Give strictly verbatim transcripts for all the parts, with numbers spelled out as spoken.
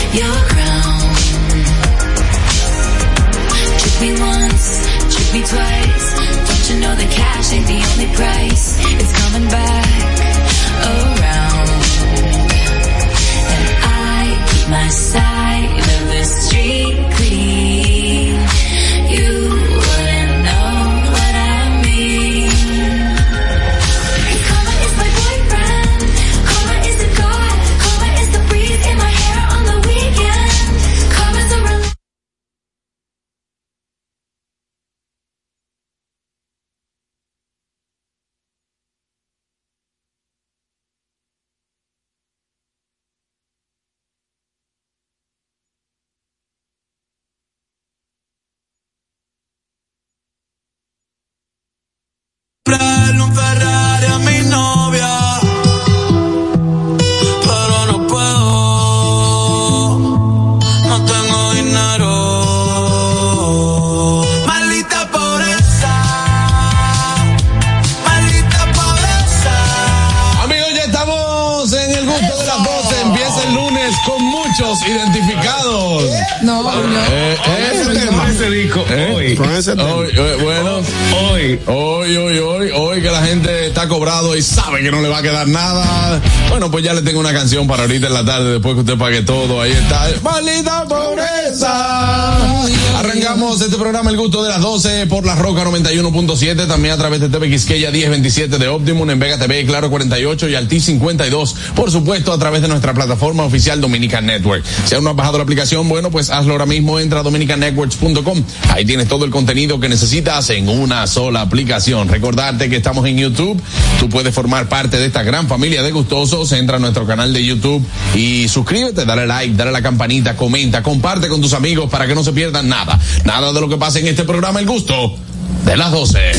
your crown. Trick me once, trick me twice. Don't you know that cash ain't the only price? It's coming back around. And I keep my side of the street clean. You wouldn't know what I mean. Karma is my boyfriend. Karma is a god. Karma is the breeze in my hair on the weekend. Karma's a relief. Un Ferrari a mi novia, pero no puedo, no tengo dinero. Maldita pobreza, maldita pobreza. Amigos, ya estamos en el gusto de las doce. Empieza el lunes con muchos identificados. No, no. Eh, eh, Con ese disco, ¿Eh? hoy. Con ese hoy, hoy, bueno, hoy, hoy, hoy, hoy, hoy que la gente está cobrado y sabe que no le va a quedar nada. Bueno, pues ya le tengo una canción para ahorita en la tarde, después que usted pague todo. Ahí está. ¡Maldita pobreza! Arrancamos este programa El Gusto de las doce por La Roca noventa y uno punto siete, también a través de T V Quisqueya diez veintisiete de Optimum, en Vega T V, Claro cuarenta y ocho y Altis cincuenta y dos. Por supuesto, a través de nuestra plataforma oficial Dominican Network. Si aún no has bajado la aplicación, bueno, pues hazlo ahora mismo. Entra a dominican networks punto com. Ahí tienes todo el contenido que necesitas en una sola aplicación. Recordarte que estamos en YouTube. Tú puedes formar parte de esta gran familia de gustosos. Entra a nuestro canal de YouTube y suscríbete, dale like, dale a la campanita, comenta, comparte con tus amigos para que no se pierdan nada. Nada de lo que pasa en este programa El Gusto de las doce.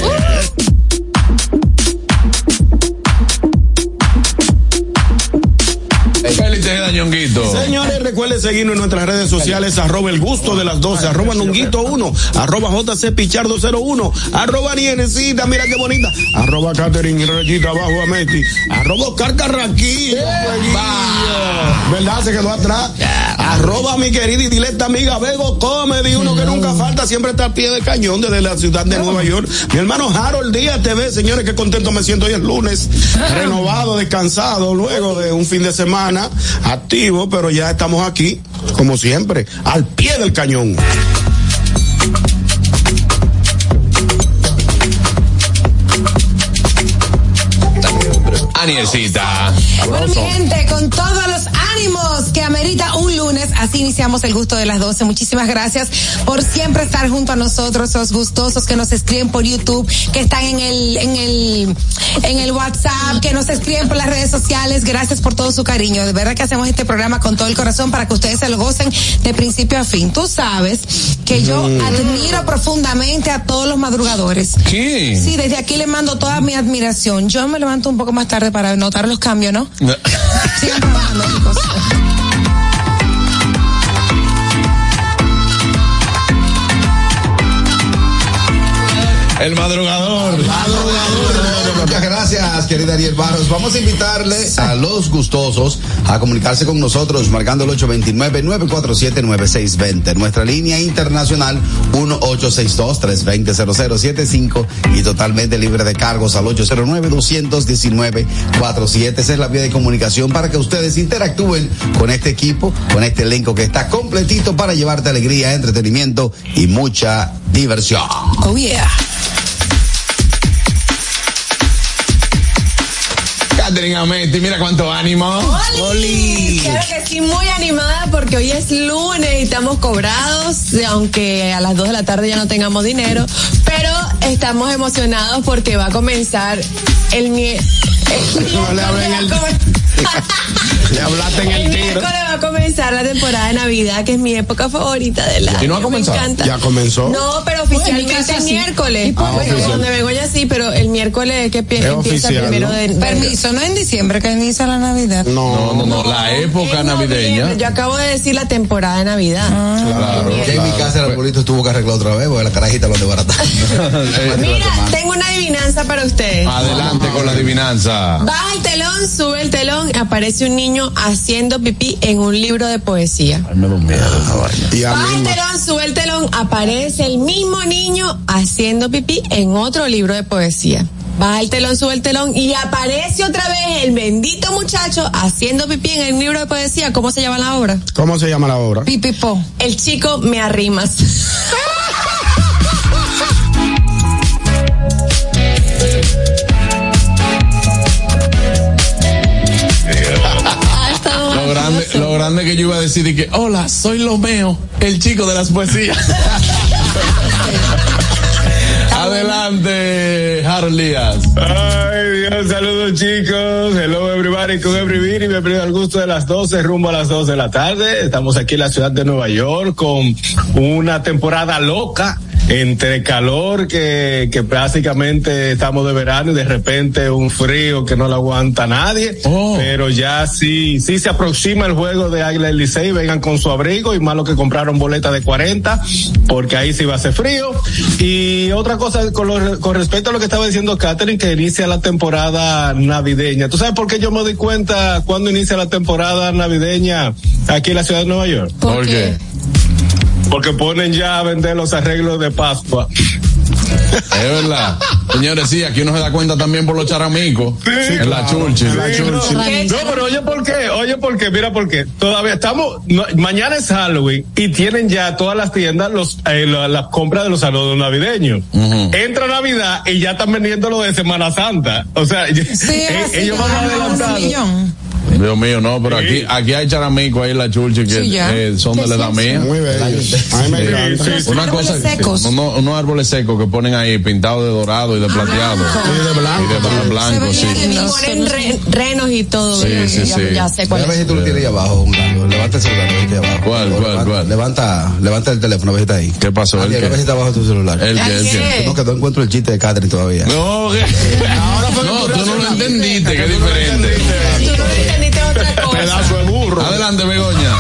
Feliz Tejeda, Ñonguito. Señores, recuerden seguirnos en nuestras redes sociales, arroba el gusto de las doce, arroba Nonguito uno, arroba J C Pichardo cero uno, arroba Nierecita, mira qué bonita, arroba Catherine Reyita abajo a Messi, arroba Oscar Carraquí, ¿verdad? Se quedó atrás, arroba mi querida y directa amiga Bego Comedy, uno que nunca falta, siempre está a pie de cañón desde la ciudad de Nueva York, mi hermano Harold Díaz T V, señores, qué contento me siento hoy el lunes, renovado, descansado, luego de un fin de semana activo, pero ya estamos aquí, como siempre, al pie del cañón. Aniesita. Bueno, mi gente, con todos los ánimos que amerita un lunes, así iniciamos El Gusto de las doce. Muchísimas gracias por siempre estar junto a nosotros, los gustosos que nos escriben por YouTube, que están en el, en el, en el WhatsApp, que nos escriben por las redes sociales. Gracias por todo su cariño. De verdad que hacemos este programa con todo el corazón para que ustedes se lo gocen de principio a fin. Tú sabes que yo mm. admiro profundamente a todos los madrugadores. ¿Qué? Sí, desde aquí le mando toda mi admiración. Yo me levanto un poco más tarde para notar los cambios, ¿no? Sigan trabajando, chicos. El madrugador. El madrugador. Muchas gracias, querida Ariel Barros. Vamos a invitarle a los gustosos a comunicarse con nosotros marcando el ocho dos nueve, nueve cuatro siete, nueve seis dos cero. Nuestra línea internacional uno ocho seis dos, tres dos cero, cero cero siete cinco y totalmente libre de cargos al ocho cero nueve, dos uno nueve, cuatro siete. Esa es la vía de comunicación para que ustedes interactúen con este equipo, con este elenco que está completito para llevarte alegría, entretenimiento y mucha diversión. Oh yeah. Catherine Ameti, mira cuánto ánimo. ¡Oli! Claro que sí, muy animada porque hoy es lunes y estamos cobrados, aunque a las dos de la tarde ya no tengamos dinero, pero estamos emocionados porque va a comenzar el miércoles. No le hablen el... Le hablaste en el, el tiro. miércoles va a comenzar la temporada de Navidad, que es mi época favorita del año. ¿Y no ha comenzado? Me encanta. ¿Ya comenzó? No, pero oficialmente Bueno, el sí. miércoles. Ah, Bueno, oficial. donde vengo ya sí, pero el miércoles que pie- Es empieza oficial, primero ¿no? de, de Permiso, no en diciembre que inicia la Navidad. No, No, no, no, la época en navideña. noviembre. Yo acabo de decir la temporada de Navidad. Claro. Ya en mi casa el arbolito tuvo que arreglar otra vez porque la carajita lo desbarataron. Mira, tengo una adivinanza para ustedes. Adelante con la adivinanza. Baja el telón, sube el telón, aparece un niño haciendo pipí en un libro libro de poesía. Ay, me da miedo esa vaina. Y a Baja mí el no. telón, sube el telón, aparece el mismo niño haciendo pipí en otro libro de poesía. Baja el telón, sube el telón y aparece otra vez el bendito muchacho haciendo pipí en el libro de poesía. ¿Cómo se llama la obra? ¿Cómo se llama la obra? Pipipo. El chico me arrimas. Lo grande, lo grande que yo iba a decir y que, hola, soy Lomeo, el chico de las poesías. Adelante, Harold Díaz. Ay, Dios, saludos chicos. Hello everybody con everybody. Bienvenido al gusto de las doce, rumbo a las dos de la tarde. Estamos aquí en la ciudad de Nueva York con una temporada loca. Entre calor que, que básicamente estamos de verano y de repente un frío que no lo aguanta nadie, oh. Pero ya sí, sí se aproxima el juego de Águila del Licey, vengan con su abrigo y más los que compraron boleta de cuarenta, porque ahí sí va a hacer frío. Y otra cosa con, lo, con respecto a lo que estaba diciendo Catherine, que inicia la temporada navideña. ¿Tú sabes por qué yo me doy cuenta cuando inicia la temporada navideña aquí en la ciudad de Nueva York? ¿Por qué? Porque ponen ya a vender los arreglos de Pascua. Es verdad. Señores, sí, aquí uno se da cuenta también por los charamicos. Sí, en la churchi. Sí, la churchi. No, no, pero oye, ¿por qué? Oye, ¿por qué? Mira, ¿por qué? Todavía estamos, no, mañana es Halloween y tienen ya todas las tiendas los eh, las la compras de los saludos navideños. Uh-huh. Entra Navidad y ya están vendiendo lo de Semana Santa. O sea, sí, eh, así, ellos van adelantados. Dios mío, no, pero sí. aquí aquí hay charamicos ahí en la churchi que sí, eh, son de la edad mía. Muy bellos. A mí me encanta. Sí, sí, Una cosa, secos. Unos, unos árboles secos que ponen ahí pintados de dorado y de plateado. Ah, y de blanco. Y de blanco, sí. Y ponen re, renos y todo. Sí, sí, ya, sí. ya sé cuál a ver es. si tú lo tienes ahí abajo, un gallo. Levanta el celular, ahí abajo. ¿Cuál, cuál, levanta, cuál? Levanta, levanta el teléfono, a ver si está ahí. ¿Qué pasó? Ah, ¿El a qué? ver si está abajo tu celular. ¿El qué? ¿El qué? No, que no encuentro el chiste de Catherine todavía. No, ¿qué? No, tú no lo entendiste, que es diferente. Tú no entendiste otra cosa. Pedazo de burro. Adelante, Begoña.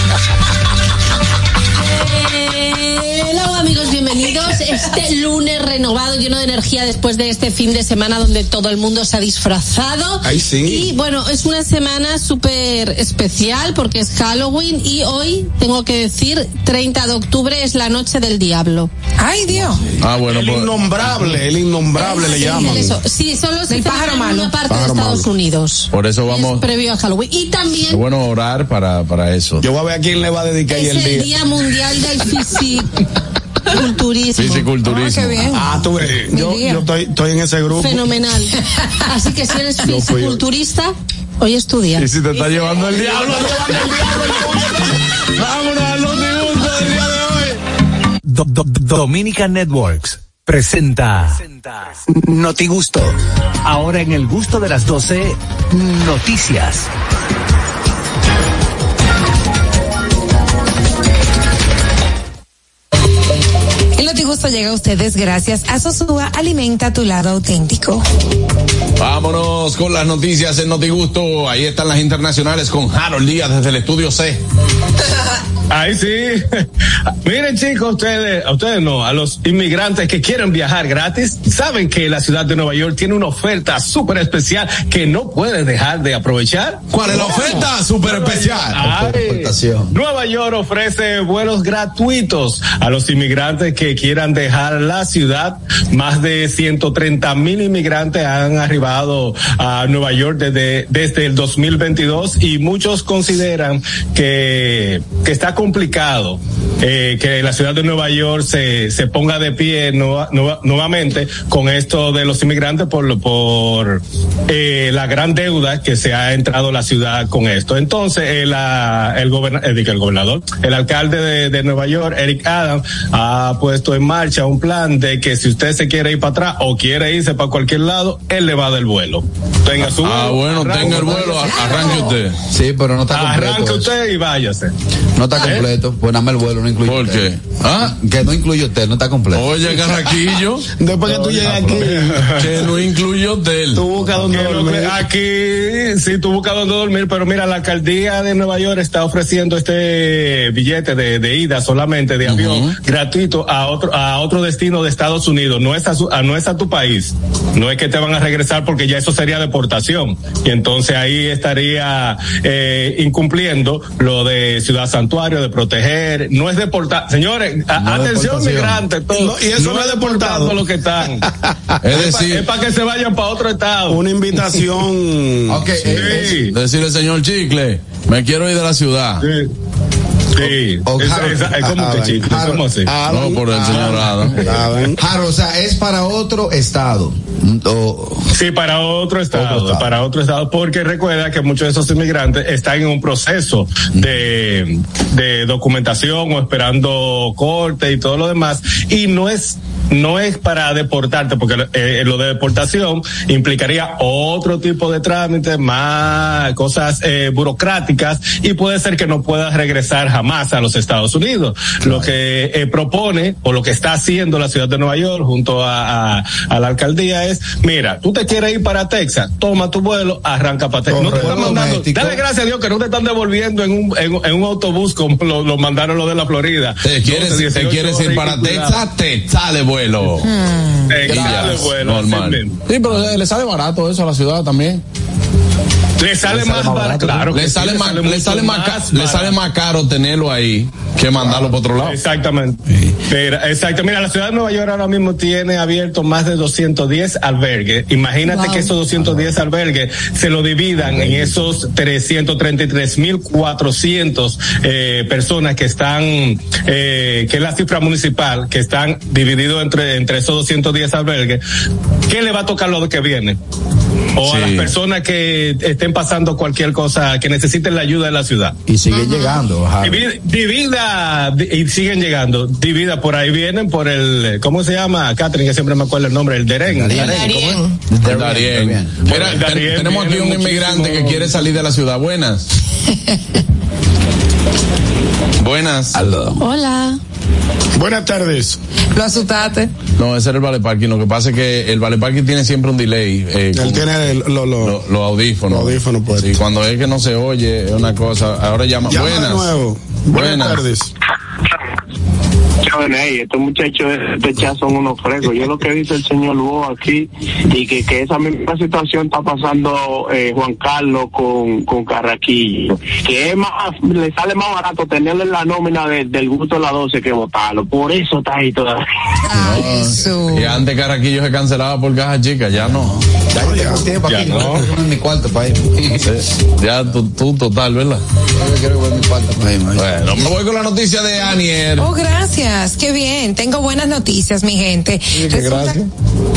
Hello amigos, bienvenidos. Este lunes renovado, lleno de energía después de este fin de semana donde todo el mundo se ha disfrazado. Ay, sí. Y bueno, es una semana súper especial porque es Halloween y hoy, tengo que decir, treinta de octubre es la noche del diablo. Ay, Dios. Ah, bueno, El pues. innombrable, el innombrable Sí, le llaman. Eso. Sí, solo se El celebra pájaro en malo. una parte Pájaro de Estados malo. Unidos. Por eso vamos. Es previo a Halloween. Y Es también bueno orar para, para eso. Yo voy a ver a quién le va a dedicar ahí es el el día. Día Mundial del Fisiculturismo. Fisiculturismo. Ah, qué bien. Ah, tú ves, Mi yo, día. yo estoy, estoy en ese grupo. Fenomenal. Así que si eres Yo fui- fisiculturista, hoy es tu día. Y si te está llevando el diablo, vámonos a los minutos del día de hoy. Do- Do- Dominica Networks presenta Noti Gusto. Ahora en el gusto de las doce, noticias. El Notigusto llega a ustedes gracias a Sosúa, alimenta tu lado auténtico. Vámonos con las noticias en Notigusto. Ahí están las internacionales con Harold Díaz desde el estudio C. Ahí sí. Miren chicos, ustedes, a ustedes no, a los inmigrantes que quieren viajar gratis, saben que la ciudad de Nueva York tiene una oferta súper especial que no puedes dejar de aprovechar. ¿Cuál es la oferta? Súper especial. Ay, Exportación. Nueva York ofrece vuelos gratuitos a los inmigrantes que quieran dejar la ciudad. Más de ciento treinta mil inmigrantes han arribado a Nueva York desde, desde el dos mil veintidós y muchos consideran que, que está complicado eh, que la ciudad de Nueva York se, se ponga de pie nueva, nueva, nuevamente con esto de los inmigrantes por, por eh, la gran deuda que se ha entrado la ciudad con esto. Entonces, el, el, goberna, eh, el gobernador, el alcalde de, de Nueva York, Eric Adams, ha puesto en marcha un plan de que si usted se quiere ir para atrás o quiere irse para cualquier lado, él le va a dar el vuelo. Tenga su Ah, bueno, arranque, tenga el vuelo, arranque usted. Sí, pero no está completo. Arranque eso. usted y váyase. No está completo, pues nada más el vuelo. vuelo no incluye ¿Por hotel. qué? ¿Ah? Que no incluye hotel, no está completo. Oye, Carraquillo. Después que tú llegas aquí, Que no incluye hotel. tú buscas donde dormir. Aquí, sí, tú buscas donde dormir, pero mira, la alcaldía de Nueva York está ofreciendo este billete de, de ida solamente de avión uh-huh. gratuito a otro a otro destino de Estados Unidos. No es a, su, a no es a tu país. No es que te van a regresar porque ya eso sería deportación. Y entonces ahí estaría eh, incumpliendo lo de Ciudad Santuario, de proteger. No es deportar. Señores, a, no atención migrantes, todo. No, y eso no, no es deportado lo que están. Es decir, es para pa que se vayan para otro estado. Una invitación. Ok, sí. es, decirle, señor Chicle, me quiero ir de la ciudad. Sí. Sí, o, o es, Harold, es, es como Harold, que chicle, Harold, ¿cómo así? No, por el señor Adam. Harold, o sea, es para otro estado. O, sí, para otro estado, otro estado, para otro estado, porque recuerda que muchos de esos inmigrantes están en un proceso de, de documentación o esperando corte y todo lo demás, y no es no es para deportarte, porque eh, lo de deportación implicaría otro tipo de trámites, más cosas eh, burocráticas, y puede ser que no puedas regresar jamás a los Estados Unidos. Claro. Lo que eh, propone, o lo que está haciendo la ciudad de Nueva York junto a, a, a la alcaldía es, mira, tú te quieres ir para Texas, toma tu vuelo, arranca para Texas. No te están mandando, dale gracias a Dios que no te están devolviendo en un, en, en un autobús como lo, lo mandaron los de la Florida. Te quieres, te quieres ir para Texas, te sale vuelo. Hmm. Te sale vuelo, normal. Sí, pero le sale barato eso a la ciudad también. Le sale, le sale más barato, claro. Le sale, más, le, sale más, más le sale más caro tenerlo ahí que mandarlo para otro lado. Exactamente. Sí. Mira, exacto. Mira, la ciudad de Nueva York ahora mismo tiene abierto más de doscientos diez albergues. Imagínate wow. que esos doscientos diez albergues se lo dividan en esos trescientos treinta y tres mil cuatrocientos eh, personas que están, eh, que es la cifra municipal, que están divididos entre, entre esos doscientos diez albergues. ¿Qué le va a tocar lo que viene? O sí. a las personas que estén pasando cualquier cosa, que necesiten la ayuda de la ciudad. Y siguen uh-huh. llegando. Divida, divida, y siguen llegando. Divida, por ahí vienen por el, ¿cómo se llama? Catherine, que siempre me acuerdo el nombre, el Derén. El Darien. El Darien. Mira, ten, Darien tenemos aquí un muchísimo... inmigrante que quiere salir de la ciudad. Buenas. Buenas. Aló. Hola. Buenas tardes. Lo asustaste. No, ese era el Vale Parking. Lo que pasa es que el Vale Parking tiene siempre un delay. Eh, Él tiene los lo, lo, lo, lo audífonos. Los audífonos pues. Sí, cuando es que no se oye, es una cosa. Ahora llama. llama Buenas. De nuevo. Buenas, Buenas tardes. Hey, estos muchachos de chat son unos frescos. Yo lo que dice el señor Bo aquí, y que, que esa misma situación está pasando eh, Juan Carlos con, con Carraquillo, que es más, le sale más barato tenerle la nómina de, del gusto de la doce que votarlo. Por eso está ahí todavía. No, y antes Carraquillo se cancelaba por caja chica, ya no. Ya no tengo tiempo aquí, no. En mi cuarto para ir. Sí, ya tú, tú total, ¿verdad? Yo quiero ver mi cuarto para ir. Bueno, me voy con la noticia de Anier. Oh, gracias. Qué bien. Tengo buenas noticias, mi gente. Sí, Resulta... gracias.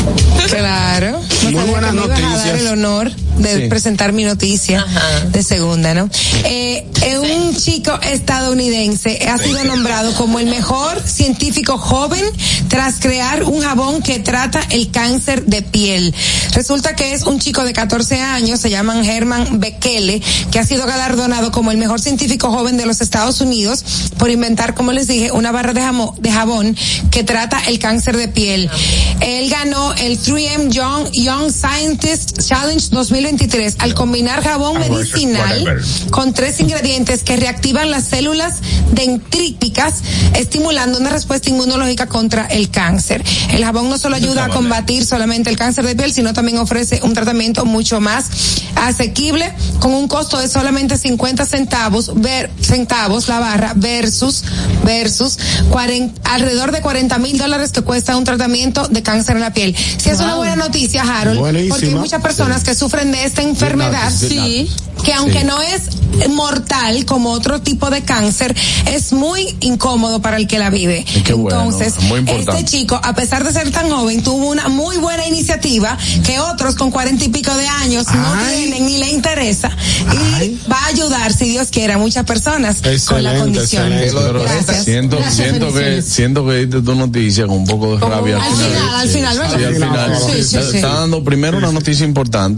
Claro. No Muy buenas noticias. Me ibas a dar el honor de sí. presentar mi noticia Ajá. de segunda, ¿no? Eh, eh, un chico estadounidense ha sido nombrado como el mejor científico joven tras crear un jabón que trata el cáncer de piel. Resulta que es un chico de catorce años, se llama Herman Bekele, que ha sido galardonado como el mejor científico joven de los Estados Unidos por inventar, como les dije, una barra de, jamo, de jabón que trata el cáncer de piel. Él ganó el tres eme Young, Young Scientist Challenge dos mil veintitrés al combinar jabón medicinal con tres ingredientes que reactivan las células dendríticas, estimulando una respuesta inmunológica contra el cáncer. El jabón no solo ayuda a combatir solamente el cáncer de piel, sino también ofrece un tratamiento mucho más asequible con un costo de solamente cincuenta centavos, ver, centavos la barra versus versus cuarenta, alrededor de cuarenta mil dólares que cuesta un tratamiento de cáncer en la piel. Si es wow. una buena noticia, Harold, Buenísima. Porque hay muchas personas sí. que sufren de esta enfermedad, sí, que aunque sí. no es mortal como otro tipo de cáncer, es muy incómodo para el que la vive. Entonces, bueno, este chico, a pesar de ser tan joven, tuvo una muy buena iniciativa que otros con cuarenta y pico de años Ay. no tienen ni le interesa Ay. y va a ayudar, si Dios quiere, a muchas personas excelente, con la condición. Gracias. Siento, Gracias, siento que siento que diste tu noticia con un poco de rabia al final. Al final, ¿verdad? Sí, al final. Sí, sí, sí. Está dando primero una noticia importante, sí, segunda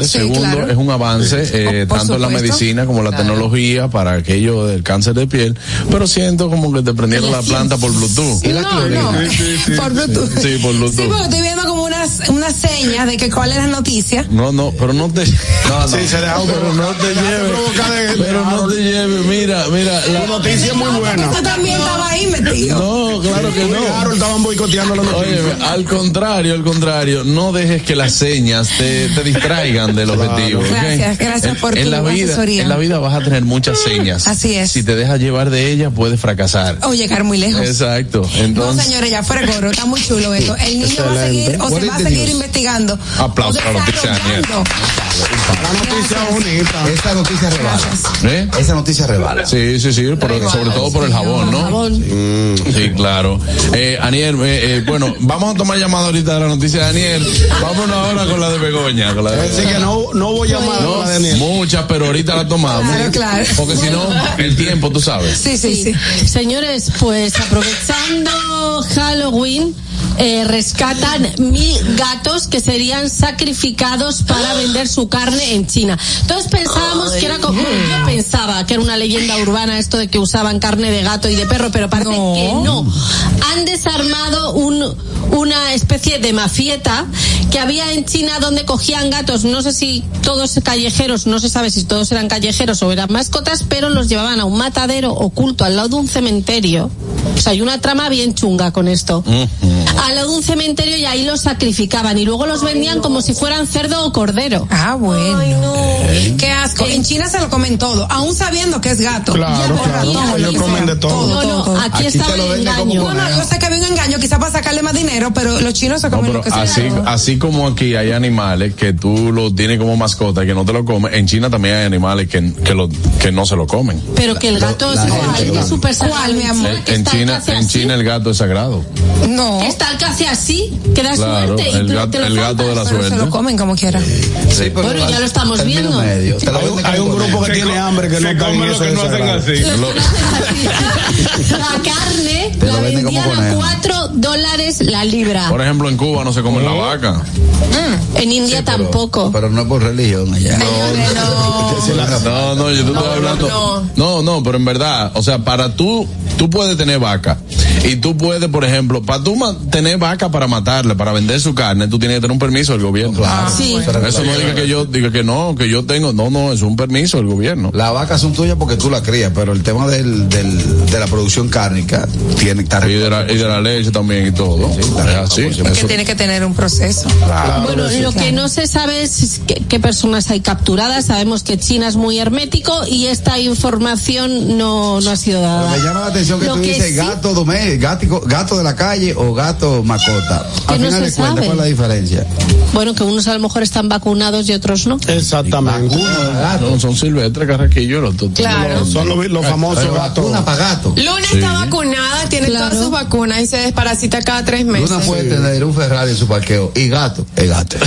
claro. es un avance, eh, Por tanto en la supuesto. medicina como en la Claro. tecnología para aquello del cáncer de piel, pero siento como que te prendieron la planta por Bluetooth. Sí, no, no. Por Bluetooth. Sí, por Bluetooth. Sí, porque estoy viendo como unas, unas señas de que cuál es la noticia. No, no, pero no te, no, no, Sí, se deja pero no te lleves, pero no te lleves, mira, mira, la noticia es muy buena. Tú también estabas ahí metido. No, claro que no. Claro, estaban boicoteando la noticia. Oye, al contrario, al contrario, no dejes que las señas te, te distraigan del objetivo. ¿ok? Gracias, gracias por en, en tu la vida, asesoría. en la vida vas a tener muchas señas. Así es. Si te dejas llevar de ellas, puedes fracasar. O llegar muy lejos. Exacto. No, Entonces, señores, ya fuera coro, está muy chulo esto. El niño va a seguir o se va a seguir investigando. aplausos o para la noticia de Daniel. desarrollando. La noticia bonita. Esta noticia rebala. ¿Eh? Esa noticia rebala. Sí, sí, sí, por- sobre todo por el jabón, ¿no? Sí, claro. Eh, Aniel, eh, eh, bueno, vamos a tomar llamada ahorita de la noticia de Daniel. Vámonos ahora con la de Begoña. Con la de Así que no, no voy a llamar No, a la de Daniel. muchas, pero ahorita la tomamos. Claro, claro. Porque si no, el tiempo, tú sabes. Sí, sí, sí. Señores, pues aprovechando Halloween, eh, rescatan mil gatos que serían sacrificados para vender su carne en China. Entonces pensábamos que era como, yo pensaba que era una leyenda urbana esto de que usaban carne de gato y de perro, pero parece No. que no. Han desarmado un, una especie de mafieta que había en China donde cogían gatos, no sé si todos callejeros, no se sabe si todos eran callejeros o eran mascotas, pero los llevaban a un matadero oculto al lado de un cementerio. O sea, hay una trama bien chunga con esto. Al lado de un cementerio y ahí los sacrificaban y luego los vendían como si fueran cerdo o cordero. Ah, bueno. Qué asco. En China se lo comen todo, aún sabiendo que es gato. Claro, O claro. ratón, Ellos lo que comen sea. de todo. No, no, todo. aquí, Aquí estaba te lo el venden como engaño. conejo. No, yo sé que había un engaño, quizás para sacarle más dinero, pero los chinos se No, comen pero lo que sea. así, así como aquí hay animales que tú los tienes como mascota y que no te lo comes, en China también hay animales que, que, lo, que no se lo comen. Pero que el gato la es igual, gente, que es ¿no? súper sagrado. ¿Cuál, mi amor? En, en Está China, casi en así. China el gato es sagrado. No. Está el que hace así, que da Claro, suerte. y el tú gato, te lo el gato de la zapas. Pero se lo suerte. comen como quiera. Sí, pero Bueno, ya lo estamos término viendo. medio. Te lo Hay, venden hay un como grupo que conejo. tiene hambre que no Se está en comen lo eso que no hacen desagrado. así. Lo- La carne Te lo la venden como vendían a conejo. cuatro dólares la libra. Por ejemplo, en Cuba no se come la vaca. En India Sí, pero- tampoco. Pero no es por religión allá. No, no, yo te estoy hablando. No, no, pero en verdad, o sea, para tú, tú puedes tener vaca. Y tú puedes, por ejemplo, para tú ma- tener vaca para matarla, para vender su carne, tú tienes que tener un permiso del gobierno. Claro. Sí. Eso no diga que yo, diga que no, que yo tengo. No, no, es un permiso del gobierno. Las vacas son tuyas porque tú las crías, pero el tema del, del, de la producción cárnica tiene que estar Y de la, y de la leche también y todo. Es así. Es que Eso- tiene que tener un proceso. Bueno, lo que no se sabe es qué, qué personas hay capturadas. Sabemos que China es muy hermético y esta información no, no ha sido Pero dada. me llama la atención que Lo tú que dices sí- gato doméstico, gato, gato de la calle o gato mascota. Al no final se de cuentas, sabe. ¿cuál es la diferencia? Bueno, que unos a lo mejor están vacunados y otros no. Exactamente. No, son silvestres, carraquillos, los otros. Claro. Son los, los famosos Pero gatos. vacuna para gato. Luna Sí. está vacunada, tiene Claro. todas sus vacunas y se desparasita cada tres meses. Luna puede tener un Ferrari en su parqueo y gato, el gato.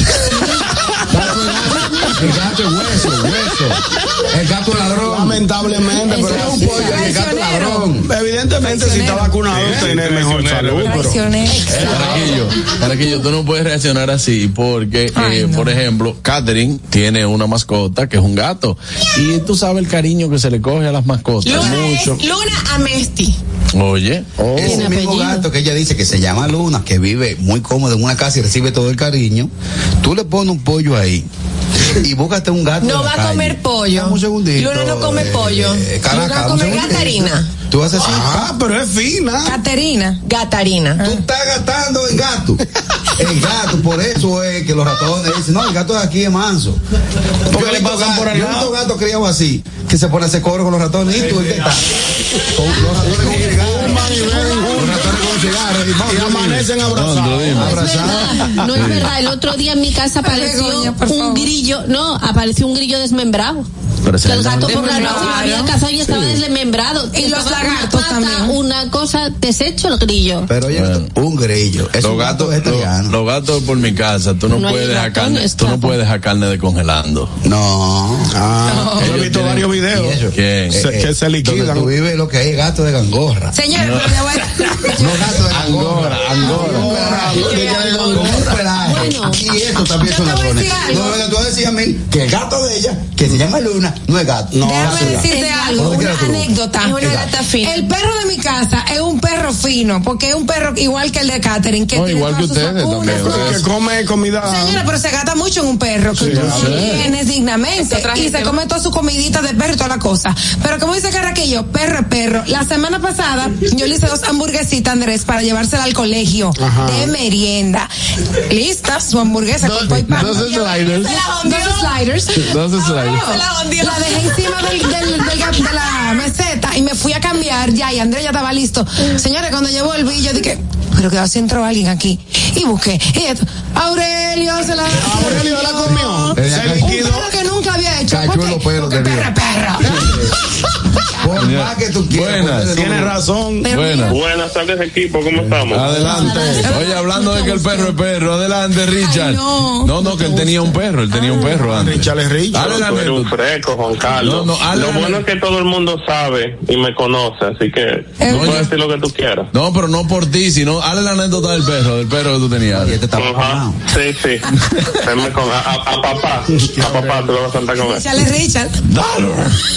El gato es hueso, hueso. El gato es ladrón. Lamentablemente, Pero pero es un pollo y el gato es ladrón. evidentemente si está vacunado tiene mejor salud. Pero Traicionero. Caraquillo, Caraquillo, tú no puedes reaccionar así porque, Ay, eh, no. por ejemplo, Catherine tiene una mascota que es un gato y tú sabes el cariño que se le coge a las mascotas. Luna Mucho. es Luna Amesti. Oye, Ese Tiene mismo apellido. gato que ella dice que se llama Luna, que vive muy cómodo en una casa y recibe todo el cariño, tú le pones un pollo ahí y búscate un gato. No de la va a calle. comer pollo. Dame un segundito. Luna no come eh, pollo. eh, Caracas, Luna un come segundito. gatarina. Tú haces así. ah, pero es fina. Caterina. Gatarina. Tú estás gastando en gato. El gato, por eso es que los ratones dicen, no, el gato de aquí es manso. Porque Yo he le visto pasan gatos- por al yo he visto lado. gatos criados así, que se pone a hacer coro con los ratones. ¿Y tú, el que está? Con los ratones con cigarros. Los ratones con cigarros. Y amanecen abrazados. No, dime. No es Abrazado. verdad, no es verdad. El otro día en mi casa apareció Begoña, por favor. un grillo, no, apareció un grillo desmembrado. Pero Que el gato por la Claro. noche lo había cazado y estaba Sí. desmembrado. Y los Estaba lagartos una pata, también. Una cosa, deshecho el grillo. Pero oye, Bueno. un grillo. Es los un gato gatos, vegetariano. los, los gatos por mi casa, tú no, No hay puedes dejar ratones, carne, tú no capaz. puedes dejar carne descongelando. No. Ah, yo he Ellos visto tienen- varios videos. ¿Y eso? ¿Quién? Se- que se liquidan. Donde tú vives lo que hay es gato de gangorra. Señor, pero le voy a- No gato de gangorra. Angora, Bueno. Y esto también Yo son te voy a ladrones. decir algo. No venga tú a decir a mí que el gato de ella, que se llama Luna, no es gato. No, Déjame es gato. decirte algo, ¿Dónde una queda tu? anécdota. Es una gata fina. El perro de mi casa es un perro fino, porque es un perro igual que el de Catherine, que No, tiene igual que todas sus ustedes vacunas, también, todo. ustedes- Que come comida. Señora, pero se gasta mucho en un perro, que Sí, tú yo lo sé. tienes dignamente Es otra y gente, se ¿no? come toda su comidita de perro y toda la cosa. Pero como dice Carraquillo, perro es perro. La semana pasada yo le hice dos hamburguesitas a Andrés para llevársela al colegio Ajá. de merienda. Lista, su hamburguesa con todo y pan. dos sliders. Dos sliders. Dos sliders. No, la, la dejé encima del, del, del gap- de la meseta y me fui a cambiar ya y Andrés ya estaba listo. Señores, cuando yo volví yo dije, pero que si entró alguien aquí y busqué y esto, Aurelio se la Aurelio la comió. Desde Se acá- un liquidó. perro que nunca había hecho. Cachó ¿Por qué? los pelos Porque de perro Dios. es perro. Por más que tú quieras. Buenas. ponte de Tienes número. razón. Pero Buenas. Buenas tardes, equipo, ¿cómo estamos? Adelante. Oye, hablando de que el perro es perro, adelante, Richard. Ay, no. no, no, que él tenía un perro, él tenía un perro antes. Richard es Richard. Dale la Tú eres un anécdota. fresco, Juan Carlos. No, no, hazle lo la- bueno es que todo el mundo sabe y me conoce, así que No, puedes yo- decir lo que tú quieras. No, pero no por ti, sino hazle la anécdota del perro, del perro que tú tenías. Y este está Ajá, vacunado. sí, sí. Venme con, a, a- a papá, a papá tú lo vas a sentar con él. Échale, Richard. Dale.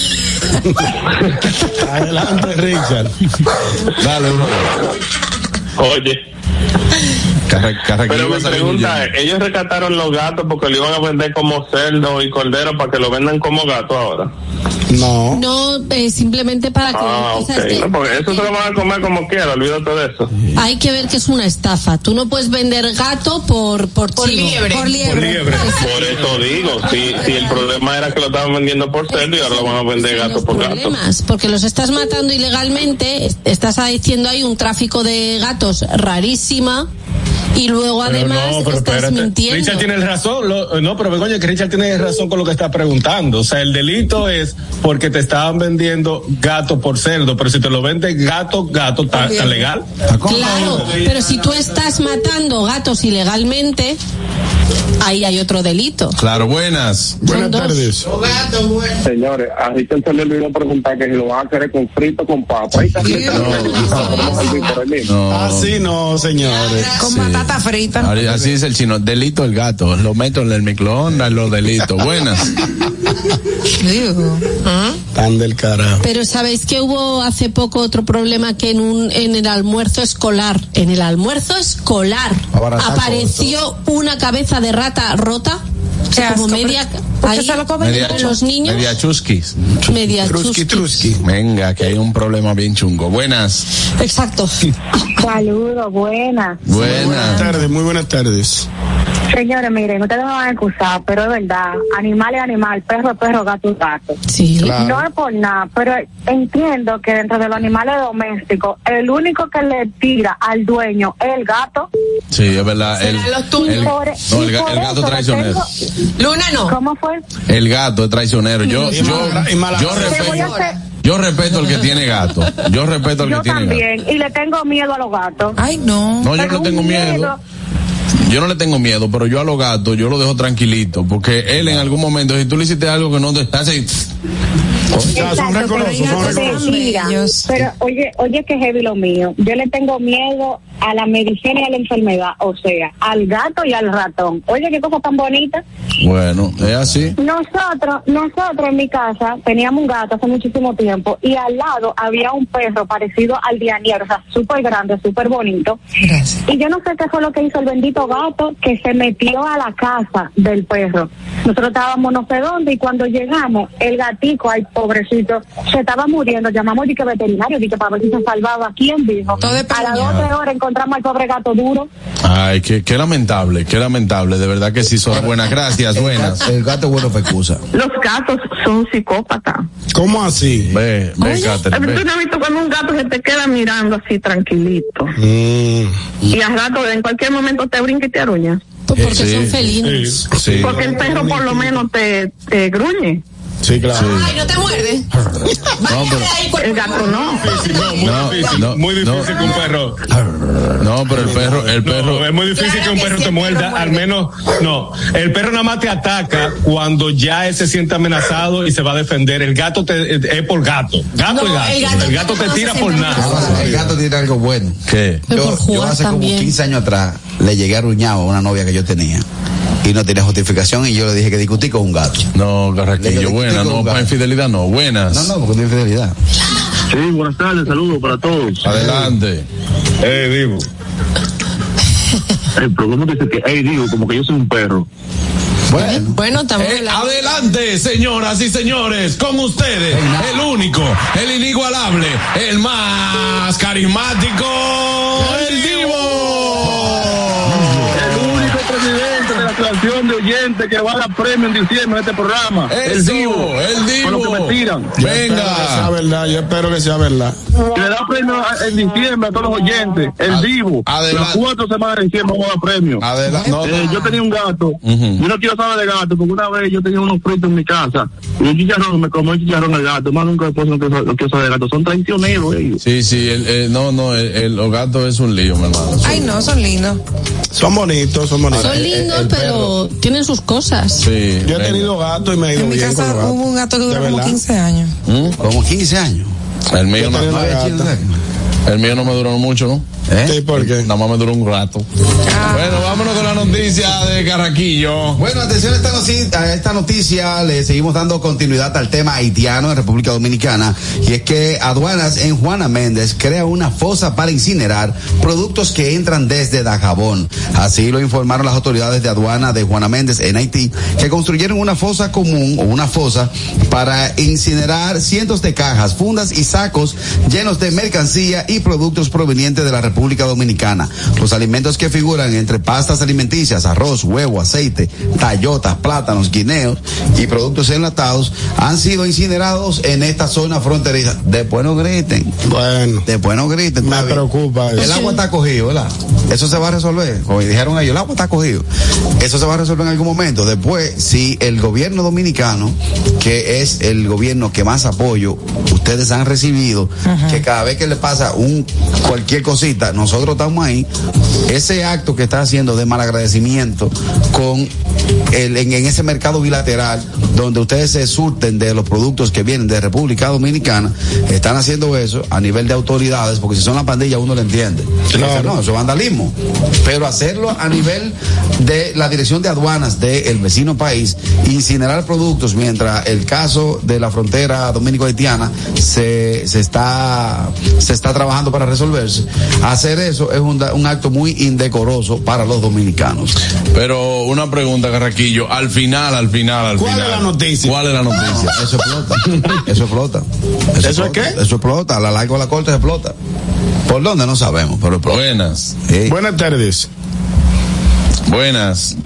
Adelante, Richard. Dale, uno. Oye, Carra- Carraquillo pero va a mi salir pregunta huyendo. es, ellos rescataron los gatos porque lo iban a vender como cerdo y cordero para que lo vendan como gato ahora. No. No, eh, simplemente para que. Ah, o ok. sea, es que No, porque eso se lo van a comer como quiera, olvídate de eso. hay que ver que es una estafa. Tú no puedes vender gato por por, Por chivo. liebre. Por liebre. Por eso digo, si, si el problema era que lo estaban vendiendo por cerdo y ahora lo van a vender Son gato los por gato. problemas, porque los estás matando ilegalmente, est- estás haciendo ahí un tráfico de gatos rarísima y luego Pero además no, pero estás espérate. mintiendo. Richard tiene razón, lo- no, pero Begoña, que Richard tiene razón con lo que está preguntando. O sea, el delito es porque te estaban vendiendo gato por cerdo, pero si te lo vende gato, gato, ¿está está legal? Claro, pero si tú estás matando gatos ilegalmente, ahí hay otro delito. Claro, buenas. Buenas dos. tardes. Señores, a Richard se le olvidó preguntar que si lo van a querer con frito con papa. Ahí está No. Así no, señores. Con Sí. batata frita. Ari- Así dice el chino, delito el gato, lo meto en el microondas, los delitos. Buenas. Digo. Tan del carajo. Pero sabéis que hubo hace poco otro problema que en un en el almuerzo escolar, en el almuerzo escolar Abaratar apareció una cabeza de rata rota, o sea, Qué como asco, media ¿por qué ahí se lo comen? Media, entre los niños, media chuskis. media Truski, chusqui. truski. Venga, que hay un problema bien chungo. Buenas. Exacto. Saludos, buenas. Buenas Buenas. tardes, muy buenas tardes. Señores, miren, ustedes me van a excusar, pero es verdad, animal es animal, perro es perro, gato es gato. Sí. Claro. No es por nada, pero entiendo que dentro de los animales domésticos, el único que le tira al dueño es el gato. Sí, es verdad. El, Serán los tuyos. el- Por- no, el, y ga- por el gato eso traicionero. tengo- Luna no. ¿Cómo fue? El gato es traicionero. Yo, Y yo, mala- y mala- yo Te voy a respeto, hacer- yo respeto al que tiene gato. Yo respeto al que Yo tiene gato. también, y le tengo miedo a los gatos. Ay, no. No, yo Pero no tengo un miedo. Yo no le tengo miedo, pero yo a los gatos, yo lo dejo tranquilito, porque él en algún momento, si tú le hiciste algo que no te hace, O sea, son Exacto, recolosos, pero son ellos se recolosos. tiran. Bellos. Pero oye, oye que heavy lo mío. Yo le tengo miedo a la medicina y a la enfermedad, o sea, al gato y al ratón. Oye, qué cosa tan bonita. bueno, es así. Nosotros, nosotros en mi casa teníamos un gato hace muchísimo tiempo y al lado había un perro parecido al de Anier, o sea, súper grande, súper bonito. Gracias. Y yo no sé qué fue lo que hizo el bendito gato que se metió a la casa del perro. Nosotros estábamos no sé dónde y cuando llegamos, el gatico, ay pobrecito, se estaba muriendo. Llamamos y que veterinario, y que para ver si se salvaba. ¿Quién dijo? Todo de A las preñado. dos o tres horas encontramos al pobre gato duro. Ay, qué, qué lamentable, qué lamentable, de verdad que sí, son buenas, gracias, buenas. El gato bueno fue excusa. Los gatos son psicópatas. ¿Cómo así? Ve, ve, Catherine, ve. ¿Tú no has visto cuando un gato se te queda mirando así tranquilito? Mm. Y al rato, en cualquier momento te brinca y te aruña. Pues porque Sí, son felinos. Sí. Porque el perro por lo menos te, te gruñe. Sí, claro. Ay, no te muerde. No, pero, El gato no. No, muy No, difícil, no, muy difícil no. que un perro. no, pero el perro, el No, perro. es muy difícil Claro que un que perro sí, te el muerda, perro muerde. al menos, no. El perro nada más te ataca cuando ya él se siente amenazado y se va a defender. El gato te, es por gato. Gato No, y gato. el El gato gato, te no se tira siente por nada. amenazado. El gato tiene algo bueno. ¿Qué? Pero Yo, por yo jugar hace también. como quince años atrás le llegué a ruñado a una novia que yo tenía y no tenía justificación y yo le dije que discutí con un gato. No, Le Carraquillo, digo, buena, discutí con no, un para gato. infidelidad no, buenas. No, no, porque no hay infidelidad. Sí, buenas tardes, saludos para todos. Adelante. Eh, digo. El programa dice que, hey, digo, como que yo soy un perro. Bueno, Bueno, estamos Eh, hablando. adelante, señoras y señores, con ustedes, el único, el inigualable, el más carismático, el Divo. El único presidente de la Asociación de Oyentes que va a dar premio en diciembre en este programa. Eso, el Divo. el Divo. Con lo que me tiran. Yo espero que sea Venga. verdad, yo espero que sea verdad. Que le da premio en diciembre a todos los oyentes. El Ad- Divo. adelante. Las cuatro semanas de diciembre vamos a dar premio. Adelante. No, Eh, yo tenía un gato. Ujú. Yo no quiero saber de gato, porque una vez yo tenía unos fritos en mi casa. Y un chicharrón, me comió el chicharrón al gato. Más nunca después no quiero, no quiero saber de gato. Son traicioneros ellos. Sí, sí, el, el- no, no, el, el- los gatos es un lío, mi hermano. Ay, no, son lindos. Son bonitos, son bonitos. Son lindos, el pero tienen sus cosas. Sí. Yo he venga. tenido gato y me he ido En mi bien con casa los gatos. hubo un gato que ¿De duró como verdad? quince años. ¿Mm? como quince años. El mío Yo no, tenía No una había gata. chino, ¿sabes? el mío no me duró mucho, ¿no? ¿Eh? Sí, ¿por qué? Nada más me duró un rato. Bueno, vámonos con la noticia de Carraquillo. Bueno, atención a esta, noci- a esta noticia, le seguimos dando continuidad al tema haitiano en República Dominicana, y es que Aduanas en Juana Méndez crea una fosa para incinerar productos que entran desde Dajabón. Así lo informaron las autoridades de aduana de Juana Méndez en Haití, que construyeron una fosa común o una fosa para incinerar cientos de cajas, fundas y sacos llenos de mercancía y productos provenientes de la República Dominicana. Los alimentos que figuran entre pastas alimenticias, arroz, huevo, aceite, tallotas, plátanos, guineos y productos enlatados han sido incinerados en esta zona fronteriza. Después no griten. Bueno, Después no griten. me está bien. preocupa El eso. agua está cogido, ¿verdad? Eso se va a resolver. Como dijeron ellos, el agua está cogido. Eso se va a resolver en algún momento. Después, si el gobierno dominicano, que es el gobierno que más apoyo ustedes han recibido, que cada vez que le pasa un cualquier cosita, nosotros estamos ahí, ese acto que está haciendo de malagradecimiento con el, en, en ese mercado bilateral donde ustedes se surten de los productos que vienen de República Dominicana, están haciendo eso a nivel de autoridades, porque si son las pandillas uno lo entiende. Claro. No, eso es vandalismo. Pero hacerlo a nivel de la dirección de aduanas del vecino país, incinerar productos mientras el caso de la frontera dominico-haitiana se, se está se está trabajando para resolverse, hacer eso es un, da- un acto muy indecoroso para los dominicanos. Pero una pregunta, Carraquillo, al final, al final, al ¿Cuál final. es la noticia? ¿Cuál es la noticia? Eso explota. Eso explota. ¿Eso es explota. qué? Eso explota. A la larga o a la corta explota. ¿Por dónde? No sabemos, pero explota. Buenas, Sí. Buenas tardes. buenas.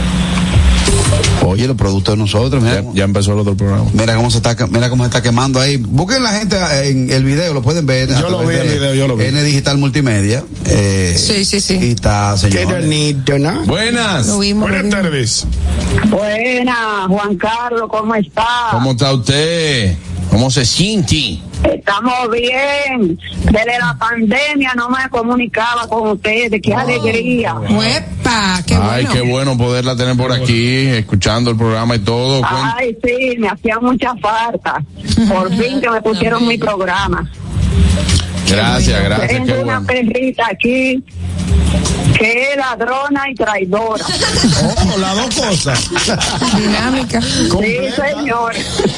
Oye, los productos de nosotros, mira, Ya, cómo- ya empezó el otro programa. mira cómo se está, mira cómo se está quemando ahí. Busquen la gente en el video, lo pueden ver. a Yo lo través vi, el de video, yo lo vi. N Digital Multimedia. Eh, Sí, sí, sí. Y está, Qué señor. bonito, ¿no? Buenas. Lo vimos. lo Buenas vimos. tardes. Buena, Juan Carlos, ¿cómo está? ¿Cómo está usted? ¿Cómo se siente? Estamos bien. Desde la pandemia no me comunicaba con ustedes. Qué alegría. ¡Uepa! ¡Qué Ay, bueno! qué bueno poderla tener por aquí, escuchando el programa y todo. Cuen- Ay, sí, me hacía mucha falta. Por fin que me pusieron mi programa. Gracias, gracias, Tengo qué una bueno. perrita aquí que es ladrona y traidora. Oh, las dos cosas. Dinámica. Sí, señor.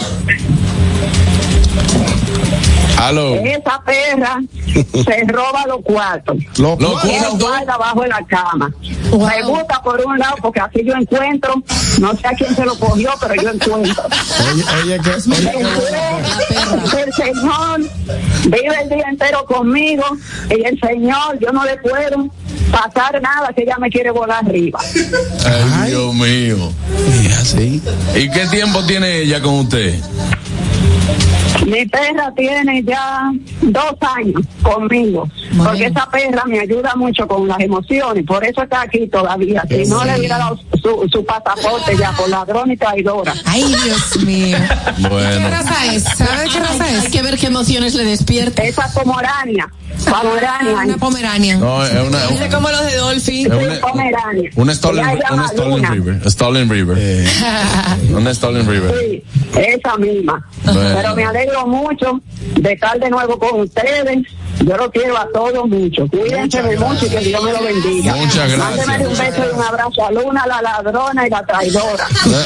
Aló. Esa perra se roba los cuartos. Los Los cuatro. Y los cuartos. guarda abajo de la cama. Wow. Me gusta por un lado porque así yo encuentro, no sé a quién se lo cogió, pero yo encuentro. Ella, ella que es. Oye, qué buena. Después, el Señor vive el día entero conmigo y el Señor, yo no le puedo pasar nada que ella me quiere volar arriba. Ay, Dios mío. Mira, sí. ¿Y qué tiempo tiene ella con usted? Mi perra tiene ya dos años conmigo, bueno. Porque esa perra me ayuda mucho con las emociones, por eso está aquí todavía. Si no, sí. Le hubiera dado su, su pasaporte ya por ladrón y traidora. Ay, Dios mío. Bueno. ¿Qué raza es? ¿Sabe qué raza es? Hay que ver qué emociones le despierta. Esa pomerania. Pomerania. Una pomerania. No, es una. Es como los de Dolphy. Es una, pomerania. Una Stolen, una Stolen River. Stolen River. Eh. Una Stolen River. Sí, esa misma. Bueno. Pero me alegro mucho de estar de nuevo con ustedes. Yo lo quiero a todos mucho. Cuídense de mucho y que Dios me lo bendiga. Muchas gracias. Mándeme un beso y un abrazo a Luna, la ladrona y la traidora.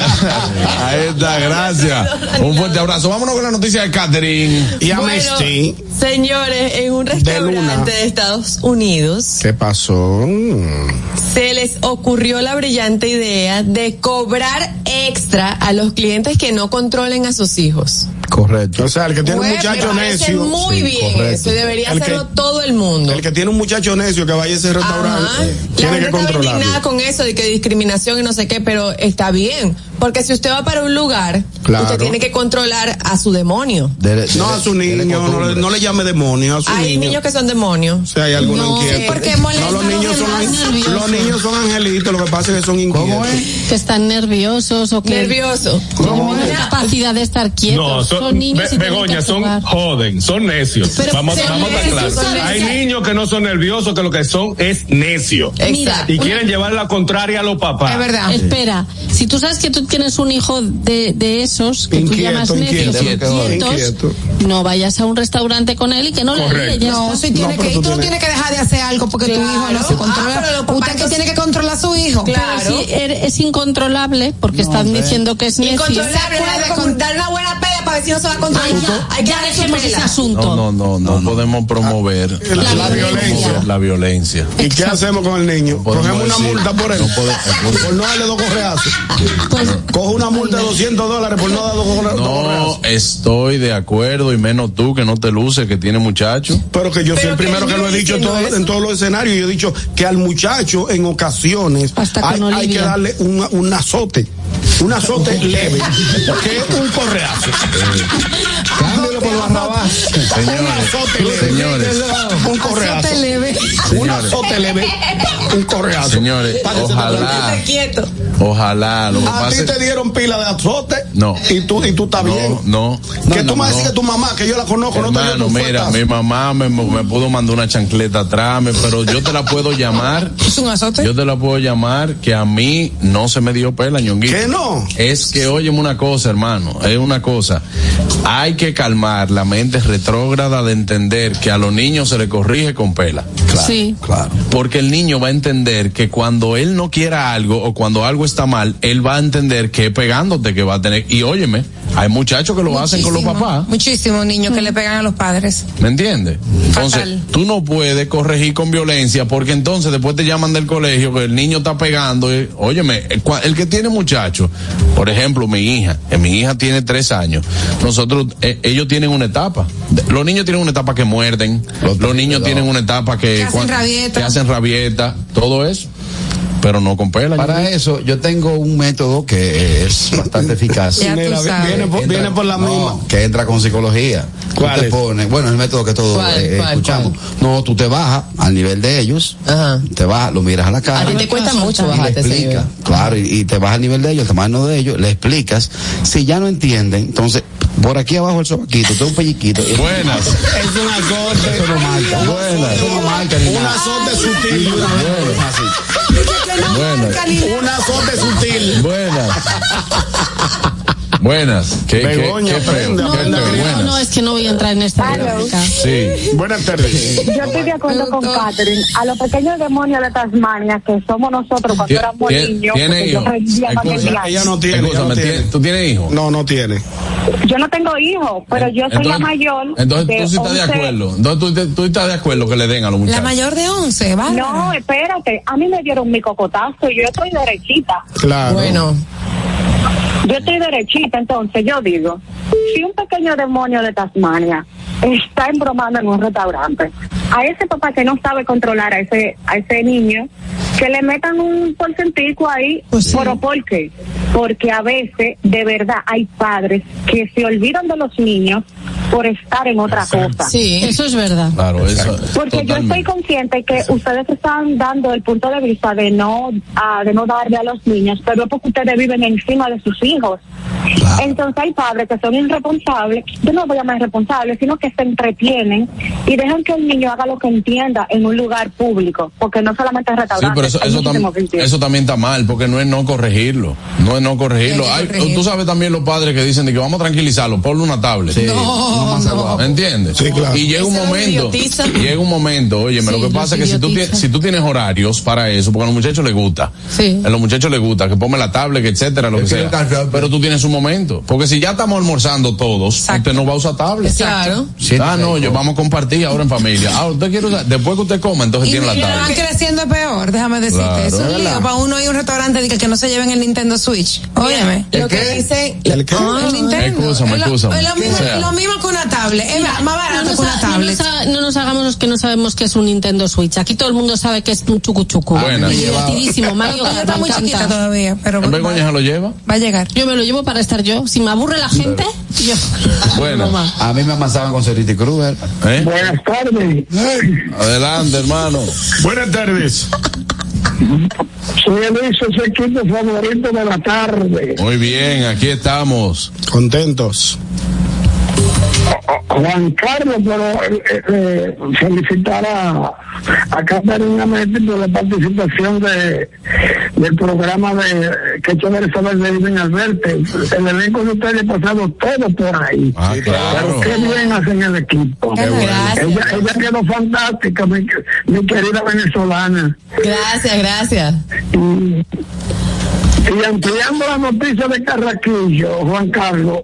Ahí está, gracias. Un fuerte abrazo. Vámonos con la noticia de Catherine. Y a bueno, Misty. Señores, en un restaurante de, de Estados Unidos. ¿Qué pasó? Se les ocurrió la brillante idea de cobrar extra a los clientes que no controlen a sus hijos. Correcto. O sea, el que tiene Pues, un muchacho me parece necio. muy sí, bien, correcto. eso debería El hacerlo que, todo el mundo. El que tiene un muchacho necio que vaya a ese restaurante Ajá. eh, La tiene gente que controlarlo. está nada con eso de que discriminación y no sé qué, pero está bien, porque si usted va para un lugar, claro. Usted tiene que controlar a su demonio. De, de, no a su niño, no le, no le llame demonio a su hay niño. niños que son demonios. O sea, hay algunos no, inquietos. Porque no, los niños son los niños son angelitos, lo que pasa es que son inquietos. ¿Cómo es? Que están nerviosos o que nerviosos. No tienen capacidad de estar quietos. No, son, son niños Be- y Begoña, son joden, son necios. Pero vamos son vamos a estar necios, claros. son Hay necios. niños que no son nerviosos, que lo que son es necios. Mira, y una- quieren llevar la contraria a los papás. Es verdad. Espera, si tú sabes que tú tienes un hijo de, de esos que Inquieto, tú llamas necios, inquieto, inquietos, inquieto. no vayas a un restaurante con él y que no Correcto. le diga. No, si tiene No, que, pero y tú tú no tienes- tienes que dejar de hacer algo porque tu Claro. hijo no se controla. Ah, pero los papás Usted que entonces- tiene que controlar a su hijo. Claro. Pero si er- es incontrolable porque están diciendo que es necio. Incontrolable, es como dar una buena pela para ver si no se va a controlar. Ay, ya, Hay que ya darle su dejemos pela. ese asunto. No, no, no, no, podemos promover La, la, La violencia. violencia. la violencia. ¿Y qué hacemos con el niño? podemos Cogemos una decir- multa por él. no podemos- por no darle dos correazos. Pues, Coge una multa de doscientos dólares por no dar dos corre- dos No correazos. estoy de acuerdo, y menos tú que no te luces, que tiene muchacho. Pero que yo soy Pero el que primero que yo lo he dicho en, diciendo todo- eso. en todos los escenarios. Yo he dicho que al muchacho en ocasiones Hasta con hay, hay Olivia. que darle un, un azote. Un azote leve, que es un correazo. Cámbialo por Barrabás. Un Señores, azote leve. señores, Un correazo. Azote leve. Un azote leve. Un correazo. señores, Para que se te ojalá, Esté quieto. ojalá, lo que A pasa ti es- te dieron pila de azote. No. Y tú, y tú estás bien. no, no. Que No, tú no, me dices no. que tu mamá, que yo la conozco, no te dio Hermano, tu mira, fuetazo. mi mamá me, me pudo mandar una chancleta atrás, me- pero yo te la puedo llamar. ¿Es un azote? Yo te la puedo llamar que a mí no se me dio pela, ñonguito. ¿Qué no? Es que, óyeme una cosa, hermano, es una cosa. Hay que calmar la mente retrógrada de entender que a los niños se les corrige con pela. Claro, Sí. claro. Porque el niño va a entender que cuando él no quiera algo o cuando algo está mal, él va a entender que es pegándote que va a tener. Y óyeme, hay muchachos que lo hacen con los Muchísimo, papás. Muchísimos niños que le pegan a los padres. ¿Me entiendes? Entonces, Fatal. tú no puedes corregir con violencia porque entonces después te llaman del colegio que el niño está pegando. Y, óyeme, el, cua- el que tiene muchachos, por ejemplo, mi hija, que mi hija tiene tres años, nosotros, eh, ellos tienen una etapa. Los niños tienen una etapa que muerden, los, niños tienen una etapa que, Que hacen cua- rabieta. que hacen rabieta, todo eso, pero no con pela. Para ñonguito. eso, yo tengo un método que es bastante eficaz. Ya tú Mira, sabes. viene por, Entra- viene por la no, misma. que entra con psicología. ¿Cuál Tú te es? pones, bueno, el método que todos ¿Cuál, eh, cuál, escuchamos. No, tú te bajas al nivel de ellos, Ajá. te bajas, lo miras a la cara. A ti te cuesta mucho y le bajarte ese explica, nivel. claro, y, y te bajas al nivel de ellos, el tamaño de ellos, le explicas. Si ya no entienden, entonces, por aquí abajo el sobaquito, todo un pelliquito. Buenas. Es un azote. Eso no marca. Buenas. Eso no marca ni Un nada. azote sutil. Buenas. Un azote sutil. Buenas. Buenas. ¿Qué, qué, Begoña, qué feo? aprende, qué No, feo. no, no, Buenas. no, es que no voy a entrar en esta dinámica. Sí. Buenas tardes. Yo estoy de acuerdo con Catherine. A los pequeños demonios de Tasmania, que somos nosotros cuando Tie- éramos tie- niños, ¿tiene porque yo hijos? rendía más Escucha, que Ella no tiene, ella no Escúchame, tiene. ¿tú tienes hijos? No, no tiene. Yo no tengo hijos, pero yo soy la mayor. Entonces de tú sí estás de once. acuerdo. Entonces tú, te- tú estás de acuerdo que le den a los La muchachos. mayor de once, ¿vale? No, espérate. A mí me dieron mi cocotazo y yo estoy derechita. Claro. Bueno, Yo estoy derechita, entonces yo digo, si un pequeño demonio de Tasmania está embromando en un restaurante, a ese papá que no sabe controlar a ese a ese niño, que le metan un porcentico ahí, Pues sí. ¿pero por qué? Porque a veces, de verdad, hay padres que se olvidan de los niños por estar en otra cosa. Sí, eso es verdad. Claro, eso. Porque totalmente. yo estoy consciente que ustedes están dando el punto de vista de no uh, de no darle a los niños, pero es porque ustedes viven encima de sus hijos. Claro. Entonces hay padres que son irresponsables, yo no voy a llamar irresponsables, sino que se entretienen y dejan que el niño haga lo que entienda en un lugar público, porque no solamente es restaurante. Sí, pero eso, eso, tam eso también está mal, porque no es no corregirlo, no es no corregirlo. Hay, tú sabes también los padres que dicen de que vamos a tranquilizarlo, ponle una tablet. Sí. No, no. ¿Me entiendes? Sí, claro. Y llega un momento, llega un momento, oye, sí, lo que pasa es que si tú, tienes, si tú tienes horarios para eso, porque a los muchachos les gusta, sí. a los muchachos les gusta, que ponme la tablet, etcétera, lo que sea, pero tú tienes un momento, porque si ya estamos almorzando todos, exacto. usted no va a usar tablet. Claro. Sí, ah, no, yo vamos a compartir ahora en familia. Ah, usted quiere usar, después que usted coma, entonces y tiene la tablet. Y van creciendo es peor, déjame decirte, claro, es un lío para uno ir a un restaurante y que, que no se lleven el Nintendo Switch. Óyeme, lo que dice el, ¿qué? el Nintendo. Excúsame, excúsame. Es lo, mismo, lo mismo que una tablet, es más barato no que una tablet. No nos, no nos hagamos los que no sabemos qué es un Nintendo Switch. Aquí todo el mundo sabe que es un chucu chucu. Buena. Y divertidísimo, Mario Kart, está muy chiquita todavía, pero ¿en Begoña se lo lleva? Va a llegar. Yo me lo llevo para estar yo. Si me aburre la gente, yo. Bueno, a mí me amasaban con Ceriti Kruger. ¿Eh? Buenas tardes. Adelante, hermano. Buenas tardes. Soy Luis, su equipo favorito de la tarde. Muy bien, aquí estamos. Contentos. Juan Carlos, pero eh, eh, felicitar a, a Catarina Metti por la participación de del programa de que chévere saber de Irving Alberto. El elenco de ustedes ha pasado todo por ahí. Ah, claro. Pero qué bien hacen el equipo. Qué bueno. Ella, ella quedó fantástica, mi, mi querida venezolana. Gracias, gracias. Y, Y ampliando la noticia de Carraquillo, Juan Carlos,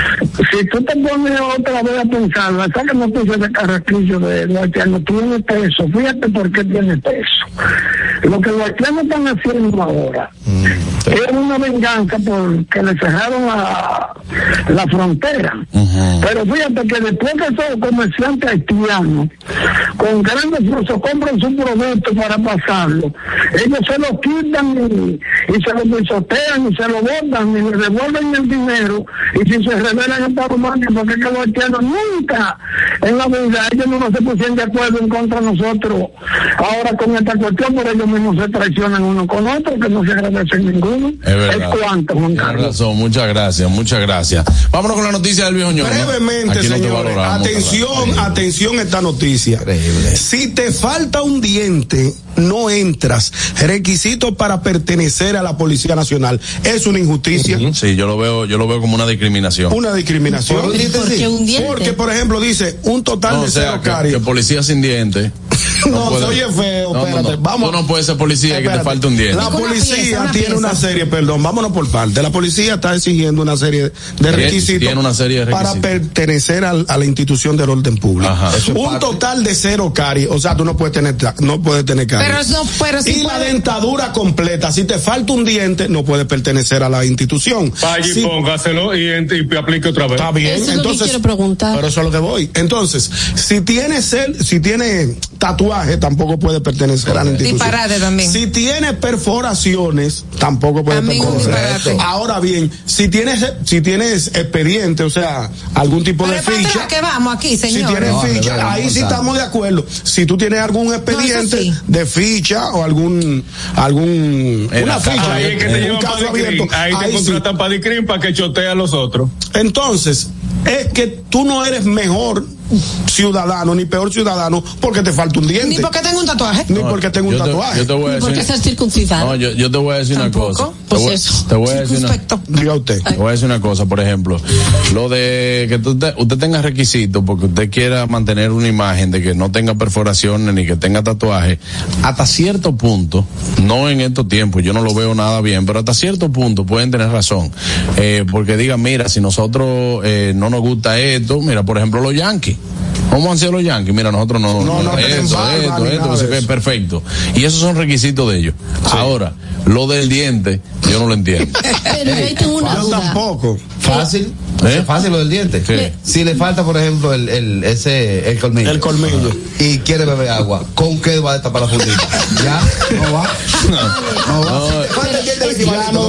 si tú te pones otra vez a pensar, esa noticia de Carraquillo de los haitianos tiene peso, fíjate por qué tiene peso. Lo que los haitianos están haciendo ahora mm, sí. es una venganza porque le cerraron la, la frontera. Uh-huh. Pero fíjate que después que esos comerciantes haitianos, con grandes esfuerzos, compran su producto para pasarlo, ellos se lo quitan y, y se lo pisotean y se lo botan y le devuelven el dinero, y si se revelan en Paraguay, porque es que los haitianos nunca en la vida, ellos no se pusieron de acuerdo en contra de nosotros ahora con esta cuestión, por ellos mismos se traicionan uno con otro, que no se agradecen ninguno. Es verdad. Es cuanto, Juan Carlos. Tienes razón, muchas gracias, muchas gracias. Vámonos con la noticia del viejo ñoño. Brevemente, no señores, atención, atención a esta noticia. Increíble. Si te falta un diente, no entras. Requisito para pertenecer a la Policía Nacional. Es una injusticia. Uh-huh. Sí, yo lo veo, yo lo veo como una discriminación. Una discriminación. ¿Por, ¿Por qué un diente? Porque, por ejemplo, dice un total no, de o sea, cero que, caries. que policía sin dientes. No, no puede, oye feo, no, espérate, no, no. vamos. Tú no puedes ser policía y que te falte un diente. La policía una pieza, una tiene pieza. una serie, perdón, vámonos por parte. La policía está exigiendo una serie de requisitos, tiene una serie de requisitos para pertenecer a, a la institución del orden público. Un total de cero caries, o sea, tú no puedes tener, no puedes tener caries. Pero no, pero sí y puede... la dentadura completa, si te falta un diente, no puedes pertenecer a la institución. Vaya y si, póngaselo y, y aplique otra vez. Está bien, eso entonces. Es lo que quiero preguntar. Pero eso es lo que voy. Entonces, si tienes el, si tiene tatuaje, tampoco puede pertenecer a la institución. Disparate también. Si tiene perforaciones, tampoco puede también pertenecer. Ahora bien, si tienes, si tienes expediente, o sea, algún tipo pero de para ficha. atrás que vamos aquí, señor. Si tienes no, ficha, verdad, ahí no, sí no, estamos de acuerdo. Si tú tienes algún expediente no, sí. de ficha o algún, algún, en una ficha, Ahí es que te un llevan caso para abierto, Ahí te ahí contratan sí. para Dicrim para que chotea a los otros. Entonces, es que tú no eres mejor ciudadano ni peor ciudadano porque te falta un diente. Ni porque tengo un tatuaje. Ni porque tengo un yo te, tatuaje. Yo te voy a Ni decir, porque seas circuncidado. no, yo, yo te voy a decir ¿Tampoco? una cosa. Pues te voy, eso. Te voy a decir una, Diga usted. te voy a decir una cosa, por ejemplo, lo de que tú te, usted tenga requisitos porque usted quiera mantener una imagen de que no tenga perforaciones ni que tenga tatuaje, hasta cierto punto, no en estos tiempos, yo no lo veo nada bien, pero hasta cierto punto pueden tener razón, eh, porque digan, mira, si nosotros eh, no nos gusta esto, mira, por ejemplo, los Yankees. ¿Cómo han sido los Yankees? Mira, nosotros no, no, no esto, barba, esto, esto, esto, esto perfecto. Y esos son requisitos de ellos. Sí. Ahora, lo del diente, yo no lo entiendo. Pero ahí tengo una Yo duda. tampoco. Fácil. ¿Eh? Fácil lo del diente. Sí. Si le falta, por ejemplo, el, el, ese, el colmillo. El colmillo. Y quiere beber agua, ¿con qué va a destapar la fundita? ¿Ya? No va. No, no va. No. Si te falta el diente, Ya no venden fundita.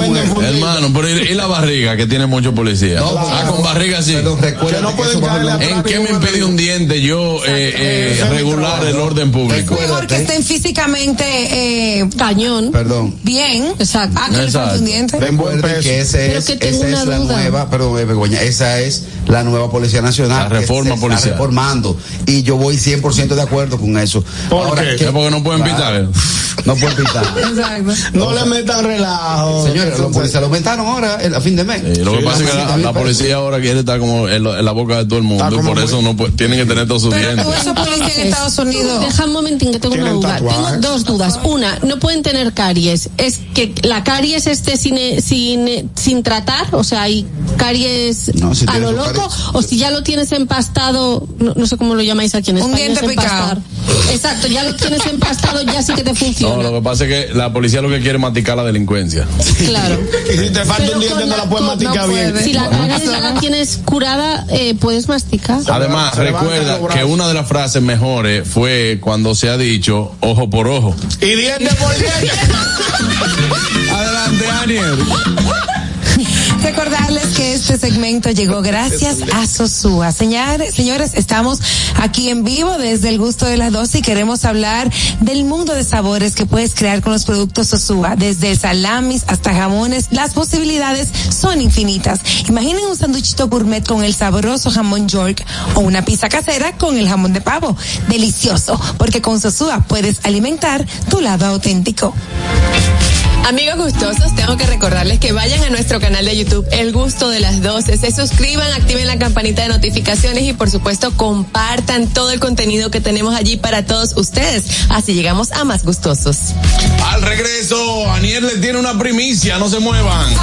Hermano, pero ¿y, y la barriga que tiene mucho policía? No, ah, con barriga sí. Pero recuerda Que no que pueden eso va a caerle haber- ¿En qué me impide un diente yo eh, eh, regular el orden público? Mejor que estén físicamente eh, Cañón. Perdón. bien. Exacto. Ah, que le Exacto. falta un diente. Recuerden que ese Pero es, que tengo esa es una la duda. nueva, perdón, eh, Begoña, esa es la nueva Policía Nacional. La que reforma se policial. Está reformando. Y yo voy cien por ciento de acuerdo con eso. ¿Por qué? que- Es porque no pueden Claro, pitar. No pueden pitar. Exacto. No le metan relajo. Señores, los policías lo aumentaron ahora el- a fin de mes. Eh, lo que Sí, pasa es que la- la, la policía ahora quiere estar como en, lo- en la boca de todo el mundo Está y como por eso muy- no pu- tienen que tener todos sus Pero dientes. tú, esos policías en Estados Unidos. Deja un momentín que tengo una Tienen duda. tatuajes. Tengo dos dudas. Una, no pueden tener caries. ¿Es que la caries esté sin, eh, sin, eh, sin tratar? O sea, hay caries No, si a tienes lo su loco. caries- O si ya lo tienes empastado, no, no sé cómo lo llamáis aquí en Un España. diente es empastar. Exacto, ya lo tienes empastado, ya sí que te No, funciona. lo que pasa es que la policía lo que quiere es maticar la delincuencia. Claro. Y si te falta Pero un diente con no la- la puedes con- masticar no bien. puede. Si la caries ya la tienes curada, eh, puedes masticar. Además, se levantan recuerda los brazos. que una de las frases mejores fue cuando se ha dicho ojo por ojo. Y diente por diente. Adelante, Daniel. Recordarles que este segmento llegó gracias a Sosúa. Señores, señores, estamos aquí en vivo desde el gusto de las doce y queremos hablar del mundo de sabores que puedes crear con los productos Sosúa. Desde salamis hasta jamones, las posibilidades son infinitas. Imaginen un sanduchito gourmet con el sabroso jamón York o una pizza casera con el jamón de pavo. Delicioso, porque con Sosúa puedes alimentar tu lado auténtico. Amigos gustosos, tengo que recordarles que vayan a nuestro canal de YouTube, El Gusto de las doce, se suscriban, activen la campanita de notificaciones y por supuesto compartan todo el contenido que tenemos allí para todos ustedes. Así llegamos a más gustosos. Al regreso, Aniel le tiene una primicia, no se muevan.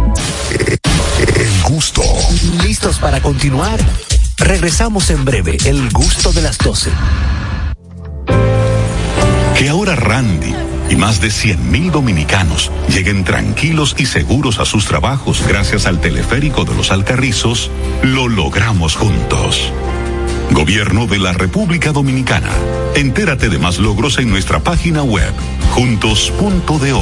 El gusto. ¿Listos para continuar? Regresamos en breve. El gusto de las doce. Que ahora Randy y más de cien mil dominicanos lleguen tranquilos y seguros a sus trabajos gracias al teleférico de los Alcarrizos, lo logramos juntos. Gobierno de la República Dominicana. Entérate de más logros en nuestra página web, juntos punto do.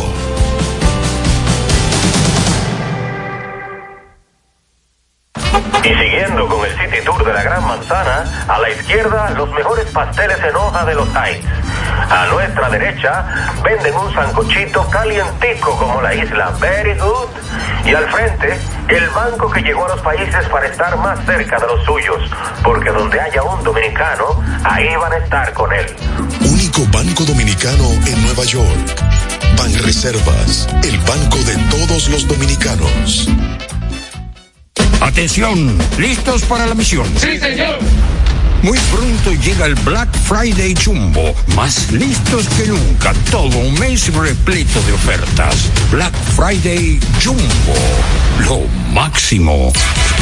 Y siguiendo con el City Tour de la Gran Manzana, a la izquierda los mejores pasteles en hoja de los Heights. A nuestra derecha venden un sancochito calientico como la isla Very Good. Y al frente, el banco que llegó a los países para estar más cerca de los suyos. Porque donde haya un dominicano, ahí van a estar con él. Único banco dominicano en Nueva York. Banreservas, el banco de todos los dominicanos. Atención, ¿listos para la misión? Sí, señor. Muy pronto llega el Black Friday Jumbo, más listos que nunca, todo un mes repleto de ofertas. Black Friday Jumbo, lo máximo.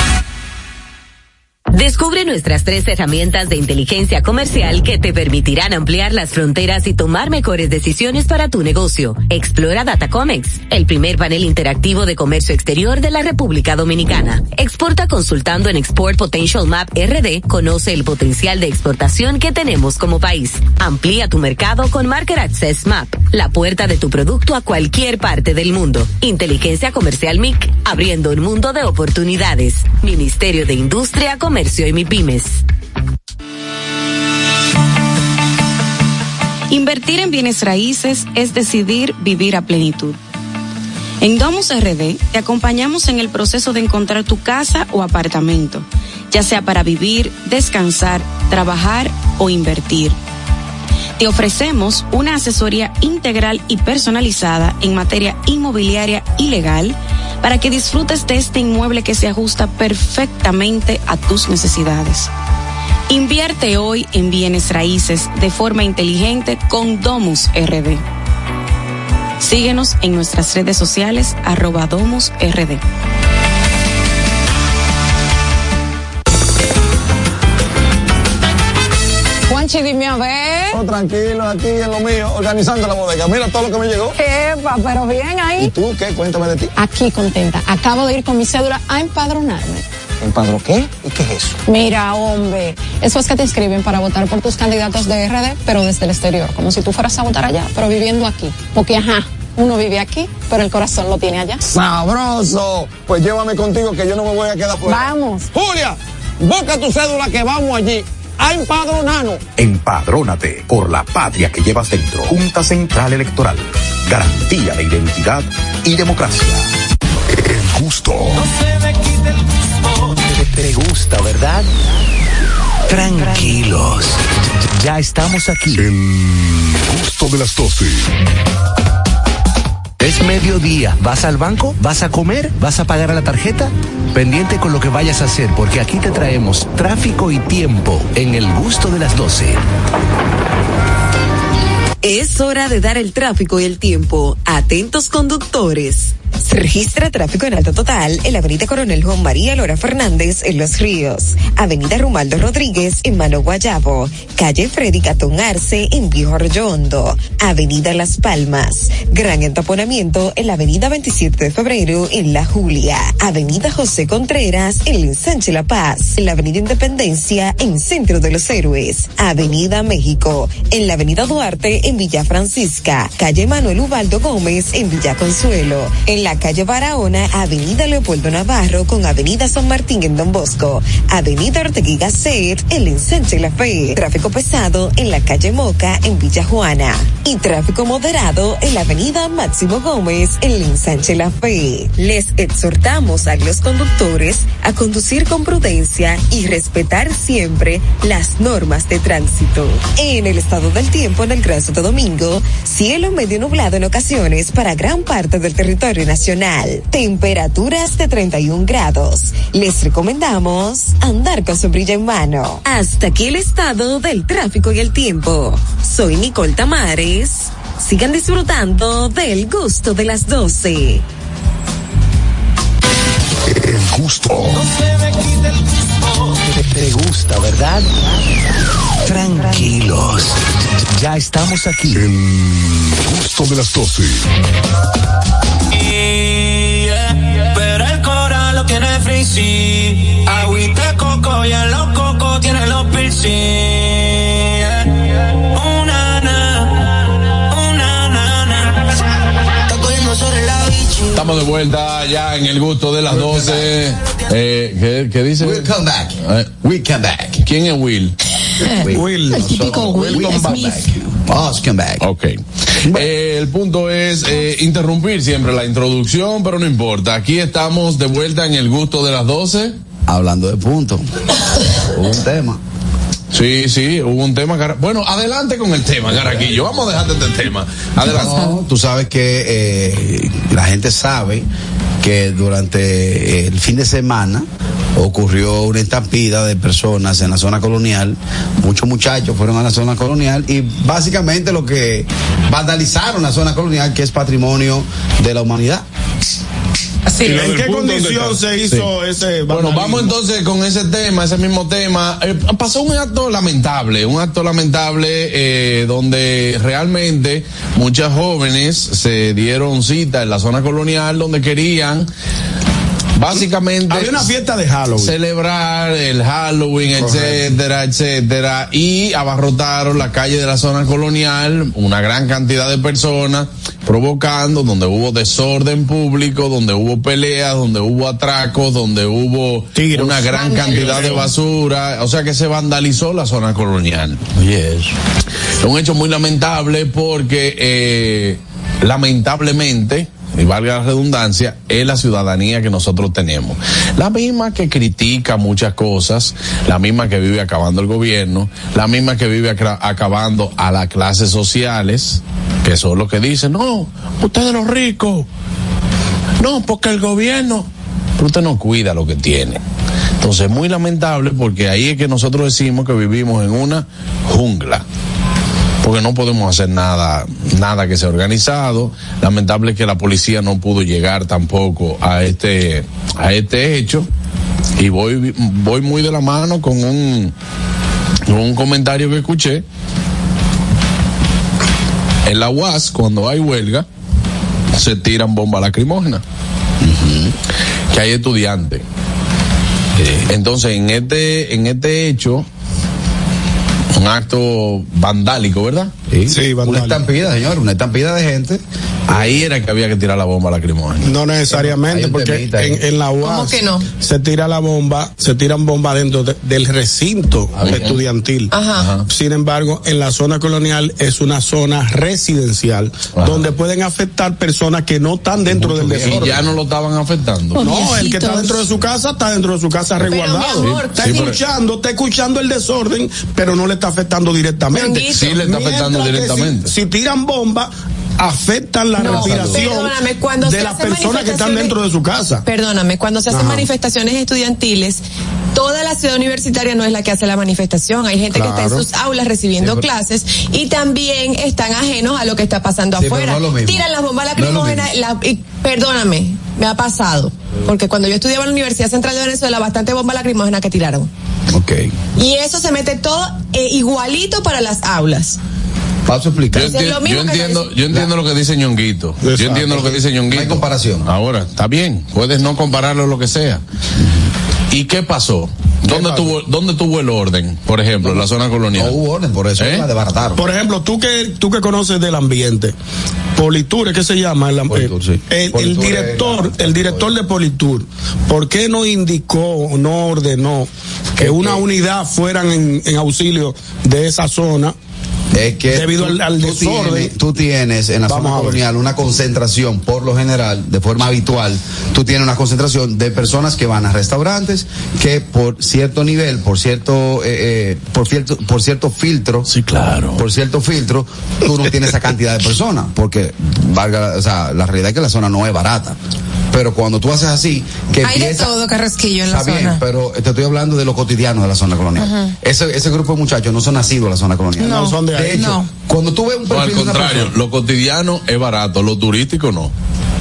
Descubre nuestras tres herramientas de inteligencia comercial que te permitirán ampliar las fronteras y tomar mejores decisiones para tu negocio. Explora Datacomex, el primer panel interactivo de comercio exterior de la República Dominicana. Exporta consultando en Export Potential Map R D. Conoce el potencial de exportación que tenemos como país. Amplía tu mercado con Market Access Map, la puerta de tu producto a cualquier parte del mundo. Inteligencia Comercial M I C, abriendo un mundo de oportunidades. Ministerio de Industria, Comercio y MIPYMES. Invertir en bienes raíces es decidir vivir a plenitud. En Domus R D te acompañamos en el proceso de encontrar tu casa o apartamento, ya sea para vivir, descansar, trabajar o invertir. Te ofrecemos una asesoría integral y personalizada en materia inmobiliaria y legal para que disfrutes de este inmueble que se ajusta perfectamente a tus necesidades. Invierte hoy en bienes raíces de forma inteligente con Domus R D. Síguenos en nuestras redes sociales arroba Domus R D. Juanchi, dime a ver. Oh, tranquilo, aquí en lo mío, organizando la bodega. Mira todo lo que me llegó. Epa, pero bien ahí. ¿Y tú qué? Cuéntame de ti. Aquí contenta. Acabo de ir con mi cédula a empadronarme. ¿Empadro qué? ¿Y qué es eso? Mira, hombre, eso es que te inscriben para votar por tus candidatos de R D, pero desde el exterior, como si tú fueras a votar allá, pero viviendo aquí. Porque, ajá, Uno vive aquí, pero el corazón lo tiene allá. ¡Sabroso! Pues llévame contigo que yo no me voy a quedar fuera. Vamos. Julia, busca tu cédula que vamos allí. A empadronarnos. Empadrónate por la patria que llevas dentro. Junta Central Electoral. Garantía de identidad y democracia. El gusto. Te, te gusta, ¿verdad? Tranquilos. Ya estamos aquí. El gusto de las doce. Es mediodía. ¿Vas al banco? ¿Vas a comer? ¿Vas a pagar a la tarjeta? Pendiente con lo que vayas a hacer, porque aquí te traemos tráfico y tiempo en el gusto de las doce. Es hora de dar el tráfico y el tiempo. Atentos conductores. Se registra tráfico en alto total en la avenida Coronel Juan María Lora Fernández en Los Ríos, avenida Rumaldo Rodríguez en Mano Guayabo, calle Freddy Catón Arce en Viejo Arroyo Hondo, avenida Las Palmas, gran entaponamiento en la avenida veintisiete de febrero en La Julia, avenida José Contreras en Ensanche La Paz, en la avenida Independencia en Centro de los Héroes, avenida México, en la avenida Duarte en Villa Francisca, calle Manuel Ubaldo Gómez en Villa Consuelo, en la calle Barahona, avenida Leopoldo Navarro con avenida San Martín en Don Bosco, avenida Ortega y Gasset en Ensanche La Fe, tráfico pesado en la calle Moca en Villa Juana y tráfico moderado en la avenida Máximo Gómez en Ensanche La Fe. Les exhortamos a los conductores a conducir con prudencia y respetar siempre las normas de tránsito. En el estado del tiempo en el Gran Santo Domingo, cielo medio nublado en ocasiones para gran parte del territorio nacional. Temperaturas de treinta y un grados. Les recomendamos andar con sombrilla en mano. Hasta aquí el estado del tráfico y el tiempo. Soy Nicole Tamares. Sigan disfrutando del gusto de las doce. El gusto. Te, te gusta, ¿verdad? Tranquilos. Ya estamos aquí. El gusto de las doce. Pero el coral lo tiene frizzy. Agüita coco y en los cocos tiene los piercing. Una na, una na, na. Está cogiendo sobre la bichi. Estamos de vuelta ya en el gusto de las doce. Eh, ¿qué, ¿Qué dice? We'll come back. Eh, We'll come back. ¿Quién es Will? Will. El típico Will Will come Smith. back. Oh, come back. Ok. Eh, el punto es eh, interrumpir siempre la introducción, pero no importa. Aquí estamos de vuelta en el gusto de las doce. Hablando de punto. Hubo un tema. Sí, sí, hubo un tema. Bueno, adelante con el tema, Caraquillo. Vamos a dejarte este tema. Adelante. No, tú sabes que eh, la gente sabe que durante el fin de semana ocurrió una estampida de personas en la zona colonial. Muchos muchachos fueron a la zona colonial y básicamente lo que vandalizaron la zona colonial, que es patrimonio de la humanidad. Sí, ¿en qué condición se hizo sí. ese Bueno, vandalismo? vamos entonces con ese tema, ese mismo tema. Eh, pasó un acto lamentable, un acto lamentable eh, donde realmente muchas jóvenes se dieron cita en la zona colonial donde querían básicamente había una fiesta de Halloween, celebrar el Halloween, etcétera, etcétera, y abarrotaron la calle de la zona colonial, una gran cantidad de personas, provocando, donde hubo desorden público, donde hubo peleas, donde hubo atracos, donde hubo Tiros. una gran cantidad de basura, o sea que se vandalizó la zona colonial. Yes. Es un hecho muy lamentable porque eh, lamentablemente, y valga la redundancia, es la ciudadanía que nosotros tenemos. La misma que critica muchas cosas, la misma que vive acabando el gobierno, la misma que vive acabando a las clases sociales, que son los que dicen, no, ustedes los ricos, no, porque el gobierno, pero usted no cuida lo que tiene. Entonces es muy lamentable porque ahí es que nosotros decimos que vivimos en una jungla. Porque no podemos hacer nada, nada que sea organizado. Lamentable que la policía no pudo llegar tampoco a este, a este hecho. Y voy, voy muy de la mano con un, con un comentario que escuché. En la U A S, cuando hay huelga, se tiran bombas lacrimógenas. Uh-huh. Que hay estudiantes. Eh, entonces, en este, en este hecho, Un acto vandálico, ¿verdad? Sí, sí, vandálico. Una estampida, señor, una estampida de gente. Ahí era que había que tirar la bomba lacrimógena. No necesariamente, porque en, en la U A S ¿Cómo que no? se tira la bomba, se tiran bombas dentro de, del recinto Ah, bien. estudiantil. Ajá. Sin embargo, en la zona colonial es una zona residencial, Ajá. donde pueden afectar personas que no están dentro del Y desorden. ya no lo estaban afectando. No, el que está dentro de su casa está dentro de su casa Pero, resguardado. mi amor, está sí, pero- escuchando, está escuchando el desorden, pero no le está afectando directamente. Ñonguito. Sí le está afectando Mientras que directamente. Si, si tiran bombas, afectan la No, respiración perdóname, cuando de se las hacen personas que están manifestaciones- dentro de su casa. Perdóname, cuando se hacen Ajá. manifestaciones estudiantiles, toda la ciudad universitaria no es la que hace la manifestación. Hay gente Claro. que está en sus aulas recibiendo Sí, pero- clases y también están ajenos a lo que está pasando Sí, pero afuera. no es lo mismo. Tiran las bombas No es lo lacrimógenas. la- y, perdóname, me ha pasado. Porque cuando yo estudiaba en la Universidad Central de Venezuela, bastante bomba lacrimógena que tiraron. Ok. Y eso se mete todo eh, igualito para las aulas. Paso a explicar. Yo, Eso es enti- lo mismo yo que entiendo, dice- yo entiendo lo que dice Ñonguito. Yo Exacto. entiendo lo que dice Ñonguito. No hay comparación. Ahora, está bien, puedes no compararlo lo que sea. ¿Y qué pasó? ¿Dónde pasó? tuvo, dónde tuvo el orden, por ejemplo, en la zona No colonial? hubo orden, por eso ¿Eh? la desbarataron. Por ejemplo, tú que tú que conoces del ambiente, Politur, ¿qué se llama? El, Politur, sí. el, el Politur director, es- el director de Politur, ¿por qué no indicó, no ordenó que una unidad fueran en, en auxilio de esa zona? Es que Debido tú- al- al tú desorden. tienes- tú tienes en la Vamos zona a ver. colonial una concentración, por lo general, de forma habitual, tú tienes una concentración de personas que van a restaurantes, que por cierto nivel, por cierto, eh, eh, por cierto, por cierto filtro, Sí, claro. por cierto filtro, tú no tienes esa cantidad de personas, porque valga, o sea, la realidad es que la zona no es barata. Pero cuando tú haces así, que Hay de empieza, todo, Carrasquillo, en la está bien, zona. pero te estoy hablando de lo cotidiano de la zona colonial. Ajá. Ese, ese grupo de muchachos no son nacidos en la zona colonial. No, son de ahí. hecho, No. cuando tú ves un No, al perfil de una contrario, persona- lo cotidiano es barato, lo turístico no.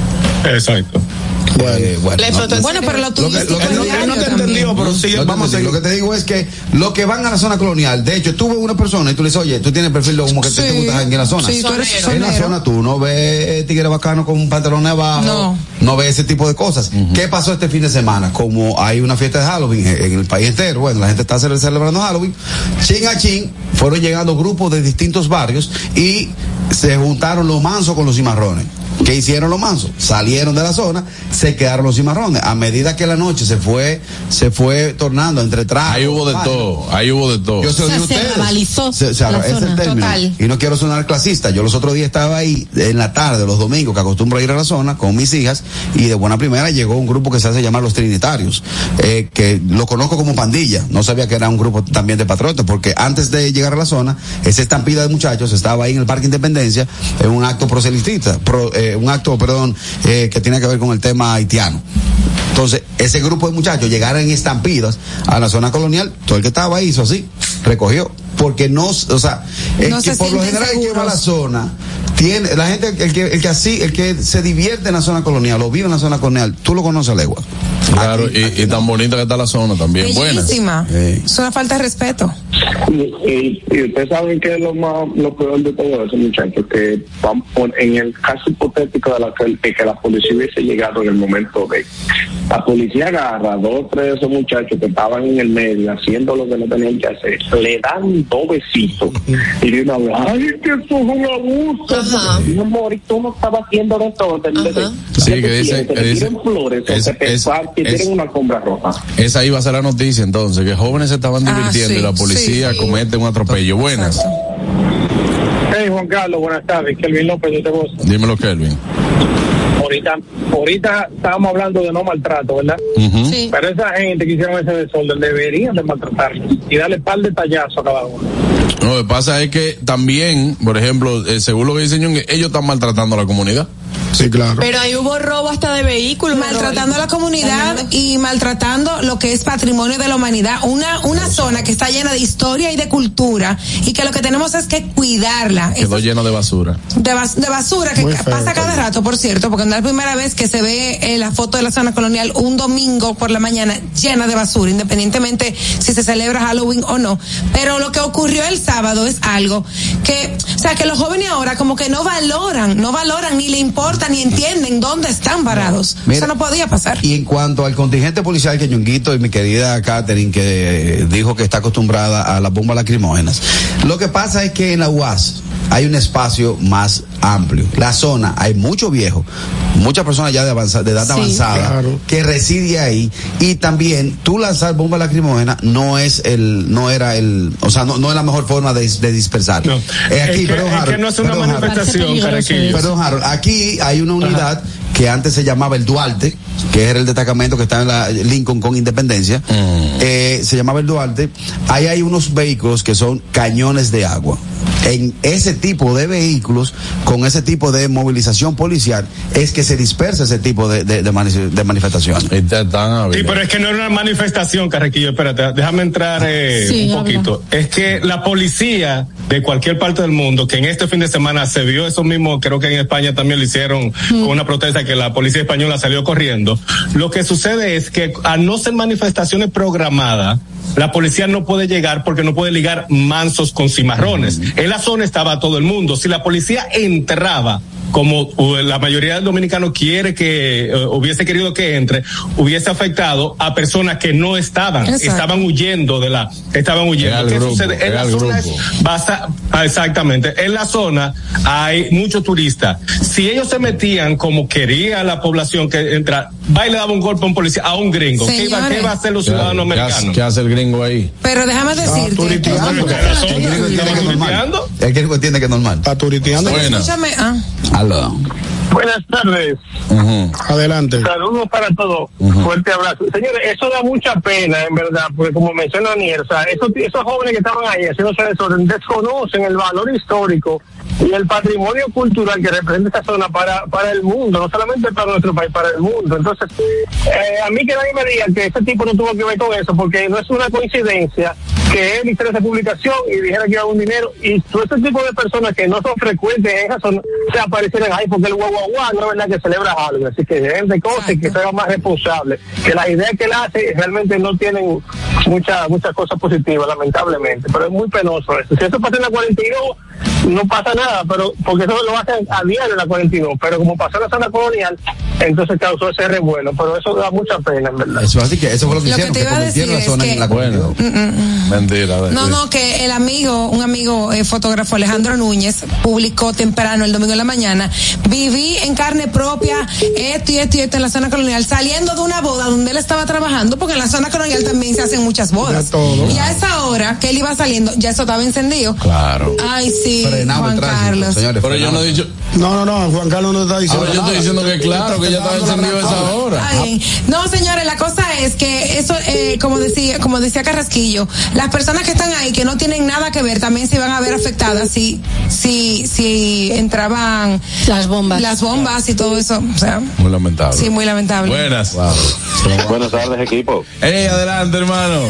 Exacto. Eh, bueno, La no- explotación- Bueno, pero lo Lo que- turístico lo que- es lo que diario no te también. entendió, pero sí, no te vamos a entendí. seguir. Lo que te digo es que los que van a la zona colonial, de hecho, tú ves una persona y tú le dices, oye, tú tienes perfil de como que te, Sí. te gusta en la zona. Sí, tú eres en la sonero. zona tú no ves eh, tigre bacano con un pantalón abajo, No. no ves ese tipo de cosas. ¿Qué pasó este fin de semana? Como hay una fiesta de Halloween en, en el país entero, bueno, la gente está cele- celebrando Halloween, chin a chin, fueron llegando grupos de distintos barrios y se juntaron los mansos con los cimarrones. ¿Qué hicieron los mansos? Salieron de la zona, se quedaron los cimarrones. A medida que la noche se fue, se fue tornando entre tragos. Ahí hubo de vainas. todo, ahí hubo de todo. Yo se lo O sea, digo a se ustedes. rabalizó Se- se- la ese es el zona. término. Total. Y no quiero sonar clasista. Yo los otros días estaba ahí en la tarde, los domingos, que acostumbro a ir a la zona con mis hijas, y de buena primera llegó un grupo que se hace llamar los Trinitarios, eh, que lo conozco como pandilla. No sabía que era un grupo también de patriotas, porque antes de llegar a la zona, esa estampida de muchachos estaba ahí en el Parque Independencia, en un acto proselitista, pro- eh, un acto, perdón, eh, que tiene que ver con el tema haitiano. Entonces, ese grupo de muchachos llegaron en estampidas a la zona colonial, todo el que estaba ahí hizo así, recogió, porque no, o sea, el No que se por lo sienten general el que va a la seguros. zona, tiene, la gente, el que, el que así, el que se divierte en la zona colonial, o vive en la zona colonial, tú lo conoces a legua. Claro, Aquí- y, aquí y no. tan bonita que está la zona también, buena. Bellísima. Sí. Es una falta de respeto. Y, y, y ustedes saben que es lo más lo peor de todo eso, muchachos, que vamos, por- en el caso hipotético de, la, que- de que la policía hubiese llegado en el momento de la policía agarra a dos o tres de esos muchachos que estaban en el medio haciendo lo que no tenían que hacer, le dan dos besitos y de una vez, ay, que eso es un abuso. Ajá. Mi amor, y tú no estabas haciendo de todo. te- te- Ajá. Sí, ¿qué que te dice- quieren? Que que te dice- tiren flores o es- que te es- par- que es- tiren una alfombra roja. Esa iba a ser la noticia entonces, que jóvenes se estaban Ah, divirtiendo sí, y la policía sí. comete un atropello. Buenas. Exacto. Hey, Juan Carlos, buenas tardes. Kelvin López de Voz. Dímelo, Kelvin. Ahorita, ahorita estábamos hablando de no maltrato, ¿verdad? Ujú. Sí. Pero esa gente que hicieron ese desorden deberían de maltratarlos y darle un par de tallazos a cada uno. No, lo que pasa es que también, por ejemplo, eh, según lo que dice Ñongue, ellos están maltratando a la comunidad. Sí, claro. Pero ahí hubo robo hasta de vehículos. Maltratando a la comunidad y maltratando lo que es patrimonio de la humanidad, una una zona que está llena de historia y de cultura y que lo que tenemos es que cuidarla. Quedó Eso- lleno de basura. de, bas- de basura que Muy ca- feo, pasa cada también. rato, por cierto, porque no es la primera vez que se ve eh, la foto de la zona colonial un domingo por la mañana llena de basura, independientemente si se celebra Halloween o no. Pero lo que ocurrió el sábado es algo que, o sea, que los jóvenes ahora como que no valoran, no valoran, ni le importa, ni entienden dónde están parados. Mira, eso no podía pasar. Y en cuanto al contingente policial que Ñonguito y mi querida Catherine, que dijo que está acostumbrada a las bombas lacrimógenas, lo que pasa es que en la U A S hay un espacio más amplio. La zona, hay muchos viejos, muchas personas ya de, avanza, de edad sí, avanzada, claro, que reside ahí, y también tú lanzar bomba lacrimógena no es el, no era el, o sea, no, no es la mejor forma de, de dispersar. No. Eh, aquí, es que, perdón, es Harold, que no es una perdón, manifestación, Harold, perdón, Harold, aquí hay una unidad Ajá. que antes se llamaba el Duarte, que era el destacamento que está en la Lincoln con Independencia, mm. eh, se llamaba el Duarte. Ahí hay unos vehículos que son cañones de agua. En ese tipo de vehículos, con ese tipo de movilización policial, es que se dispersa ese tipo de, de, de, mani de manifestaciones. Sí, pero es que no era una manifestación, Carrequillo, espérate, déjame entrar eh, sí, un poquito. Habla. Es que la policía de cualquier parte del mundo, que en este fin de semana se vio eso mismo, creo que en España también lo hicieron mm. con una protesta que la policía española salió corriendo. Lo que sucede es que al no ser manifestaciones programadas, la policía no puede llegar porque no puede ligar mansos con cimarrones. Mm. En la zona estaba todo el mundo. Si la policía entraba, como la mayoría del dominicano quiere que uh, hubiese querido que entre, hubiese afectado a personas que no estaban, Exacto. estaban huyendo de la, estaban huyendo. ¿Qué grupo, sucede? En la zona es basa, exactamente, en la zona hay muchos turistas. Si ellos se metían como quería la población que entra, va y le daba un golpe a un policía, a un gringo, ¿qué iba, ¿qué iba a hacer los ciudadanos ¿Qué americanos? Hace, ¿Qué hace el gringo ahí? Pero déjame decirte. El gringo entiende que es normal. Está turiteando. Escúchame, ah. Aló. Buenas tardes. Uh-huh. Adelante. Saludos para todos. Uh-huh. Fuerte abrazo. Señores, eso da mucha pena, en verdad, porque como menciona Aniel, o sea, esos, esos jóvenes que estaban ahí haciéndose desorden desconocen el valor histórico y el patrimonio cultural que representa esta zona para para el mundo, no solamente para nuestro país, para el mundo. Entonces, eh, a mí que nadie me diga que ese tipo no tuvo que ver con eso, porque no es una coincidencia que él hiciera esa publicación y dijera que iba a un dinero, y todo ese tipo de personas que no son frecuentes en esa zona se aparecieran ahí porque el guau guau guau no es verdad que celebra algo, así que dejen de cosas y que sean más responsables, que las ideas que él hace realmente no tienen muchas muchas cosas positivas, lamentablemente, pero es muy penoso eso. Si eso pasa en la cuarenta y dos no pasa nada, pero porque eso lo hacen a diario en la cuarenta y dos, pero como pasó en la zona colonial, entonces causó ese revuelo, pero eso da mucha pena, en verdad. Eso, así que eso fue lo que lo hicieron, que, que convirtieron la zona que... en la cuarenta y dos. Mm, mm, Mentira. No, no, que el amigo, un amigo eh, fotógrafo, Alejandro Núñez, publicó temprano el domingo en la mañana: viví en carne propia esto y esto y esto en la zona colonial, saliendo de una boda donde él estaba trabajando, porque en la zona colonial también se hacen muchas bodas. Y a esa hora que él iba saliendo, ya eso estaba encendido. Claro. Ay, sí, frenado Juan tránsito, Carlos. Señores, pero yo no he dicho. No, no, no, Juan Carlos no está diciendo. Ahora yo estoy diciendo que claro, que ya estaba encendido a esa hora. Ay, no, señores, la cosa es que eso, eh, como decía, como decía Carrasquillo, las personas que están ahí que no tienen nada que ver también se iban a ver afectadas si, si, si entraban las bombas, las bombas y todo eso. O sea, muy lamentable. Sí, muy lamentable. Buenas. Wow. Buenas tardes, equipo. Hey, adelante, hermano.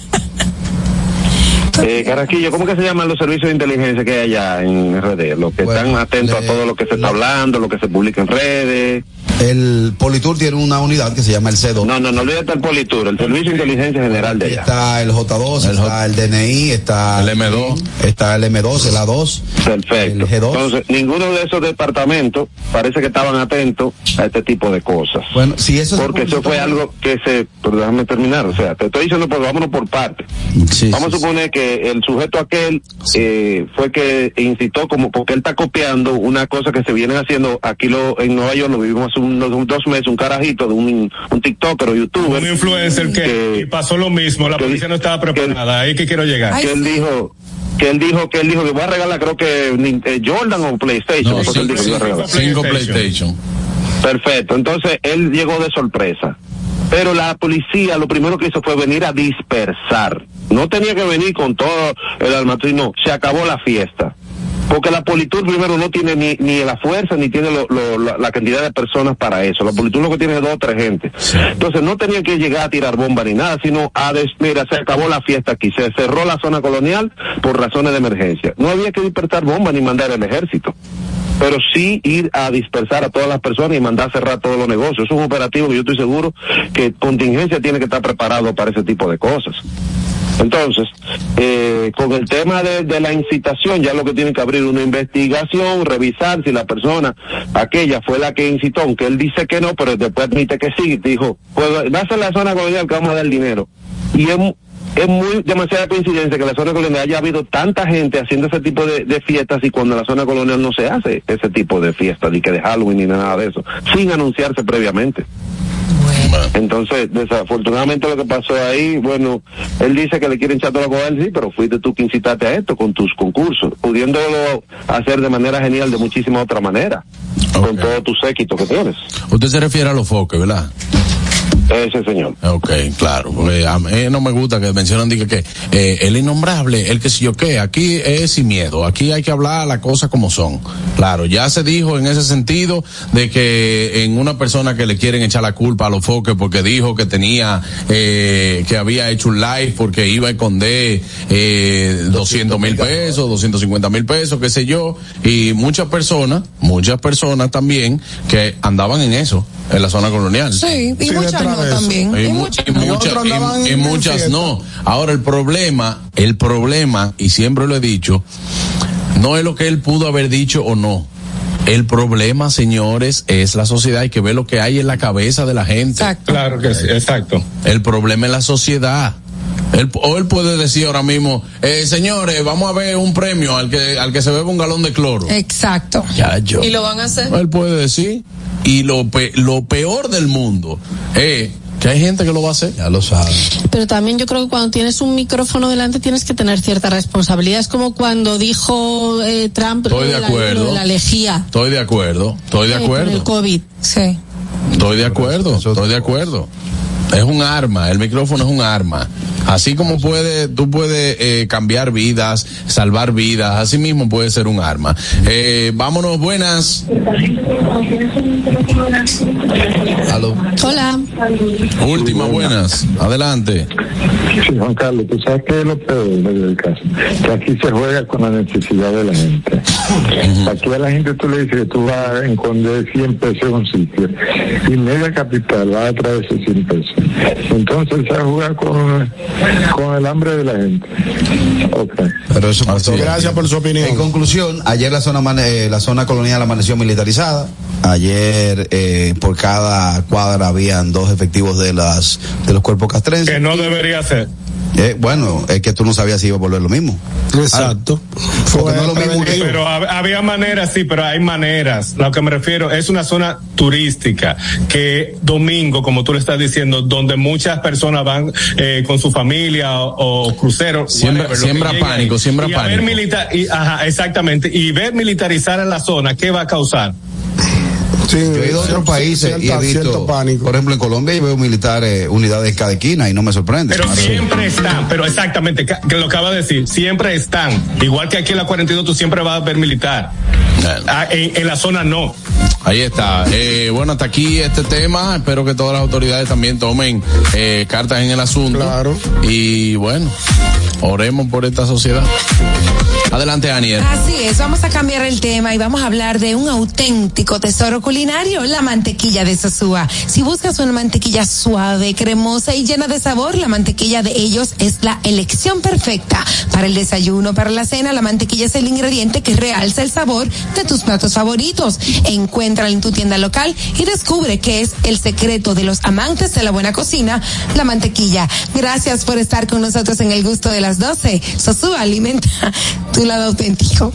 Eh, Carrasquillo, ¿cómo que se llaman los servicios de inteligencia que hay allá en R D? Los que bueno, están atentos le, a todo lo que se está hablando, lo que se publica en redes. El Politur tiene una unidad que se llama el C dos. No, no, no olvídate el Politur, el Servicio de Inteligencia General de allá. Está el J dos, el está J... el D N I, está el M dos, está el M dos, el A dos. Perfecto. El G dos. Entonces, ninguno de esos departamentos parece que estaban atentos a este tipo de cosas. Bueno, si eso porque eso fue algo que se, pero déjame terminar, o sea, te estoy diciendo, pues vámonos por partes. Sí, Vamos sí, a suponer sí. que el sujeto aquel sí. eh, fue que incitó, como porque él está copiando una cosa que se vienen haciendo aquí lo, en Nueva York, lo vivimos hace unos dos meses, un carajito de un, un TikToker o YouTuber. Un influencer que, que y pasó lo mismo, la policía no estaba preparada, ahí que quiero llegar. Que él dijo, que él dijo, que él dijo que va a regalar, creo que eh, Jordan o PlayStation. No, sí, él dijo sí, que iba a regalar. Cinco PlayStation. Perfecto, entonces él llegó de sorpresa. Pero la policía lo primero que hizo fue venir a dispersar. No tenía que venir con todo el armatorio, no, se acabó la fiesta. Porque la Politur primero no tiene ni ni la fuerza ni tiene lo, lo, la, la cantidad de personas para eso. La Politur lo que tiene es dos o tres gente. Sí. Entonces no tenía que llegar a tirar bomba ni nada, sino a des, mira, se acabó la fiesta aquí, se cerró la zona colonial por razones de emergencia. No había que dispersar bomba ni mandar el ejército, pero sí ir a dispersar a todas las personas y mandar a cerrar todos los negocios. Es un operativo que yo estoy seguro que contingencia tiene que estar preparado para ese tipo de cosas. Entonces, eh, con el tema de, de la incitación, ya lo que tiene que abrir una investigación, revisar si la persona, aquella fue la que incitó, aunque él dice que no, pero después admite que sí, dijo, pues dásela a la zona colonial que vamos a dar dinero. Y es, es muy demasiada coincidencia que en la zona colonial haya habido tanta gente haciendo ese tipo de, de fiestas y cuando en la zona colonial no se hace ese tipo de fiestas, ni que de Halloween ni nada de eso, sin anunciarse previamente. Entonces, desafortunadamente lo que pasó ahí, bueno, él dice que le quieren echar todo a él, sí, pero fuiste tú que incitaste a esto con tus concursos, pudiéndolo hacer de manera genial de muchísima otra manera, okay, con todo tu séquito que tienes. Usted se refiere a los foques, ¿verdad? Ese señor. Ok, claro, porque a mí no me gusta que mencionan, diga que eh, el innombrable, el que si yo qué, aquí es sin miedo, aquí hay que hablar las cosas como son. Claro, ya se dijo en ese sentido de que en una persona que le quieren echar la culpa a los foques porque dijo que tenía, eh, que había hecho un live porque iba a esconder eh, doscientos mil pesos, doscientos cincuenta mil pesos, qué sé yo, y muchas personas, muchas personas también que andaban en eso, en la zona colonial. Sí, y sí, muchas no también. Y, y, muchas, y, muchas, y, y muchas no. Ahora el problema, el problema, y siempre lo he dicho, no es lo que él pudo haber dicho o no. El problema, señores, es la sociedad. Hay que ver lo que hay en la cabeza de la gente. Exacto. Claro que sí, exacto. El problema es la sociedad. Él, o él puede decir ahora mismo, eh, señores, vamos a ver un premio al que al que se bebe un galón de cloro. Exacto. Ya yo. ¿Y lo van a hacer? Él puede decir. Y lo pe, lo peor del mundo es que hay gente que lo va a hacer, ya lo saben. Pero también yo creo que cuando tienes un micrófono delante tienes que tener cierta responsabilidad. Es como cuando dijo eh, Trump estoy de, de acuerdo, la, de la lejía. Estoy de acuerdo, estoy de acuerdo. Con el COVID. Sí. Estoy de acuerdo, estoy de acuerdo. Es un arma, el micrófono es un arma. Así como puede, tú puedes eh, cambiar vidas, salvar vidas, así mismo puede ser un arma. Eh, vámonos, buenas. Aló. Hola. Última, buenas. Adelante. Sí, Juan Carlos, tú sabes que es lo peor del caso, que aquí se juega con la necesidad de la gente. Uh-huh. Aquí a la gente tú le dices que tú vas a esconder cien pesos en un sitio y media capital va a traer esos cien pesos. Entonces se juega con, con el hambre de la gente. Okay. Pero eso pasó. Gracias por su opinión. En conclusión, ayer la zona eh, la zona colonial amaneció militarizada. Ayer eh, por cada cuadra habían dos efectivos de las de los cuerpos castrenses. Que no debería ser. Eh, bueno, es que tú no sabías si iba a volver lo mismo. Exacto. Porque no es lo mismo que pero había maneras, sí, pero hay maneras. Lo que me refiero es una zona turística que domingo, como tú le estás diciendo, donde muchas personas van eh, con su familia o, o cruceros. Siembra, whatever, siembra pánico, ahí. siembra y pánico. Ver militar, y, ajá, exactamente. Y ver militarizar en la zona, ¿qué va a causar? Sí, yo he ido a otros países y he visto, por ejemplo, en Colombia yo veo militares, unidades en cada esquina y no me sorprende. Pero siempre están, pero exactamente, que lo acaba de decir, siempre están. Igual que aquí en la cuarenta y dos tú siempre vas a ver militar. Ah, en, en la zona no. Ahí está. Eh, bueno, hasta aquí este tema. Espero que todas las autoridades también tomen eh, cartas en el asunto. Claro. Y bueno, oremos por esta sociedad. Adelante, Aniel. Así es, vamos a cambiar el tema y vamos a hablar de un auténtico tesoro culinario, la mantequilla de Sosúa. Si buscas una mantequilla suave, cremosa y llena de sabor, la mantequilla de ellos es la elección perfecta. Para el desayuno, para la cena, la mantequilla es el ingrediente que realza el sabor de tus platos favoritos. Encuéntrala en tu tienda local y descubre qué es el secreto de los amantes de la buena cocina, la mantequilla. Gracias por estar con nosotros en El Gusto de las doce. Sosúa alimenta tu lado auténtico.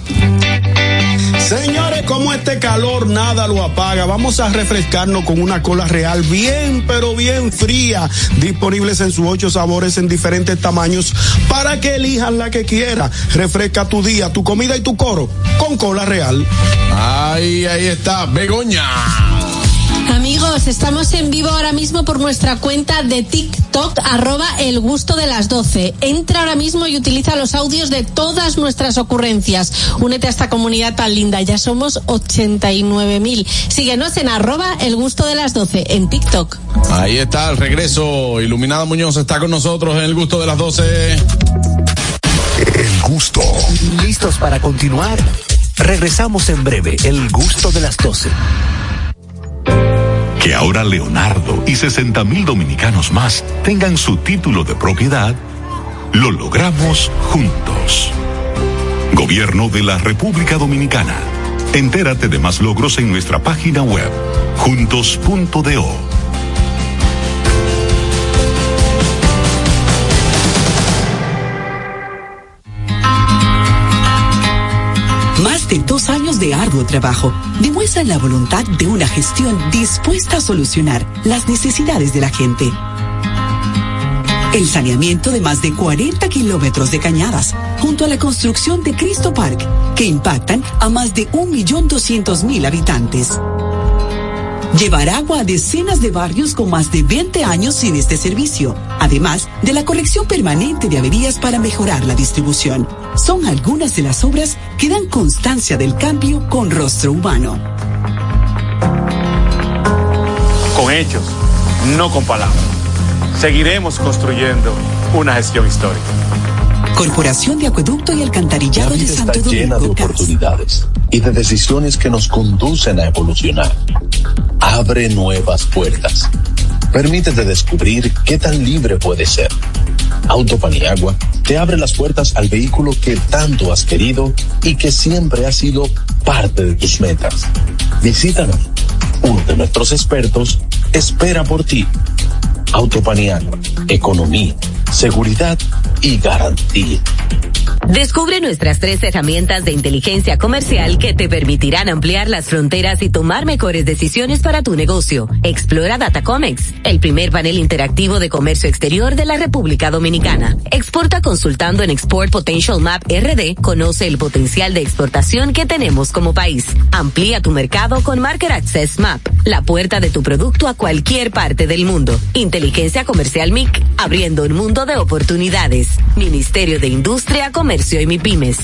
Señores, como este calor nada lo apaga, vamos a refrescarnos con una cola real bien, pero bien fría, disponibles en sus ocho sabores en diferentes tamaños para que elijan la que quiera. Refresca tu día, tu comida y tu coro con cola real. Ahí, ahí está, Begoña. Amigos, estamos en vivo ahora mismo por nuestra cuenta de TikTok, arroba el gusto de las doce. Entra ahora mismo y utiliza los audios de todas nuestras ocurrencias. Únete a esta comunidad tan linda, ya somos ochenta y nueve mil. Síguenos en arroba el gusto de las doce en TikTok. Ahí está el regreso. Iluminada Muñoz está con nosotros en el gusto de las doce. El gusto. ¿Listos para continuar? Regresamos en breve, el gusto de las doce. Que ahora Leonardo y sesenta mil dominicanos más tengan su título de propiedad, Lo logramos juntos. Gobierno de la República Dominicana. Entérate de más logros en nuestra página web, juntos punto do. Más de dos años de arduo trabajo demuestran la voluntad de una gestión dispuesta a solucionar las necesidades de la gente. El saneamiento de más de cuarenta kilómetros de cañadas, junto a la construcción de Cristo Park, que impactan a más de un millón doscientos mil habitantes. Llevar agua a decenas de barrios con más de veinte años sin este servicio, además de la corrección permanente de averías para mejorar la distribución. Son algunas de las obras que dan constancia del cambio con rostro humano. Con hechos, no con palabras. Seguiremos construyendo una gestión histórica. Corporación de Acueducto y Alcantarillado de Santo Domingo. Está llena de oportunidades y de decisiones que nos conducen a evolucionar. Abre nuevas puertas. Permítete descubrir qué tan libre puedes ser. Autopaniagua te abre las puertas al vehículo que tanto has querido y que siempre ha sido parte de tus metas. Visítanos. Uno de nuestros expertos espera por ti. Autopaniagua, economía, seguridad y garantía. Descubre nuestras tres herramientas de inteligencia comercial que te permitirán ampliar las fronteras y tomar mejores decisiones para tu negocio. Explora Datacomex, el primer panel interactivo de comercio exterior de la República Dominicana. Exporta consultando en Export Potential Map R D. Conoce el potencial de exportación que tenemos como país. Amplía tu mercado con Market Access Map, la puerta de tu producto a cualquier parte del mundo. Inteligencia Comercial M I C, abriendo un mundo de oportunidades. Ministerio de Industria, Comercio y MIPYMES.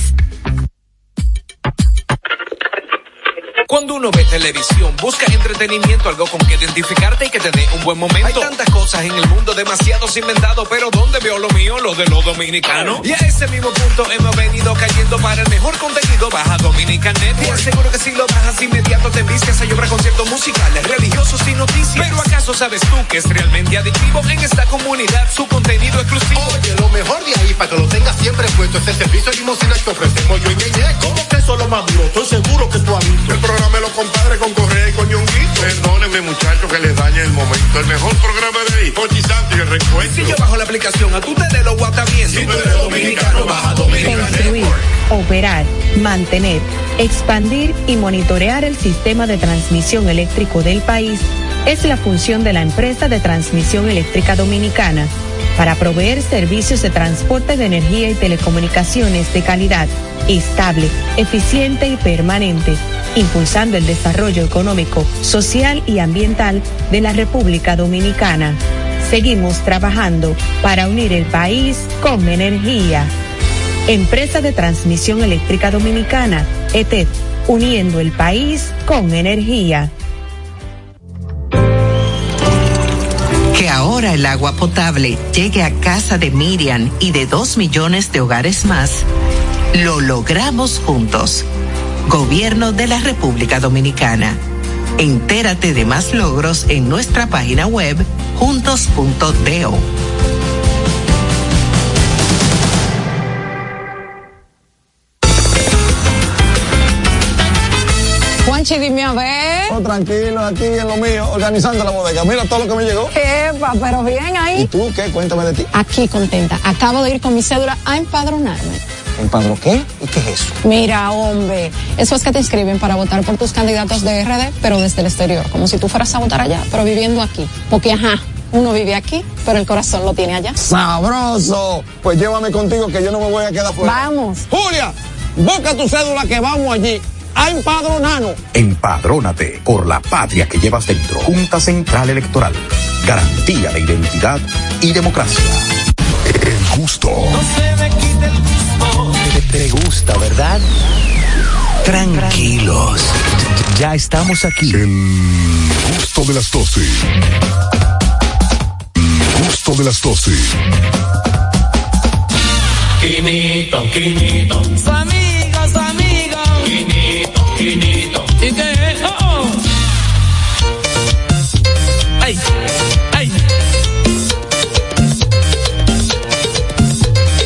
Cuando uno ve televisión, busca entretenimiento, algo con que identificarte y que te dé un buen momento. Hay tantas cosas en el mundo, demasiados inventados, pero ¿dónde veo lo mío? Lo de los dominicanos. Y a ese mismo punto hemos venido cayendo para el mejor contenido. Baja Dominican Net y aseguro que si lo bajas inmediato te vistes a llorar conciertos musicales, religiosos y noticias. Pero ¿acaso sabes tú que es realmente adictivo en esta comunidad su contenido exclusivo? Oye, lo mejor de ahí para que lo tengas siempre puesto es el servicio de limosina que ofrecemos yo y Ñeñe. ¿Cómo que eso es lo más duro? Estoy seguro que tú has visto. El programa de los compadres con Correa y con Ñonguito. Perdónenme, muchachos, que les dañe el momento. El mejor programa de ahí, Pochi Santo y el Recuento. Si yo bajo la aplicación, a tú te de lo guata bien. Si tú eres dominicano, baja Dominicana. Construir, operar, mantener, expandir y monitorear el sistema de transmisión eléctrico del país es la función de la empresa de transmisión eléctrica dominicana para proveer servicios de transporte de energía y telecomunicaciones de calidad, estable, eficiente y permanente, impulsando el desarrollo económico, social y ambiental de la República Dominicana. Seguimos trabajando para unir el país con energía. Empresa de Transmisión Eléctrica Dominicana, E T E D, uniendo el país con energía. Que ahora el agua potable llegue a casa de Miriam y de dos millones de hogares más, lo logramos juntos. Gobierno de la República Dominicana. Entérate de más logros en nuestra página web, juntos punto do. Juanchi, dime a ver. Oh, tranquilo, aquí en lo mío, organizando la bodega. Mira todo lo que me llegó. Epa, pero bien ahí. ¿Y tú qué? Cuéntame de ti. Aquí contenta. Acabo de ir con mi cédula a empadronarme. ¿Empadrón qué? ¿Y qué es eso? Mira, hombre, eso es que te inscriben para votar por tus candidatos de R D, pero desde el exterior, como si tú fueras a votar allá, pero viviendo aquí. Porque, ajá, uno vive aquí, pero el corazón lo tiene allá. ¡Sabroso! Pues llévame contigo que yo no me voy a quedar fuera. Vamos. Julia, busca tu cédula que vamos allí a empadronarnos. Empadrónate por la patria que llevas dentro. Junta Central Electoral. Garantía de identidad y democracia. El gusto. No se me quita el gusto. Te, te gusta, ¿verdad? Tranquilos. Ya estamos aquí. El gusto de las doce. El gusto de las doce. Quinito, Quinito. Su amigo, su amigo. Quinito, Quinito. ¿Y qué es? Oh, oh. Ay, ay.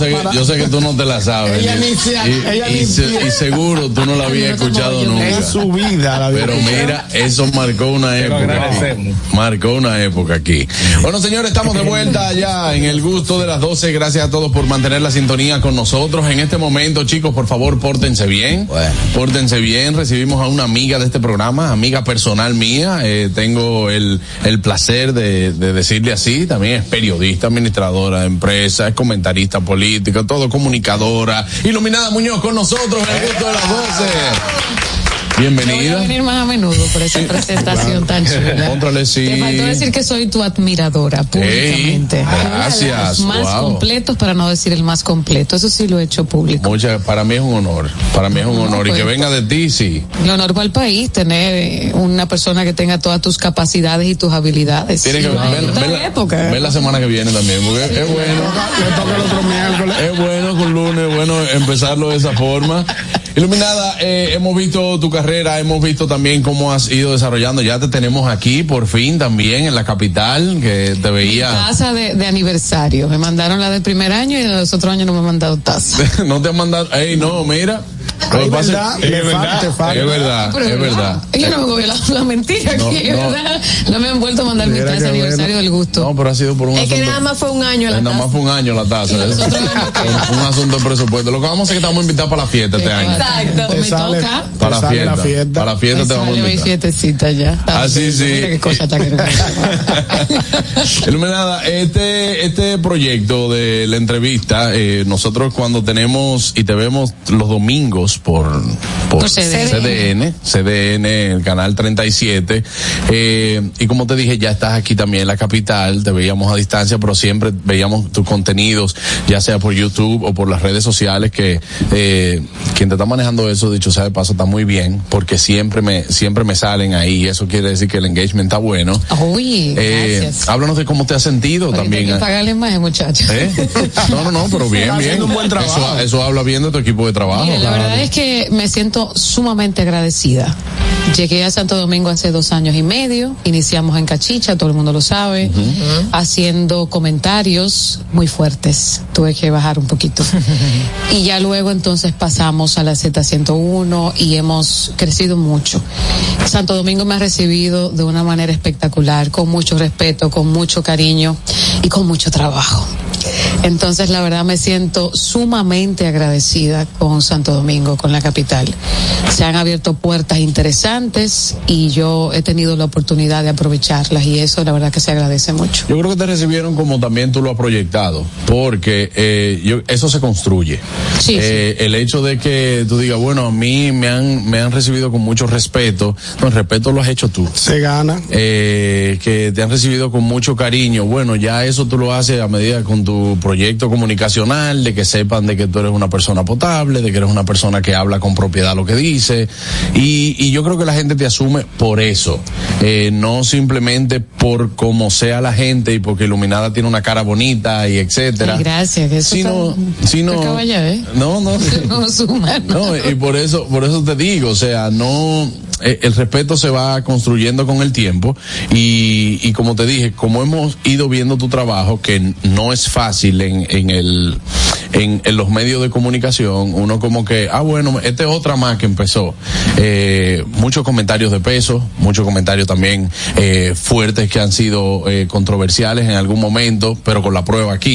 sé, que, yo sé que tú no te la sabes. Ella y, inicia, y, ella y, se, y seguro tú no la habías escuchado nunca. Es su vida. La vida. Pero mira, eso marcó una época. Marcó una época aquí. Bueno, señores, estamos de vuelta ya en el gusto de las doce. Gracias a todos por mantener la sintonía con nosotros. En este momento, chicos, por favor, pórtense bien. Bueno. Pórtense bien. Recibimos a una amiga de este programa, amiga personal mía. Eh, tengo el, el placer de, de decirle así. También es periodista, administradora de empresa, es comentarista política, todo comunicadora. Iluminada Muñoz con nosotros en el gusto de las doce. Bienvenida. Yo voy a venir más a menudo por esa sí, presentación claro. tan chula. Contrale, sí. Te faltó decir que soy tu admiradora públicamente. Ey, gracias. Los más wow. completos, para no decir el más completo. Eso sí lo he hecho público. Mucha, para mí es un honor. Para mí es un no, honor. Pues, y que venga de ti, sí. El honor para el país, tener una persona que tenga todas tus capacidades y tus habilidades. Tiene que ver, ver, ver, la, época. ver la semana que viene también. Porque es bueno. Le toca el otro miércoles. Es bueno con lunes, es bueno empezarlo de esa forma. Iluminada, eh, hemos visto tu carrera, hemos visto también cómo has ido desarrollando. Ya te tenemos aquí, por fin, también en la capital, que te veía. Mi taza de, de aniversario. Me mandaron la del primer año y los otros años no me han mandado taza. No te han mandado. Ey, no, mira. Es verdad, es verdad, es verdad, es verdad. Yo no me voy a la, la mentira no, aquí, no. ¿verdad? No me han vuelto a mandar mi taza de aniversario del gusto. No, pero ha sido por un es asunto. Es que nada más fue un año la taza. Nada más fue un año la taza. Es un asunto de presupuesto. Lo que vamos a hacer es que te vamos a invitar para la fiesta este año. Exacto. Pues me sale, toca. Para la fiesta. la fiesta. Para la fiesta me te vamos a invitar. Mi fiestecita ya. Ah, sí, sí. Mira qué cosa está que Iluminada, este, este proyecto de la entrevista, eh, nosotros cuando tenemos y te vemos los domingos por, por, por C D N, C D N, el canal treinta y siete, eh, y como te dije, ya estás aquí también en la capital, te veíamos a distancia, pero siempre veíamos tus contenidos, ya sea por YouTube o por las redes sociales, que eh, quien te está manejando eso, dicho sea de paso, está muy bien, porque siempre me, siempre me salen ahí, eso quiere decir que el engagement está bueno. Uy, eh, gracias. Háblanos de cómo te has sentido. Porque también. Hay que pagarle más, muchachos. ¿Eh? No, no, no, pero bien, bien. Un buen trabajo. Eso, eso habla bien de tu equipo de trabajo. Mira, la claro. verdad es que me siento sumamente agradecida. Llegué a Santo Domingo hace dos años y medio, iniciamos en Cachicha, todo el mundo lo sabe, uh-huh. haciendo comentarios muy fuertes, tuve que bajar un poquito. Y ya luego entonces pasamos a la Z ciento uno y hemos crecido mucho. Santo Domingo me ha recibido de una manera espectacular, con mucho respeto, con mucho cariño y con mucho trabajo. Entonces, la verdad, me siento sumamente agradecida con Santo Domingo, con la capital. Se han abierto puertas interesantes y yo he tenido la oportunidad de aprovecharlas y eso, la verdad, que se agradece mucho. Yo creo que te recibieron como también tú lo has proyectado, porque eh, yo, eso se construye. Sí, eh, sí. El hecho de que tú digas, bueno, a mí me han me han recibido con mucho respeto, no, el respeto lo has hecho tú. Se gana. Eh, que te han recibido con mucho cariño, bueno, ya eso tú lo haces a medida con tu proyecto comunicacional, de que sepan de que tú eres una persona potable, de que eres una persona que habla con propiedad lo que dice, y, y yo creo que la gente te asume por eso, eh, no simplemente por cómo sea la gente y porque Iluminada tiene una cara bonita y etcétera. Ay, gracias, que eso sino, está, sino, caballa, ¿eh? no, no, no, suma, no. no, y por eso, por eso te digo, o sea, no, el respeto se va construyendo con el tiempo y, y como te dije, como hemos ido viendo tu trabajo, que no es fácil en, en el, en, en los medios de comunicación, uno como que, ah bueno, esta es otra más que empezó, eh, muchos comentarios de peso, muchos comentarios también, eh, fuertes que han sido, eh, controversiales en algún momento, pero con la prueba aquí,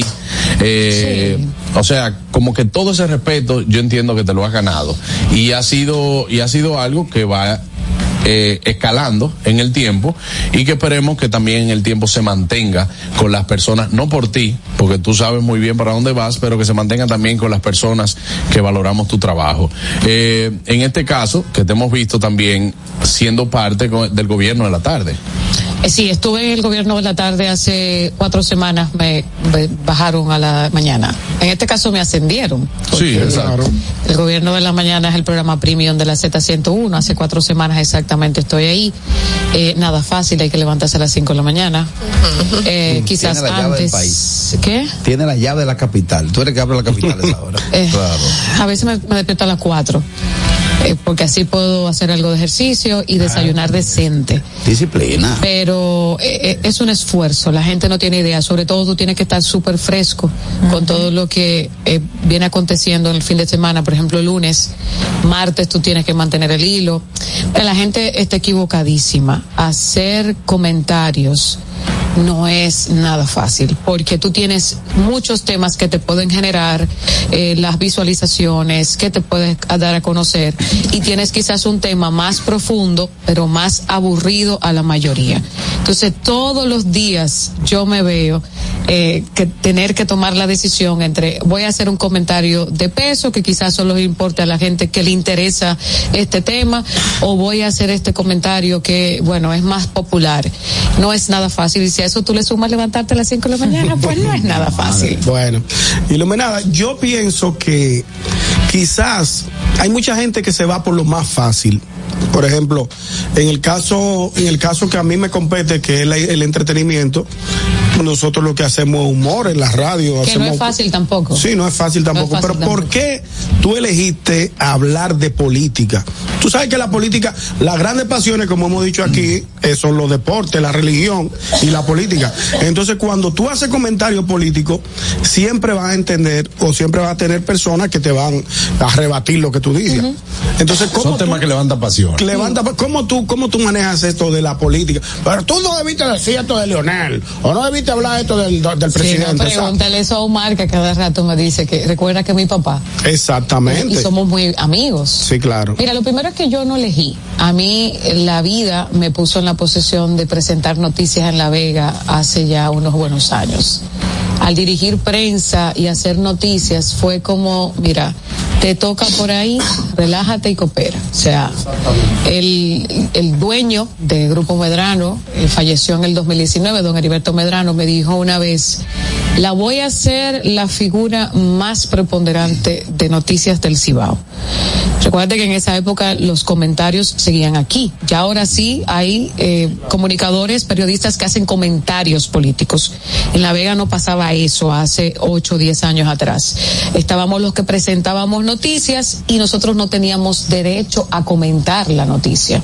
eh, sí. O sea, como que todo ese respeto, yo entiendo que te lo has ganado, y ha sido, y ha sido algo que va Eh, escalando en el tiempo y que esperemos que también en el tiempo se mantenga con las personas, no por ti, porque tú sabes muy bien para dónde vas, pero que se mantenga también con las personas que valoramos tu trabajo. Eh, en este caso, que te hemos visto también siendo parte del gobierno de la tarde. Eh, sí, estuve en el gobierno de la tarde hace cuatro semanas, me, me bajaron a la mañana. En este caso me ascendieron. Sí, exacto. El gobierno de la mañana es el programa premium de la Z ciento uno, hace cuatro semanas exactamente estoy ahí. Eh, nada fácil, hay que levantarse a las cinco de la mañana. Eh, quizás Tiene la llave antes. Del país. ¿Qué? Tiene la llave de la capital. Tú eres que abre la capital a esa hora. Eh, claro. A veces me, me despierto a las cuatro. Eh, porque así puedo hacer algo de ejercicio y desayunar decente. Disciplina. Pero eh, es un esfuerzo, la gente no tiene idea, sobre todo tú tienes que estar súper fresco uh-huh. con todo lo que eh, viene aconteciendo en el fin de semana, por ejemplo, lunes, martes tú tienes que mantener el hilo. Pero la gente está equivocadísima. Hacer comentarios no es nada fácil, porque tú tienes muchos temas que te pueden generar eh, las visualizaciones, que te puedes dar a conocer, y tienes quizás un tema más profundo, pero más aburrido a la mayoría. Entonces, todos los días yo me veo eh, que tener que tomar la decisión entre voy a hacer un comentario de peso que quizás solo le importe a la gente que le interesa este tema, o voy a hacer este comentario que, bueno, es más popular. No es nada fácil, y si a eso tú le sumas levantarte a las cinco de la mañana, pues no es nada fácil. Bueno, Iluminada, yo pienso que quizás hay mucha gente que se va por lo más fácil. Por ejemplo, en el caso, en el caso que a mí me compete, que es el, el entretenimiento, nosotros lo que hacemos es humor en la radio. Que hacemos, no es fácil tampoco. Sí, no es fácil tampoco. No es fácil pero tampoco. ¿Por qué tú elegiste hablar de política? Tú sabes que la política, las grandes pasiones, como hemos dicho aquí, eh, son los deportes, la religión y la política. Entonces, cuando tú haces comentarios políticos, siempre vas a entender o siempre vas a tener personas que te van a rebatir lo que tú digas. Uh-huh. Entonces, ¿cómo son tú, temas que levantan pasión. Levanta, ¿cómo tú, cómo tú manejas esto de la política? Pero tú no debiste decir esto de Leonel, o no debiste hablar esto del, del sí, presidente. No, pregúntale eso a Omar, que cada rato me dice que recuerda que es mi papá. Exactamente. Y, y somos muy amigos. Sí, claro. Mira, lo primero es que yo no elegí. A mí la vida me puso en la posesión de presentar noticias en La Vega hace ya unos buenos años. Al dirigir prensa y hacer noticias fue como, mira, te toca por ahí, relájate y coopera. O sea, el, el dueño de Grupo Medrano, eh, falleció en el dos mil diecinueve, don Heriberto Medrano, me dijo una vez, la voy a hacer la figura más preponderante de noticias del Cibao. Recuerda que en esa época los comentarios seguían aquí. Ya ahora sí hay eh, comunicadores, periodistas que hacen comentarios políticos. En La Vega no pasaba eso hace ocho o diez años atrás. Estábamos los que presentábamos noticias y nosotros no teníamos derecho a comentar la noticia.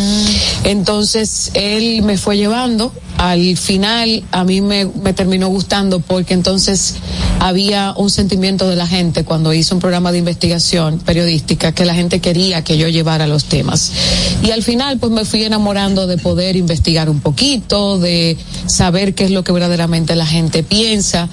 Mm. Entonces él me fue llevando. Al final a mí me, me terminó gustando porque entonces había un sentimiento de la gente cuando hice un programa de investigación periodística que la gente quería que yo llevara los temas. Y al final pues me fui enamorando de poder investigar un poquito, de saber qué es lo que verdaderamente la gente piensa.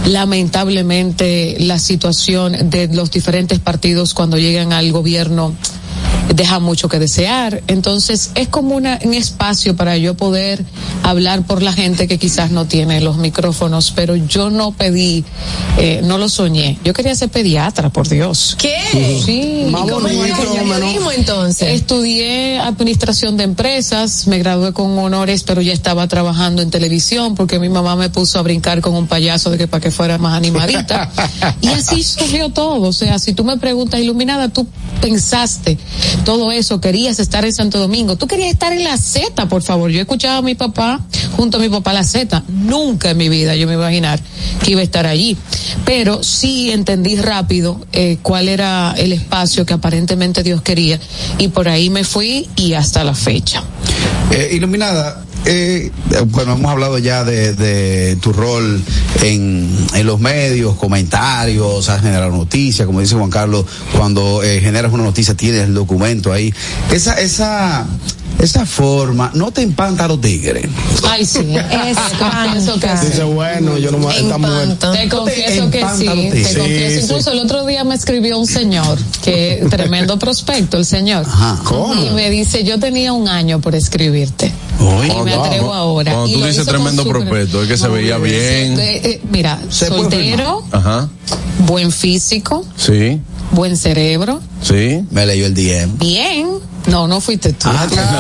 Lamentablemente la situación de los diferentes partidos cuando llegan al gobierno deja mucho que desear. Entonces es como una, un espacio para yo poder hablar por la gente que quizás no tiene los micrófonos, pero yo no pedí, eh, no lo soñé. Yo quería ser pediatra, por Dios. ¿Qué? Sí. ¿Y cómo fue el periodismo entonces? Estudié administración de empresas, me gradué con honores, pero ya estaba trabajando en televisión porque mi mamá me puso a brincar con un payaso de que para que fuera más animadita. Y así surgió todo. O sea, si tú me preguntas, Iluminada, tú pensaste todo eso, querías estar en Santo Domingo, tú querías estar en la Z, por favor. Yo escuchaba a mi papá, junto a mi papá, la Z, nunca en mi vida yo me iba a imaginar que iba a estar allí, pero sí entendí rápido eh, cuál era el espacio que aparentemente Dios quería, y por ahí me fui y hasta la fecha. Eh, Iluminada, eh, bueno, hemos hablado ya de, de tu rol en, en los medios, comentarios, has generado noticias, como dice Juan Carlos, cuando eh, generas una noticia tienes el documento ahí. Esa, esa, esa forma, ¿no te empanta a los tigres? Ay, sí. Espanto. Que sí. Dice, bueno, yo no me está muerto. Te confieso que sí, te sí, confieso. sí. Incluso el otro día me escribió un señor, que tremendo prospecto el señor. Ajá. ¿Cómo? Y me dice, yo tenía un año por escribirte. Uy. Y me atrevo ahora. Cuando Y tú lo dices hizo tremendo con su- prospecto, es que se veía bien. Eh, eh, mira, Se puede soltero, Ajá. buen físico, Sí, buen cerebro, sí. Me leyó el D M. bien. No, no fuiste tú.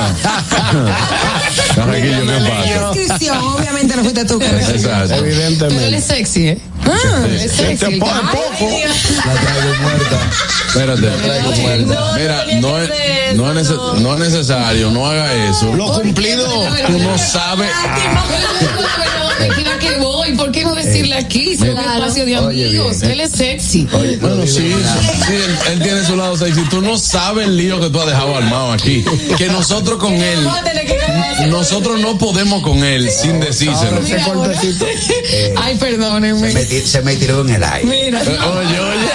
Carraquillo, ¿qué pasa? Descripción, obviamente no fuiste tú. Exacto. Pero él Evidentemente. es sexy, ¿eh? Ah, Es sexy. Te pone poco. La traigo muerta. Espérate. Mira, no es, no, es nece- no es necesario, no haga eso. Lo cumplido. Tú no sabes. perspectiva que voy, ¿por qué no decirle aquí? Es un espacio de amigos, él es sexy. Oye, bueno, sí, sí él, él tiene su lado sexy. Tú no sabes el lío que tú has dejado armado aquí. Que nosotros con él, nosotros no podemos con él sin decírselo. Eh, Ay, perdónenme. Se me, tir- se me tiró en el aire. Mira. Oye, oye.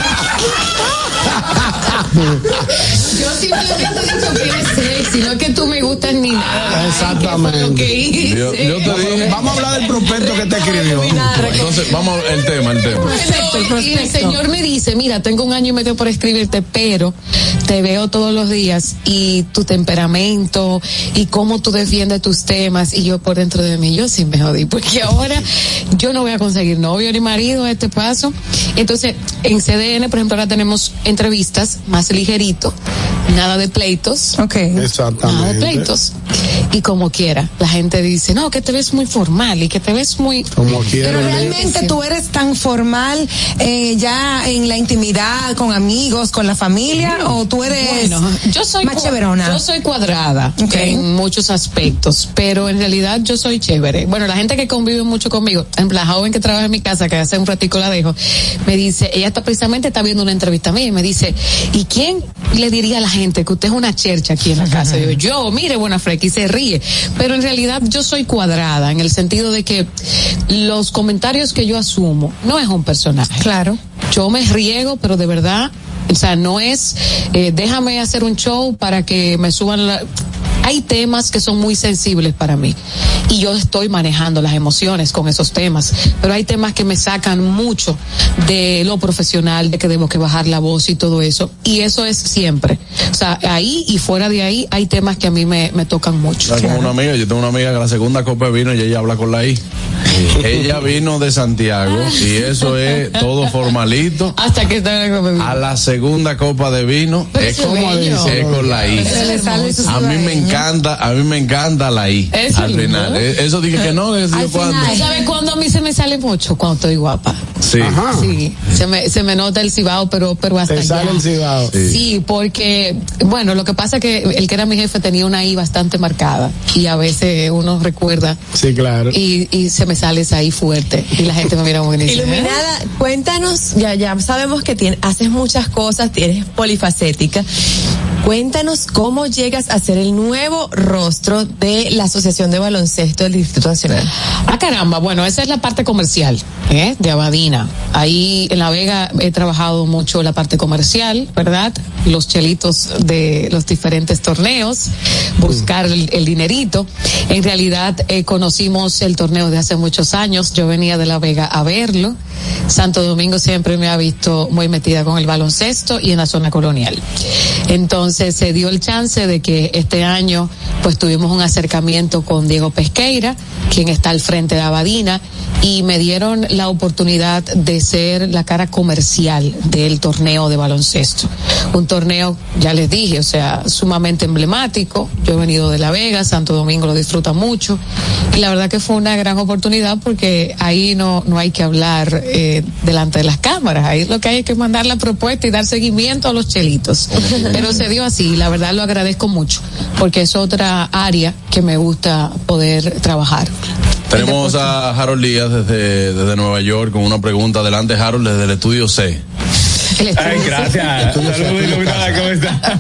Yo simplemente he dicho que eres sexy, no es que tú me gustas ni nada. Exactamente. Que Yo, yo te dije. Vamos a hablar del prospecto que te escribió. Entonces, vamos al tema, el tema. No, y el señor me dice, mira, tengo un año y medio por escribirte, pero te veo todos los días y tu temperamento y cómo tú defiendes tus temas, y yo por dentro de mí, yo sí me jodí, porque ahora yo no voy a conseguir novio ni marido a este paso. Entonces, en C D N, por ejemplo, ahora tenemos entrevistas más ligerito, nada de pleitos. Ok. Exactamente. Nada de pleitos. Y como quiera, la gente dice, no, que te ves muy formal y que te ves muy... Como quiera. Pero realmente tú eres tan formal eh, ya en la intimidad, con amigos, con la familia, o tú eres Bueno, yo soy más cua- cheverona. Yo soy cuadrada Okay. en muchos aspectos, pero en realidad yo soy chévere. Bueno, la gente que convive mucho conmigo, en la joven que trabaja en mi casa, que hace un ratico la dejo, me dice, ella está precisamente está viendo una entrevista a mí y me dice, ¿y quién le diría a la gente que usted es una chercha aquí en la casa? Yo, yo, mire, buena freca, y se ríe. Pero en realidad yo soy cuadrada en el sentido de que los comentarios que yo asumo no es un personaje. Claro. Yo me riego, pero de verdad, o sea, no es, eh, déjame hacer un show para que me suban la... Hay temas que son muy sensibles para mí y yo estoy manejando las emociones con esos temas, pero hay temas que me sacan mucho de lo profesional, de que debo que bajar la voz y todo eso, y eso es siempre. O sea, ahí y fuera de ahí hay temas que a mí me, me tocan mucho. Como una amiga, yo tengo una amiga que la segunda copa de vino y ella habla con la I. Ella vino de Santiago y eso es todo formalito. Hasta que está en la copa de vino. A la segunda copa de vino Pero es es como bello. dice, es con la I. Se le sale su A mí me sudadeña. encanta, a mí me encanta la I. Es al lindo. final. Eh, Eso dije que no, que sé yo cuándo. ¿Sabes cuándo a mí se me sale mucho? Cuando estoy guapa. Sí. Ajá. Sí, se me, se me nota el cibao, pero, pero hasta Te sale allá. el cibao. Sí. Sí, porque, bueno, lo que pasa es que el que era mi jefe tenía una I bastante marcada y a veces uno recuerda Sí, claro. y, y se me sale esa I fuerte y la gente me mira muy bien. Iluminada, cuéntanos, ya ya sabemos que tienes, haces muchas cosas, eres polifacética. Cuéntanos cómo llegas a ser el nuevo rostro de la Asociación de Baloncesto del Distrito Nacional. Ah, caramba, bueno, esa es la parte comercial, ¿eh? De Abadina. Ahí en La Vega he trabajado mucho la parte comercial, ¿verdad? Los chelitos de los diferentes torneos, buscar el, el dinerito. En realidad eh, conocimos el torneo de hace muchos años, yo venía de La Vega a verlo. Santo Domingo siempre me ha visto muy metida con el baloncesto y en la zona colonial. Entonces se dio el chance de que este año pues tuvimos un acercamiento con Diego Pesqueira, quien está al frente de Abadina, y me dieron la oportunidad de ser la cara comercial del torneo de baloncesto. Un torneo, ya les dije, o sea, sumamente emblemático. Yo he venido de La Vega, Santo Domingo lo disfruta mucho, y la verdad que fue una gran oportunidad porque ahí no, no hay que hablar eh, delante de las cámaras, ahí lo que hay es que mandar la propuesta y dar seguimiento a los chelitos. Pero se dio así, la verdad lo agradezco mucho, porque es otra área que me gusta poder trabajar. Tenemos a Harold Díaz desde, desde Nueva York con una pregunta. Adelante, Harold, desde el estudio C. Ay, gracias. Saludos, Iluminada, ¿cómo está?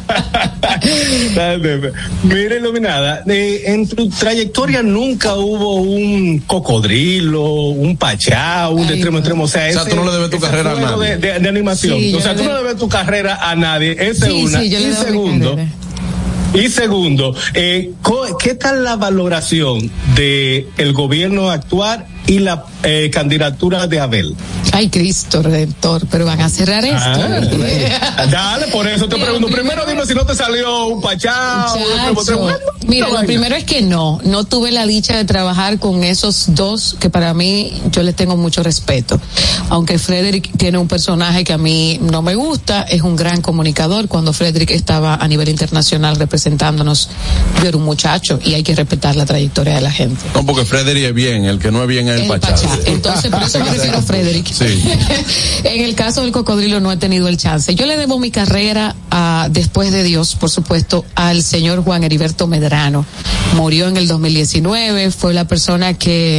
Mira, Iluminada, eh, en tu trayectoria nunca hubo un cocodrilo, un pachá, un de extremo a extremo. O sea, O sea, ese- tú no le debes tu ese carrera a juego nadie. De, de, de animación. Sí, yo o sea, le tú no debo- debes tu carrera a nadie. Ese Sí, es una. sí, yo le y debo mi segundo. carrera. Y segundo, eh, co- ¿qué tal la valoración de el gobierno actual y la eh, candidatura de Abel? Ay, Cristo Redentor, pero van a cerrar esto. Ah, dale, por eso te pregunto. Primero dime si no te salió un pachá o un extremo, extremo. Chacho, mira, Una lo vaina. primero es que no, no tuve la dicha de trabajar con esos dos que para mí yo les tengo mucho respeto. Aunque Frederick tiene un personaje que a mí no me gusta, es un gran comunicador. Cuando Frederick estaba a nivel internacional representándonos, yo era un muchacho y hay que respetar la trayectoria de la gente. No, porque Frederick es bien, el que no es bien es el, El Pachá. Pachá. Entonces, por eso me refiero a Frederick. Sí. En el caso del cocodrilo no he tenido el chance. Yo le debo mi carrera a, después de Dios, por supuesto, al señor Juan Heriberto Medrano. Murió en el dos mil diecinueve, fue la persona que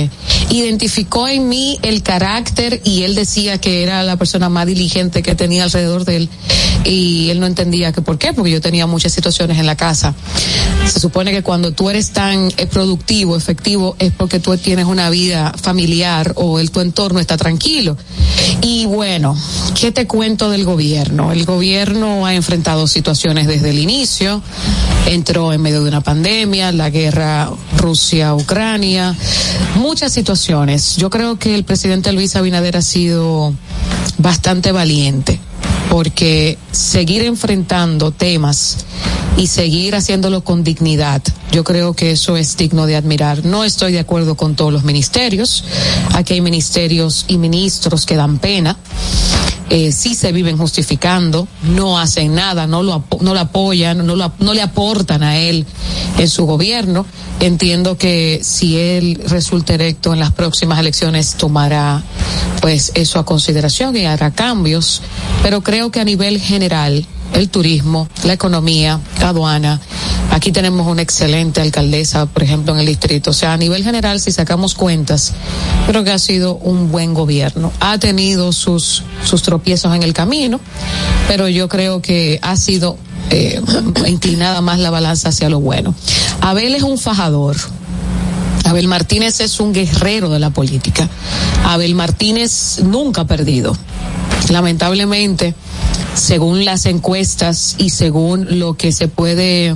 identificó en mí el carácter y él decía que era la persona más diligente que tenía alrededor de él y él no entendía que por qué, porque yo tenía muchas situaciones en la casa. Se supone que cuando tú eres tan eh, productivo, efectivo, es porque tú tienes una vida familiar o el tu entorno está tranquilo. Y bueno, ¿qué te cuento del gobierno? El gobierno ha enfrentado situaciones desde el inicio, entró en medio de una pandemia, la guerra Rusia-Ucrania, muchas situaciones. Yo creo que el presidente Luis Abinader ha sido bastante valiente, porque seguir enfrentando temas y seguir haciéndolo con dignidad, yo creo que eso es digno de admirar. No estoy de acuerdo con todos los ministerios, aquí hay ministerios y ministros que dan pena, eh, sí se viven justificando, no hacen nada, no lo no lo apoyan, no lo, no le aportan a él en su gobierno. Entiendo que si él resulta electo en las próximas elecciones tomará pues eso a consideración y hará cambios, pero creo que a nivel general el turismo, la economía, la aduana, aquí tenemos una excelente alcaldesa, por ejemplo, en el distrito. O sea, a nivel general, si sacamos cuentas, creo que ha sido un buen gobierno. Ha tenido sus, sus tropiezos en el camino, pero yo creo que ha sido eh, inclinada más la balanza hacia lo bueno. Abel es un fajador. Abel Martínez es un guerrero de la política. Abel Martínez nunca ha perdido. Lamentablemente, según las encuestas y según lo que se puede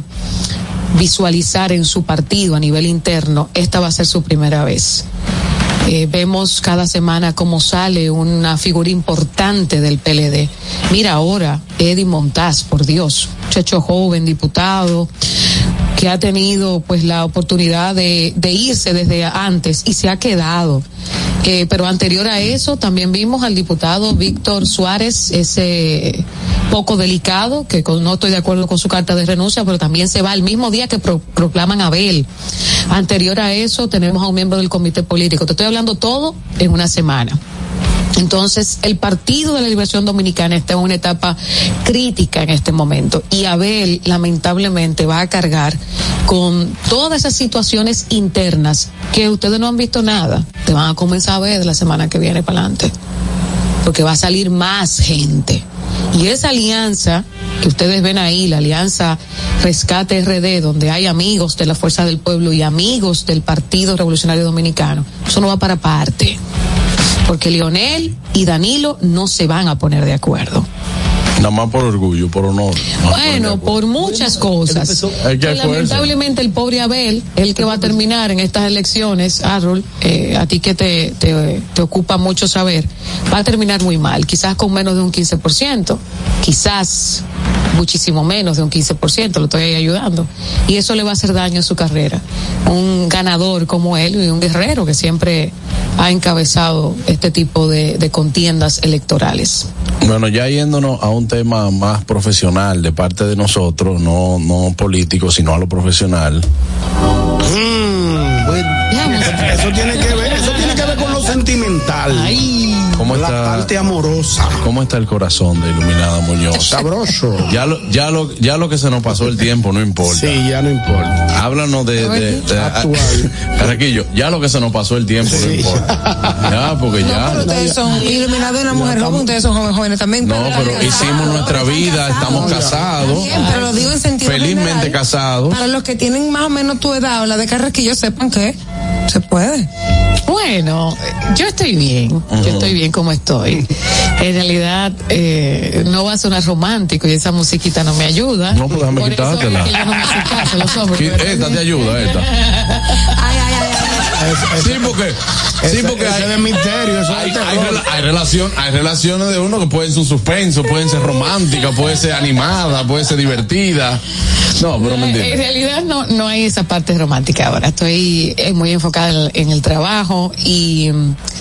visualizar en su partido a nivel interno, esta va a ser su primera vez. Eh, vemos cada semana cómo sale una figura importante del P L D. Mira ahora, Eddie Montaz, por Dios, muchacho joven, diputado, que ha tenido pues la oportunidad de, de irse desde antes y se ha quedado. Eh, pero anterior a eso también vimos al diputado Víctor Suárez, ese poco delicado, que con, no estoy de acuerdo con su carta de renuncia, pero también se va el mismo día que pro, proclaman a Abel. Anterior a eso tenemos a un miembro del comité político. Te estoy hablando todo en una semana. Entonces, el Partido de la Liberación Dominicana está en una etapa crítica en este momento y Abel, lamentablemente, va a cargar con todas esas situaciones internas que ustedes no han visto nada. Te van a comenzar a ver la semana que viene para adelante, porque va a salir más gente. Y esa alianza que ustedes ven ahí, la alianza Rescate R D, donde hay amigos de la Fuerza del Pueblo y amigos del Partido Revolucionario Dominicano, eso no va para parte. Porque Leonel y Danilo no se van a poner de acuerdo. Nada más por orgullo, por honor. Bueno, por muchas cosas. Que lamentablemente el pobre Abel, el que va a terminar en estas elecciones, Harold, eh, a ti que te, te, te ocupa mucho saber, va a terminar muy mal, quizás con menos de un quince por ciento, quizás muchísimo menos de un quince por ciento, lo estoy ahí ayudando, y eso le va a hacer daño a su carrera. Un ganador como él y un guerrero que siempre ha encabezado este tipo de, de contiendas electorales. Bueno, ya yéndonos a un tema más profesional de parte de nosotros, no no político, sino a lo profesional. Mm, bueno, eso tiene que ver, eso tiene que ver con lo sentimental. Ay. ¿Cómo la está, parte amorosa. ¿Cómo está el corazón de Iluminada Muñoz? Sabroso. Ya lo, ya lo, ya lo que se nos pasó el tiempo no importa. Sí, ya no importa. Háblanos de, de, de actual. Carraquillo, ya lo que se nos pasó el tiempo sí. no importa. Ya, porque no, ya. Pero ustedes son Iluminada y una mujer joven, ustedes son jóvenes, jóvenes también. No, pero, pero hicimos nuestra vida, estamos casados. Bien, pero lo digo en sentido felizmente general, casados. Para los que tienen más o menos tu edad o la de Carraquillo, sepan que se puede. Bueno, yo estoy bien, uh-huh. yo estoy bien como estoy. En realidad, eh, no va a sonar romántico y esa musiquita no me ayuda. No, pues déjame quitártela. Yo no me sucaso, los hombres, esta te ayuda, esta. Ay, ay, ay. Es, sí, porque, ese, sí, porque hay, hay, de misterio, eso hay, hay, hay, relación, hay relaciones de uno que pueden ser un suspenso, pueden ser románticas, puede ser animada, puede ser divertida. No, pero no, mentira. En realidad no, no hay esa parte romántica ahora. Estoy muy enfocada en el, en el trabajo y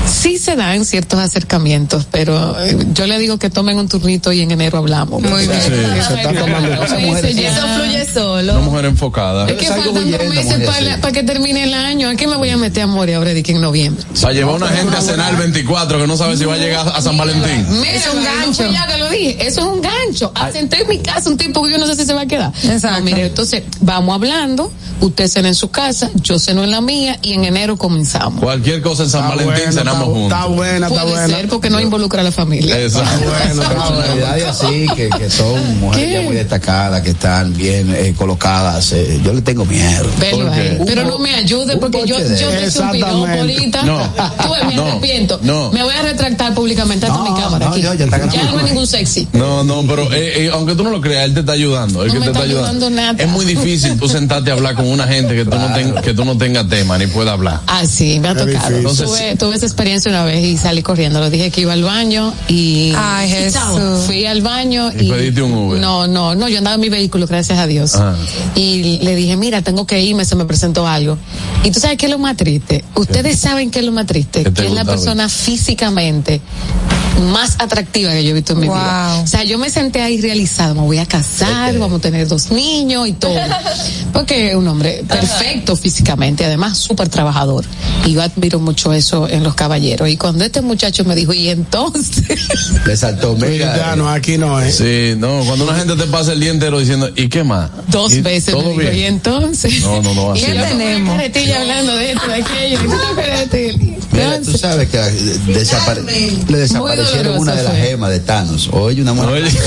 Sí se dan ciertos acercamientos, pero eh, yo le digo que tomen un turnito y en enero hablamos. Muy bien. Sí, se está tomando Eso fluye solo. Una mujer enfocada. Es que faltan dos meses para, para que termine el año. ¿A qué me voy a meter, amor, y ahora de que en noviembre? Para llevar una gente a cenar el veinticuatro que no sabe si va a llegar a San Valentín. Mira, es un gancho. Ya que lo dije, eso es un gancho. Asenté en mi casa un tipo que yo no sé si se va a quedar. Exacto. No, mire, entonces vamos hablando, usted cena en su casa, yo ceno en la mía y en enero comenzamos. Cualquier cosa en San Está Valentín bueno, cenamos está, juntos. Está buena, está Puede buena. ser porque no involucra a la familia. Exacto. Bueno, está bueno. Personalidades así que, que son mujeres ya muy destacadas, que están bien eh, colocadas. Eh, yo le tengo miedo. Velo ahí. Pero no me ayude porque yo, yo te hice un piropo ahorita. No. Tú me No. arrepiento. No. Me voy a retractar públicamente ante No, mi cámara no, aquí. yo- ya está grabando. Ya no hay ningún sexy. No, no, pero eh, eh, aunque tú no lo creas, él te está ayudando. Él No que me te está está ayudando. ayudando nada. Es muy difícil tú sentarte a hablar con una gente que tú no, ten- que tú no tengas tema ni puedas hablar. Ah, sí, me ha tocado. difícil. Entonces, tuve, tuve esa experiencia una vez y salí corriendo. Lo dije que iba al baño y. Ay, y Jesús. chao. Fui al baño Y y. pediste un Uber. No, no, no, yo andaba en mi vehículo, gracias a Dios. Ah. Y le dije, mira, tengo que irme, se me presentó algo. Y tú sabes qué es lo más triste. Ustedes saben qué es lo más triste. ¿Qué te Que es la gusta, persona físicamente más atractiva que yo he visto en mi Wow. vida. O sea, yo me senté ahí realizada, me voy a casar, vamos a tener dos niños y todo. Porque es un hombre perfecto físicamente, además súper trabajador. Y yo admiro mucho eso en los caballeros. Y cuando este muchacho me dijo, y entonces, Le saltó, mira. Ya no, aquí no es. sí, no, cuando una gente te pasa el día entero diciendo, ¿y qué más? dos ¿Y veces me todo dijo, bien? y entonces. No, no, no, Y así yo no. con tenemos? una caretilla hablando de esto, de aquello. y tú te acuerdas. Mira, tú sabes que eh, desapare- le desaparecieron doloroso una de las fue. gemas de Thanos. Oye, una mujer. Oye.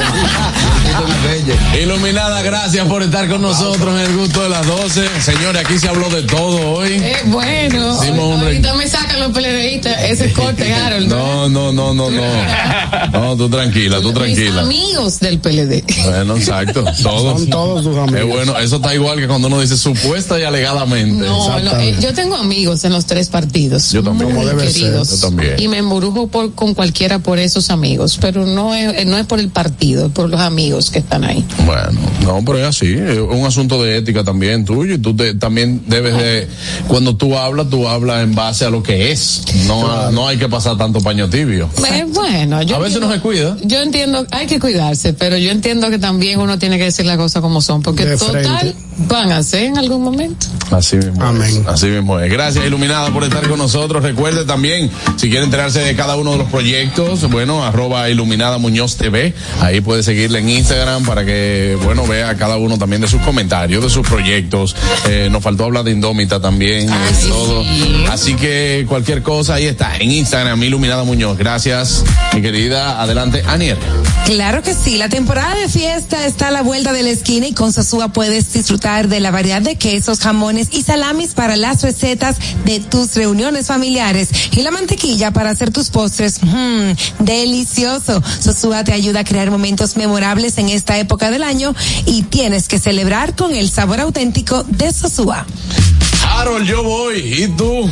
Iluminada, gracias por estar con nosotros en el gusto de las doce. Señores, aquí se habló de todo hoy. Eh, bueno, Hicimos un re- ahorita me sacan los peledeístas, ese corte, Harold. No, no, no, no, no. No, tú tranquila, tú Mis tranquila. amigos del P L D. Bueno, exacto. Todos. Son todos sus amigos. Es bueno, eso está igual que cuando uno dice supuesta y alegadamente. No, no, eh, yo tengo amigos en los tres partidos. Yo también. Muy Como debe queridos. ser, yo también. Y me embrujo por, con cualquiera por esos amigos, pero no es, eh, no es por el partido, es por los amigos que están ahí. Bueno, no, pero es así, es un asunto de ética también tuyo y tú te, también debes de, cuando tú hablas, tú hablas en base a lo que es, no, no hay que pasar tanto paño tibio. Eh, bueno, yo A veces entiendo- no se cuida. Yo entiendo, hay que cuidarse, pero yo entiendo que también uno tiene que decir las cosas como son, porque De total frente. van a ser en algún momento. Así mismo Amén. es, así mismo es. Gracias, Iluminada, por estar con nosotros. Recuerde también, si quiere enterarse de cada uno de los proyectos, bueno, arroba Iluminada Muñoz T V, ahí puede seguirle en Instagram para que, bueno, vea cada uno también de sus comentarios, de sus proyectos. Eh, nos faltó hablar de Indómita también, Ay, eh, todo. sí. Así que cualquier cosa, ahí está, en Instagram, Iluminada Muñoz. Gracias, mi querida. Adelante, Anier. Claro que sí, la temporada de fiesta está a la vuelta de la esquina y con Sosúa puedes disfrutar de la variedad de quesos, jamones y salamis para las recetas de tus reuniones familiares y la mantequilla para hacer tus postres. Mmm, delicioso. Sosúa te ayuda a crear momentos memorables en esta época del año y tienes que celebrar con el sabor auténtico de Sosúa. Harold, yo voy. ¿Y tú?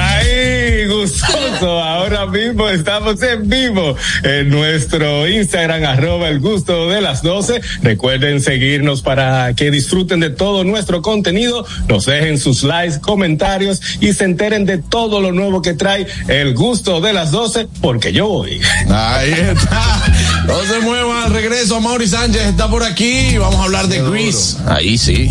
¡Ay, gustoso! Ahora mismo estamos en vivo en nuestro Instagram, arroba el gusto de las doce. Recuerden seguirnos para que disfruten de todo nuestro contenido, nos dejen sus likes, comentarios y se enteren de todo lo nuevo que trae el gusto de las doce, porque yo voy. Ahí está. No se muevan, al regreso, Mauri Sánchez está por aquí. Vamos a hablar de Grease. Ahí sí.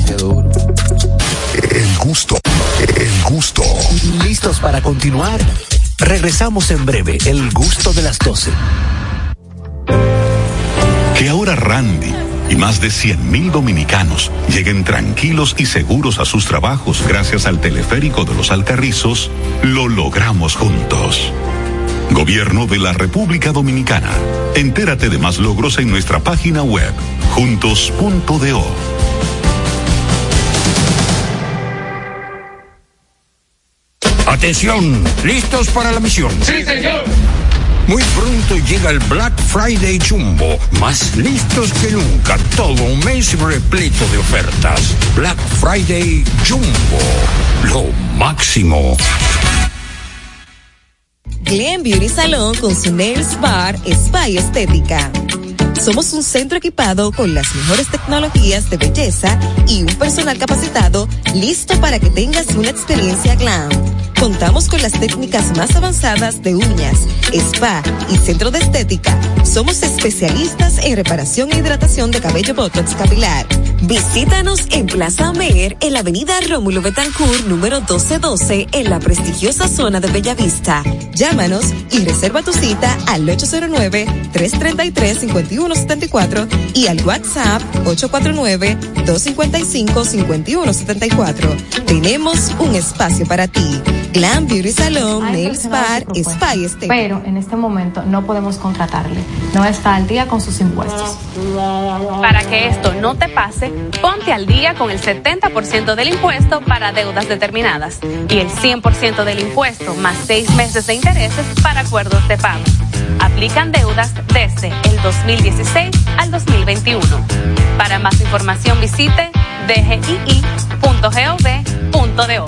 El gusto, el gusto. ¿Listos para continuar? Regresamos en breve, el gusto de las doce. Que ahora Randy y más de cien mil dominicanos lleguen tranquilos y seguros a sus trabajos gracias al teleférico de los Alcarrizos, lo logramos juntos. Gobierno de la República Dominicana. Entérate de más logros en nuestra página web, juntos punto do. Atención, ¿listos para la misión? ¡Sí, señor! Muy pronto llega el Black Friday Jumbo, más listos que nunca, todo un mes repleto de ofertas. Black Friday Jumbo, lo máximo. Glen Beauty Salon con su Nails Bar Spa y Estética. Somos un centro equipado con las mejores tecnologías de belleza y un personal capacitado listo para que tengas una experiencia glam. Contamos con las técnicas más avanzadas de uñas, spa y centro de estética. Somos especialistas en reparación e hidratación de cabello botox capilar. Visítanos en Plaza Amer, en la avenida Rómulo Betancourt, número doce doce, en la prestigiosa zona de Bellavista. Llámanos y reserva tu cita al ocho cero nueve, tres tres tres, cinco uno siete cuatro y al WhatsApp ocho cuatro nueve, dos cinco cinco, cinco uno siete cuatro. Tenemos un espacio para ti. Glam Beauty Salon, Nails Bar, Spa y Estética. Pero en este momento no podemos contratarle. No está al día con sus impuestos. Para que esto no te pase, ponte al día con el setenta por ciento del impuesto para deudas determinadas y el cien por ciento del impuesto más seis meses de intereses para acuerdos de pago. Aplican deudas desde el dos mil dieciséis al dos mil veintiuno. Para más información visite d g i i punto gov punto do.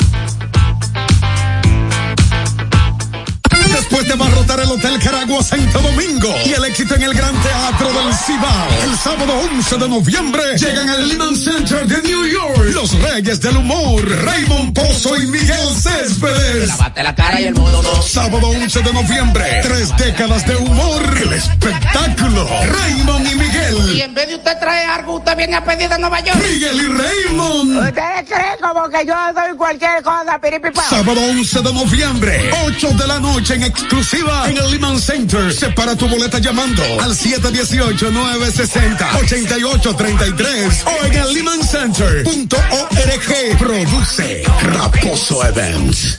Después de abarrotar el Hotel Caragua Santo Domingo y el éxito en el Gran Teatro del Cibao, el sábado once de noviembre llegan al Lehman Center de New York los Reyes del Humor, Raymond Pozo y Miguel Céspedes. Lavate la cara y el modo no. Sábado once de noviembre, tres décadas de humor, el espectáculo, Raymond y Miguel. Y en vez de usted traer algo, usted viene a pedir de Nueva York. Miguel y Raymond. ¿Ustedes creen como que yo soy cualquier cosa, piripipa? Sábado once de noviembre, ocho de la noche en exclusiva en el Lehman Center. Separa tu boleta llamando al siete uno ocho, nueve seis cero, ocho ocho tres tres o en el lehman center punto org. Produce Raposo Events.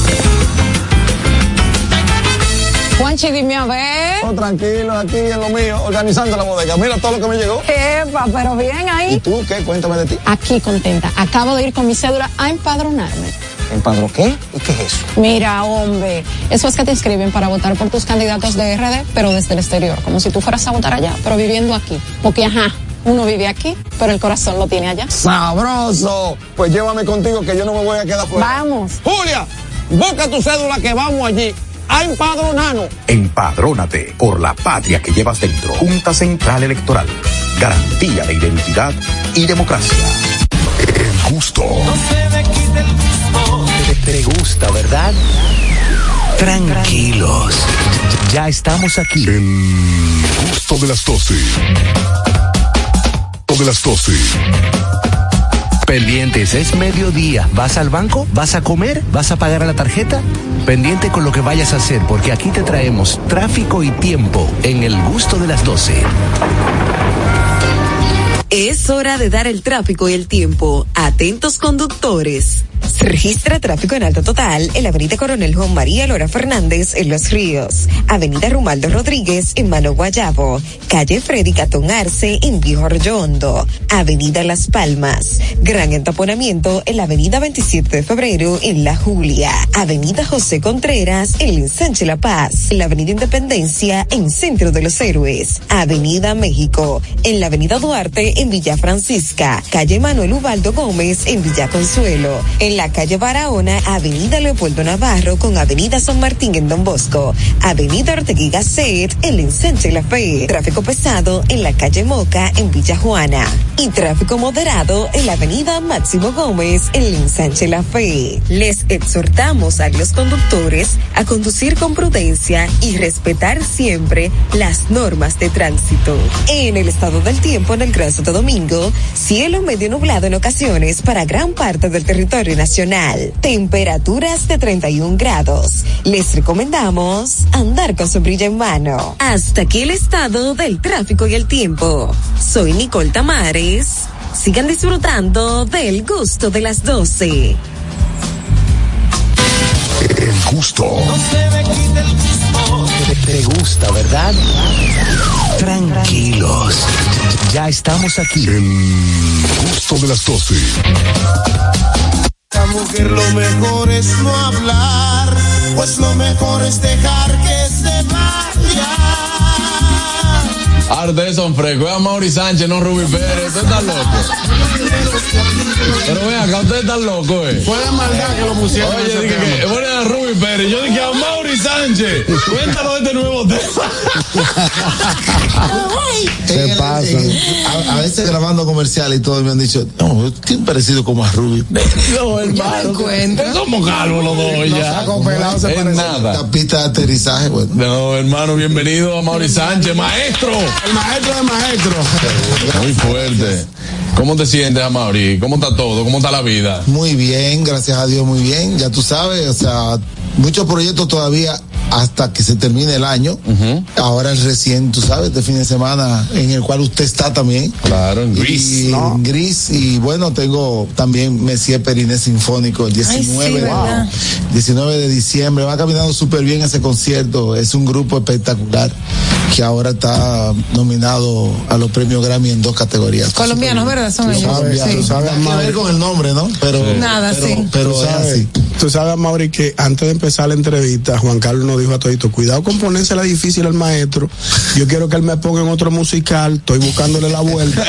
Juanchi, dime a ver. Oh, tranquilo, aquí en lo mío, organizando la bodega. Mira todo lo que me llegó. Epa, pero bien ahí. ¿Y tú qué? Cuéntame de ti. Aquí contenta. Acabo de ir con mi cédula a empadronarme. ¿Empadrón qué? ¿Y qué es eso? Mira, hombre, eso es que te inscriben para votar por tus candidatos de R D, pero desde el exterior, como si tú fueras a votar allá, pero viviendo aquí. Porque, ajá, uno vive aquí, pero el corazón lo tiene allá. ¡Sabroso! Pues llévame contigo que yo no me voy a quedar fuera. Vamos. Julia, busca tu cédula que vamos allí a empadronarnos. Empadrónate por la patria que llevas dentro. Junta Central Electoral. Garantía de identidad y democracia. El gusto. No se me quite el gusto. Te, te gusta, ¿verdad? Tranquilos. Ya estamos aquí. El gusto de las doce. De las doce. Pendientes, es mediodía. ¿Vas al banco? ¿Vas a comer? ¿Vas a pagar a la tarjeta? Pendiente con lo que vayas a hacer, porque aquí te traemos tráfico y tiempo en el gusto de las doce. Es hora de dar el tráfico y el tiempo. Atentos conductores. Se registra tráfico en alto total en la avenida Coronel Juan María Lora Fernández en Los Ríos, avenida Rumaldo Rodríguez en Mano Guayabo, calle Freddy Catón Arce en Viejo Arroyo Hondo, avenida Las Palmas, gran entaponamiento en la avenida veintisiete de febrero en La Julia, avenida José Contreras en Ensanche La Paz, en la avenida Independencia en Centro de los Héroes, avenida México, en la avenida Duarte en Villa Francisca, calle Manuel Ubaldo Gómez en Villa Consuelo, en la calle Barahona, avenida Leopoldo Navarro con avenida San Martín en Don Bosco, avenida Ortega y Gasset en Ensanche La Fe, tráfico pesado en la calle Moca en Villa Juana y tráfico moderado en la avenida Máximo Gómez en Ensanche La Fe. Les exhortamos a los conductores a conducir con prudencia y respetar siempre las normas de tránsito. En el estado del tiempo en el Gran Santo Domingo, cielo medio nublado en ocasiones para gran parte del territorio nacional. Temperaturas de treinta y un grados. Les recomendamos andar con sombrilla en mano. Hasta aquí el estado del tráfico y el tiempo. Soy Nicole Tamares. Sigan disfrutando del gusto de las doce. El gusto. No se me quite el gusto. Te, te gusta, ¿verdad? Tranquilos. Ya estamos aquí. El gusto de las doce. La mujer lo mejor es no hablar, pues lo mejor es dejar que se vaya. Arte son fresco, es a Mauri Sánchez, no Rubí Pérez, usted está loco. Pero ven acá, usted está loco, eh. Fue de maldad que lo pusieron. Oye, dije que, bueno, a Rubí Pérez, yo dije a Mauri Amaury Sánchez, cuéntanos de este nuevo tema. ¿Qué el, pasa? en el, a, a veces grabando comerciales y todo me han dicho, no, tiene parecido como a Rubio. No, hermano. Somos calvos los dos ya. Pelado, se es nada. La pista de aterrizaje, bueno. No, hermano, bienvenido a Amaury Sánchez, maestro. El maestro de maestro. Muy fuerte. ¿Cómo te sientes, Amaury? ¿Cómo está todo? ¿Cómo está la vida? Muy bien, gracias a Dios, muy bien. Ya tú sabes, o sea, muchos proyectos todavía hasta que se termine el año. Uh-huh. Ahora el recién, tú sabes, este fin de semana en el cual usted está también. Claro, en Gris. Y, ¿no? En Gris. Y bueno, tengo también Messier Periné Sinfónico el diecinueve, Ay, sí, diecinueve de diciembre. Va caminando súper bien ese concierto. Es un grupo espectacular que ahora está nominado a los premios Grammy en dos categorías. Colombianos, ¿verdad? Son ellos. Colombianos. Sí. Sabes, Nada que ver con el nombre, ¿no? Pero, sí. Nada, pero, sí. Pero tú es sabes, así. Tú sabes, Mauri, que antes de empezar la entrevista, Juan Carlos nos dijo a todito, cuidado con ponérsela difícil al maestro. Yo quiero que él me ponga en otro musical. Estoy buscándole la vuelta.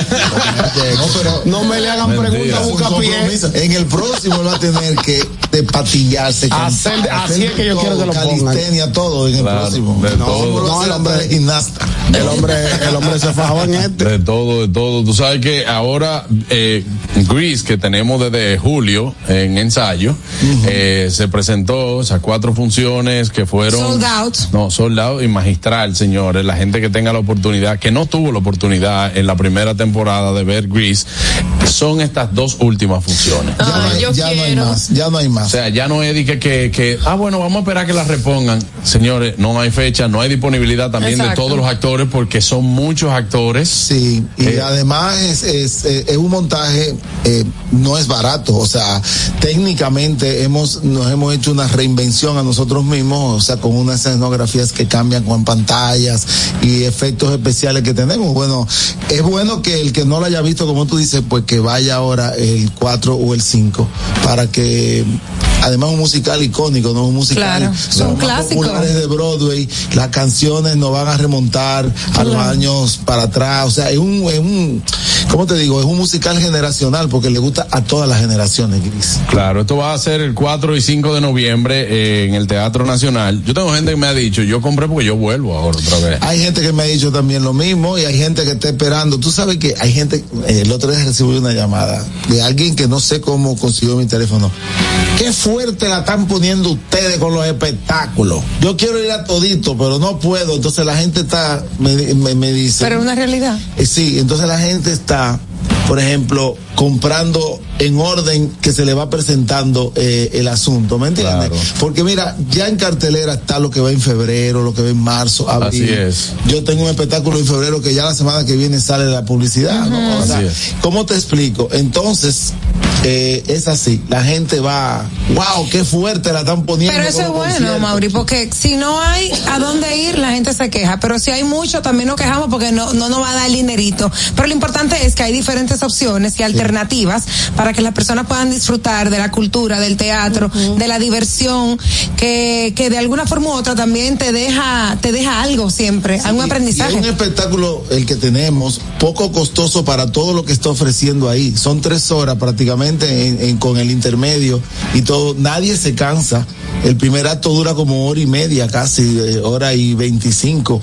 No, pero no me le hagan preguntas buscapié. En el próximo él va a tener que despatillarse. Hacer, hacer así es que yo quiero que lo pongan. Calistenia, todo en el Claro, próximo. de No, todo. no, el hombre gimnasta. El hombre, el hombre se fajaba en este. De todo, de todo. Tú sabes que ahora eh, Grease, que tenemos desde julio en ensayo, uh-huh. eh, se presentó esas cuatro funciones que fueron sold out. No, sold out y magistral, señores. La gente que tenga la oportunidad, que no tuvo la oportunidad en la primera temporada de ver Grease, son estas dos últimas funciones. Ya, no, hay, yo ya no hay más, ya no hay más. O sea, ya no es de que, que, que, ah, bueno, vamos a esperar que las repongan. Señores, no hay fecha, no hay disponibilidad también Exacto. de todos los actores, porque son muchos actores. Sí, y eh, además es, es, es un montaje, eh, no es barato, o sea, técnicamente hemos, nos hemos hecho una reinvención a nosotros mismos, o sea, con unas escenografías que cambian con pantallas y efectos especiales que tenemos. Bueno, es bueno que el que no lo haya visto, como tú dices, pues que vaya ahora el cuatro o el cinco, para que, además un musical icónico, no un musical, claro, son clásicos populares de Broadway, las canciones nos van a remontar a los años para atrás, o sea, es un, es un, ¿cómo te digo? Es un musical generacional porque le gusta a todas las generaciones, Gris. Claro, esto va a ser el cuatro y cinco de noviembre eh, en el Teatro Nacional. Yo tengo gente que me ha dicho, yo compré porque yo vuelvo ahora otra vez. Hay gente que me ha dicho también lo mismo y hay gente que está esperando. Tú sabes que hay gente, eh, el otro día recibí una llamada de alguien que no sé cómo consiguió mi teléfono. Qué fuerte la están poniendo ustedes con los espectáculos. Yo quiero ir a todito, pero no puedo. Entonces la gente está, me, me, me dice. Pero es una realidad. Eh, sí, entonces la gente está, por ejemplo, comprando en orden que se le va presentando eh, el asunto, ¿me entiendes? Claro. Porque mira, ya en cartelera está lo que va en febrero, lo que va en marzo, abril. Así es. Yo tengo un espectáculo en febrero que ya la semana que viene sale la publicidad, uh-huh. ¿no? O sea, así es. ¿Cómo te explico? Entonces, eh, es así, la gente va, wow, qué fuerte la están poniendo. Pero eso es bueno, Mauri, porque si no hay a dónde ir, la gente se queja, pero si hay mucho, también nos quejamos porque no, no nos va a dar el dinerito. Pero lo importante es que hay diferentes opciones y alternativas sí. para que las personas puedan disfrutar de la cultura, del teatro, uh-huh. de la diversión, que, que de alguna forma u otra también te deja, te deja algo siempre, sí, algún aprendizaje. Y es un espectáculo el que tenemos, poco costoso para todo lo que está ofreciendo ahí. Son tres horas prácticamente en, en, con el intermedio y todo, nadie se cansa. El primer acto dura como hora y media, casi, eh, hora y veinticinco.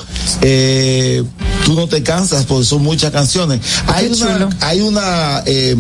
Eh, tú no te cansas porque son muchas canciones. Hay Qué una, chulo. hay una eh,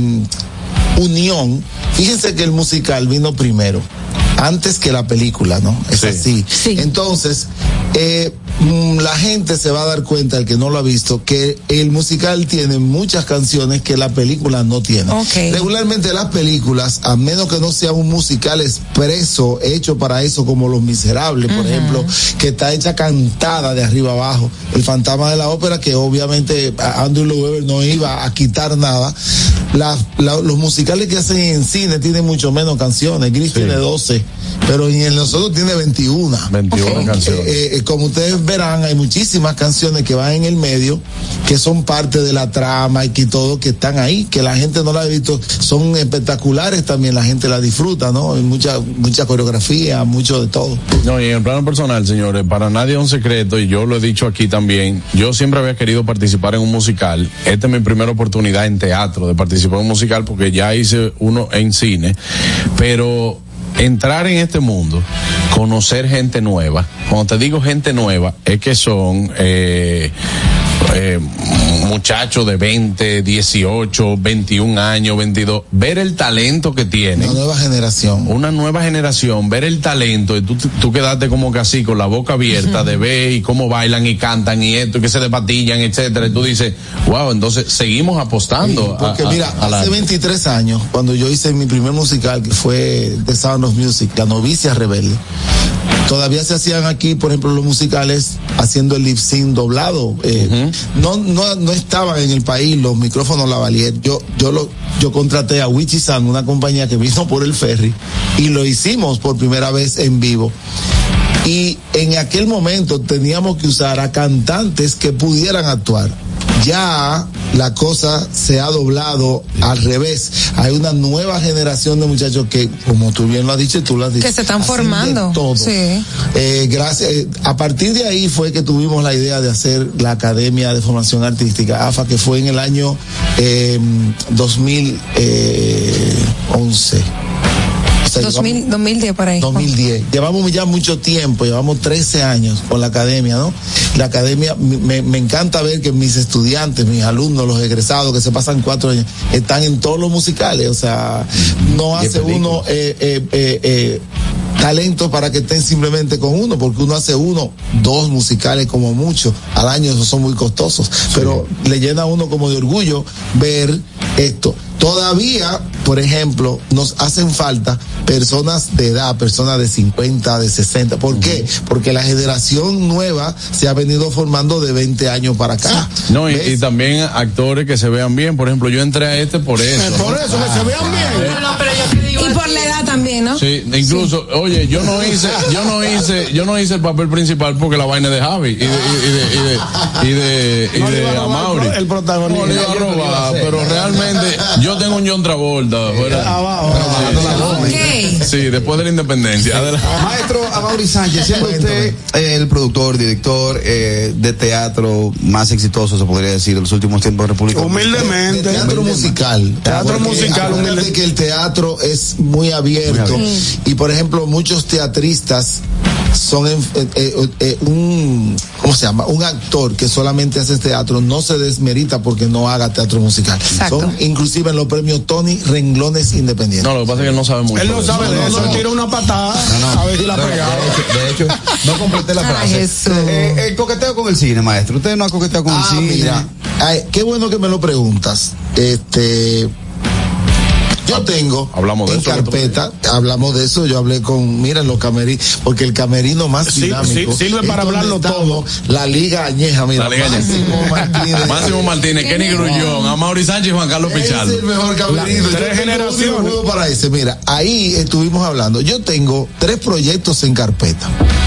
unión. Fíjense que el musical vino primero, antes que la película, ¿no? Es sí. así. Sí. Entonces, eh, la gente se va a dar cuenta, el que no lo ha visto, que el musical tiene muchas canciones que la película no tiene. Okay. Regularmente las películas, a menos que no sea un musical expreso, hecho para eso, como Los Miserables, uh-huh. por ejemplo, que está hecha cantada de arriba abajo. El Fantasma de la Ópera, que obviamente Andrew Lloyd Webber no iba a quitar nada. La, la, los musicales que hacen en cine tienen mucho menos canciones. Gris sí. tiene doce, pero en el nosotros tiene veintiuno. veintiuna okay. canciones. Eh, eh, como ustedes verán, hay muchísimas canciones que van en el medio, que son parte de la trama y que todo, que están ahí, que la gente no la ha visto, son espectaculares también, la gente la disfruta, ¿no? Hay mucha, mucha coreografía, mucho de todo. No, y en el plano personal, señores, para nadie es un secreto, y yo lo he dicho aquí también, yo siempre había querido participar en un musical. Esta es mi primera oportunidad en teatro de participar en un musical, porque ya hice uno en cine, pero entrar en este mundo, conocer gente nueva. Cuando te digo gente nueva, es que son eh, eh, muchachos de veinte, dieciocho, veintiún años, veintidós, ver el talento que tienen. Una nueva generación. Una nueva generación, ver el talento, y tú, tú quedaste como que así, con la boca abierta, de ver y cómo bailan y cantan y esto, y que se despatillan, etcétera, y tú dices, wow, entonces seguimos apostando. Sí, porque a, a, mira, a la... hace veintitrés años, cuando yo hice mi primer musical, que fue The Sound of Music, La Novicia Rebelde, todavía se hacían aquí, por ejemplo, los musicales haciendo el lip sync doblado. Eh, uh-huh. no, no, no estaban en el país los micrófonos Lavalier. Yo, yo lo, yo contraté a Wichi-san, una compañía que vino por el ferry, y lo hicimos por primera vez en vivo. Y en aquel momento teníamos que usar a cantantes que pudieran actuar. Ya la cosa se ha doblado al revés. Hay una nueva generación de muchachos que, como tú bien lo has dicho y tú lo has dicho, que se están formando. Todo. Sí. Eh, gracias. Eh, a partir de ahí fue que tuvimos la idea de hacer la Academia de Formación Artística, A F A, que fue en el año eh, dos mil once. O sea, dos mil, llevamos, dos mil diez por ahí. dos mil diez. Llevamos ya mucho tiempo, llevamos trece años con la academia, ¿no? La academia, me, me encanta ver que mis estudiantes, mis alumnos, los egresados que se pasan cuatro años, están en todos los musicales, o sea, no hace uno eh, eh, eh, eh, talento para que estén simplemente con uno, porque uno hace uno, dos musicales como mucho al año, esos son muy costosos, sí. Pero le llena a uno como de orgullo ver esto. Todavía, por ejemplo, nos hacen falta personas de edad, personas de cincuenta, de sesenta. ¿Por uh-huh. qué? Porque la generación nueva se ha venido formando de veinte años para acá. No, y, y también actores que se vean bien. Por ejemplo, yo entré a este por eso. Eh, por eso, ah, que se vean bien. Eh. No, pero yo te digo y por la edad también, ¿no? Sí, incluso, sí. Oye, yo no hice, yo no hice, yo no hice el papel principal porque la vaina de Javi y de, y de, y de, y de, y de, no y de Amaury. El protagonista. No le iba a robar, pero realmente yo tengo un John Travolta fuera. Abajo. Okay. Sí, después de la independencia. Sí. Maestro Amaury Sánchez, siendo usted eh, el productor, director eh, de teatro más exitoso, se podría decir, en los últimos tiempos de República Humildemente. De teatro musical. Teatro musical. Humilde que el teatro es muy abierto. Muy y por ejemplo, muchos teatristas son eh, eh, eh, un, ¿cómo se llama? Un actor que solamente hace teatro no se desmerita porque no haga teatro musical. Exacto. Son inclusive en los premios Tony renglones independientes. No, lo que pasa es que él no sabe mucho. Él no sabe de eso, él tira una patada no, no, a ver si la no, pegaba. De hecho, de hecho, no completé la frase. Eh, el coqueteo con el cine, maestro. Usted no ha coqueteado con ah, el cine. Mira, ay, qué bueno que me lo preguntas. Este, yo tengo hablamos de en eso, carpeta, hablamos de eso, yo hablé con, miren los camerinos, porque el camerino más sí, dinámico sí, sirve para hablarlo todo. La Liga Añeja, mira, la Liga Máximo Martínez. Máximo Martínez, Kenny Grullón, Amaury Sánchez y Juan Carlos Pichardo. Es el mejor camerino. La, tres generaciones. Para ese, mira, ahí estuvimos hablando. Yo tengo tres proyectos en carpeta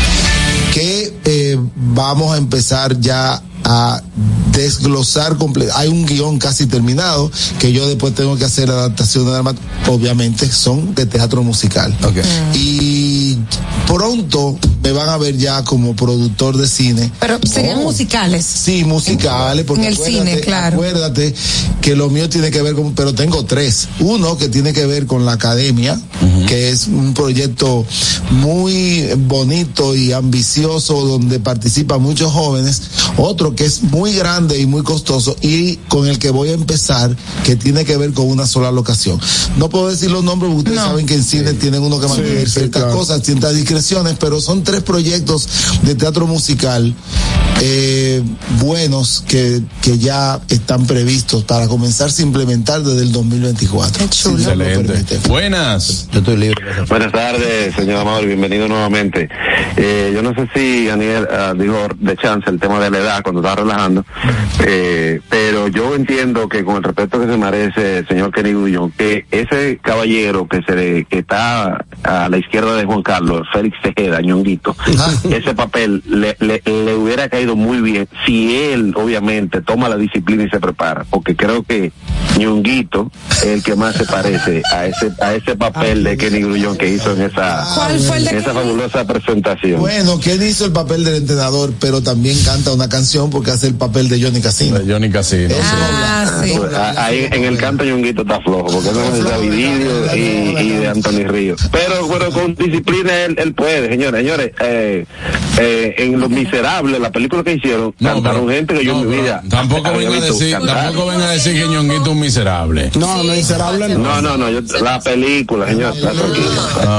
que eh, vamos a empezar ya a desglosar completo. Hay un guión casi terminado que yo después tengo que hacer adaptaciones de, obviamente son de teatro musical. Okay. Mm. Y pronto me van a ver ya como productor de cine. Pero serían oh. musicales. Sí, musicales. Porque en el cine, claro. Acuérdate que lo mío tiene que ver con, pero tengo tres. Uno que tiene que ver con la academia, uh-huh. que es un proyecto muy bonito y ambicioso donde participan muchos jóvenes. Otro que es muy grande y muy costoso y con el que voy a empezar, que tiene que ver con una sola locación. No puedo decir los nombres porque ustedes no. saben que en cine sí. tienen uno que mantener sí, ciertas sí, claro. cosas, ciertas discreciones, pero son tres proyectos de teatro musical eh, buenos que, que ya están previstos para comenzarse a implementar desde el dos mil veinticuatro. Qué chulo. Si excelente. Buenas. Yo estoy libre. Buenas tardes, señor Amaury, bienvenido nuevamente. Eh, yo no sé si Aniel uh, dijo de chance el tema de la edad cuando estaba relajando, eh, pero yo entiendo que con el respeto que se merece el señor Kenny Grullón, que ese caballero que se le, que está a la izquierda de Juan Carlos, Félix Tejeda, Ñonguito, ese papel le, le, le hubiera caído muy bien si él obviamente toma la disciplina y se prepara, porque creo que Ñonguito el que más se parece a ese a ese papel de Kenny Grullón que hizo en esa, ¿Cuál fue el de en esa fabulosa presentación. Bueno, Kenny hizo el papel del entrenador, pero también canta una canción porque hace el papel de Johnny Casino. De Johnny Casino. Ah, sí. Pues, ahí en el canto Ñonguito está flojo, porque no es de David Dilio y, y de Anthony Ríos. Pero bueno, con disciplina él, él puede, señores, señores, eh, eh, en Los Miserables, la película que hicieron, no, cantaron pero, gente que yo no, en mi vida tampoco venga a decir, cantar. tampoco venga a decir que Ñonguito es un miserable. No, no miserable no. No, no, no, yo, la película, señor, está tranquilo. Ah,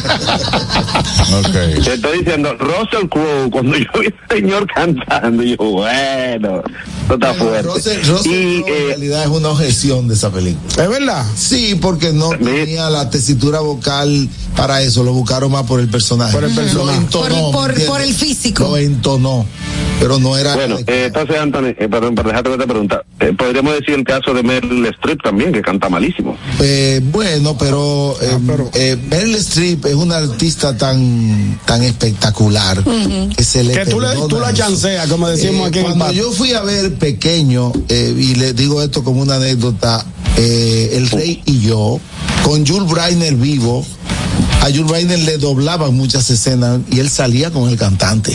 ok. Ok. Te estoy diciendo, Russell Crowe, cuando yo vi al señor cantando, yo, bueno, esto está fuerte. Russell, Russell y, Crowe, eh, en realidad es una objeción de esa película. ¿Es verdad? Sí, porque no tenía la tesitura vocal para eso, lo buscaron más por el personaje. Por el personaje. Lo entonó, por, por, por el físico. Lo entonó, pero no era... Bueno, eh, entonces, Anthony, eh, perdón, para dejarte otra pregunta, eh, podríamos decir el caso de Meryl Streep también, que canta malísimo. Eh, bueno, pero, eh, ah, pero... Eh, Meryl Streep es una artista tan tan espectacular uh-huh. que se le que tú, le, tú la chanceas, como decimos eh, aquí en el cuando yo fui a ver pequeño, eh, y le digo esto como una anécdota, eh, El Rey y yo, con Jules Briner vivo, a Jules Briner le doblaban muchas escenas y él salía con el cantante.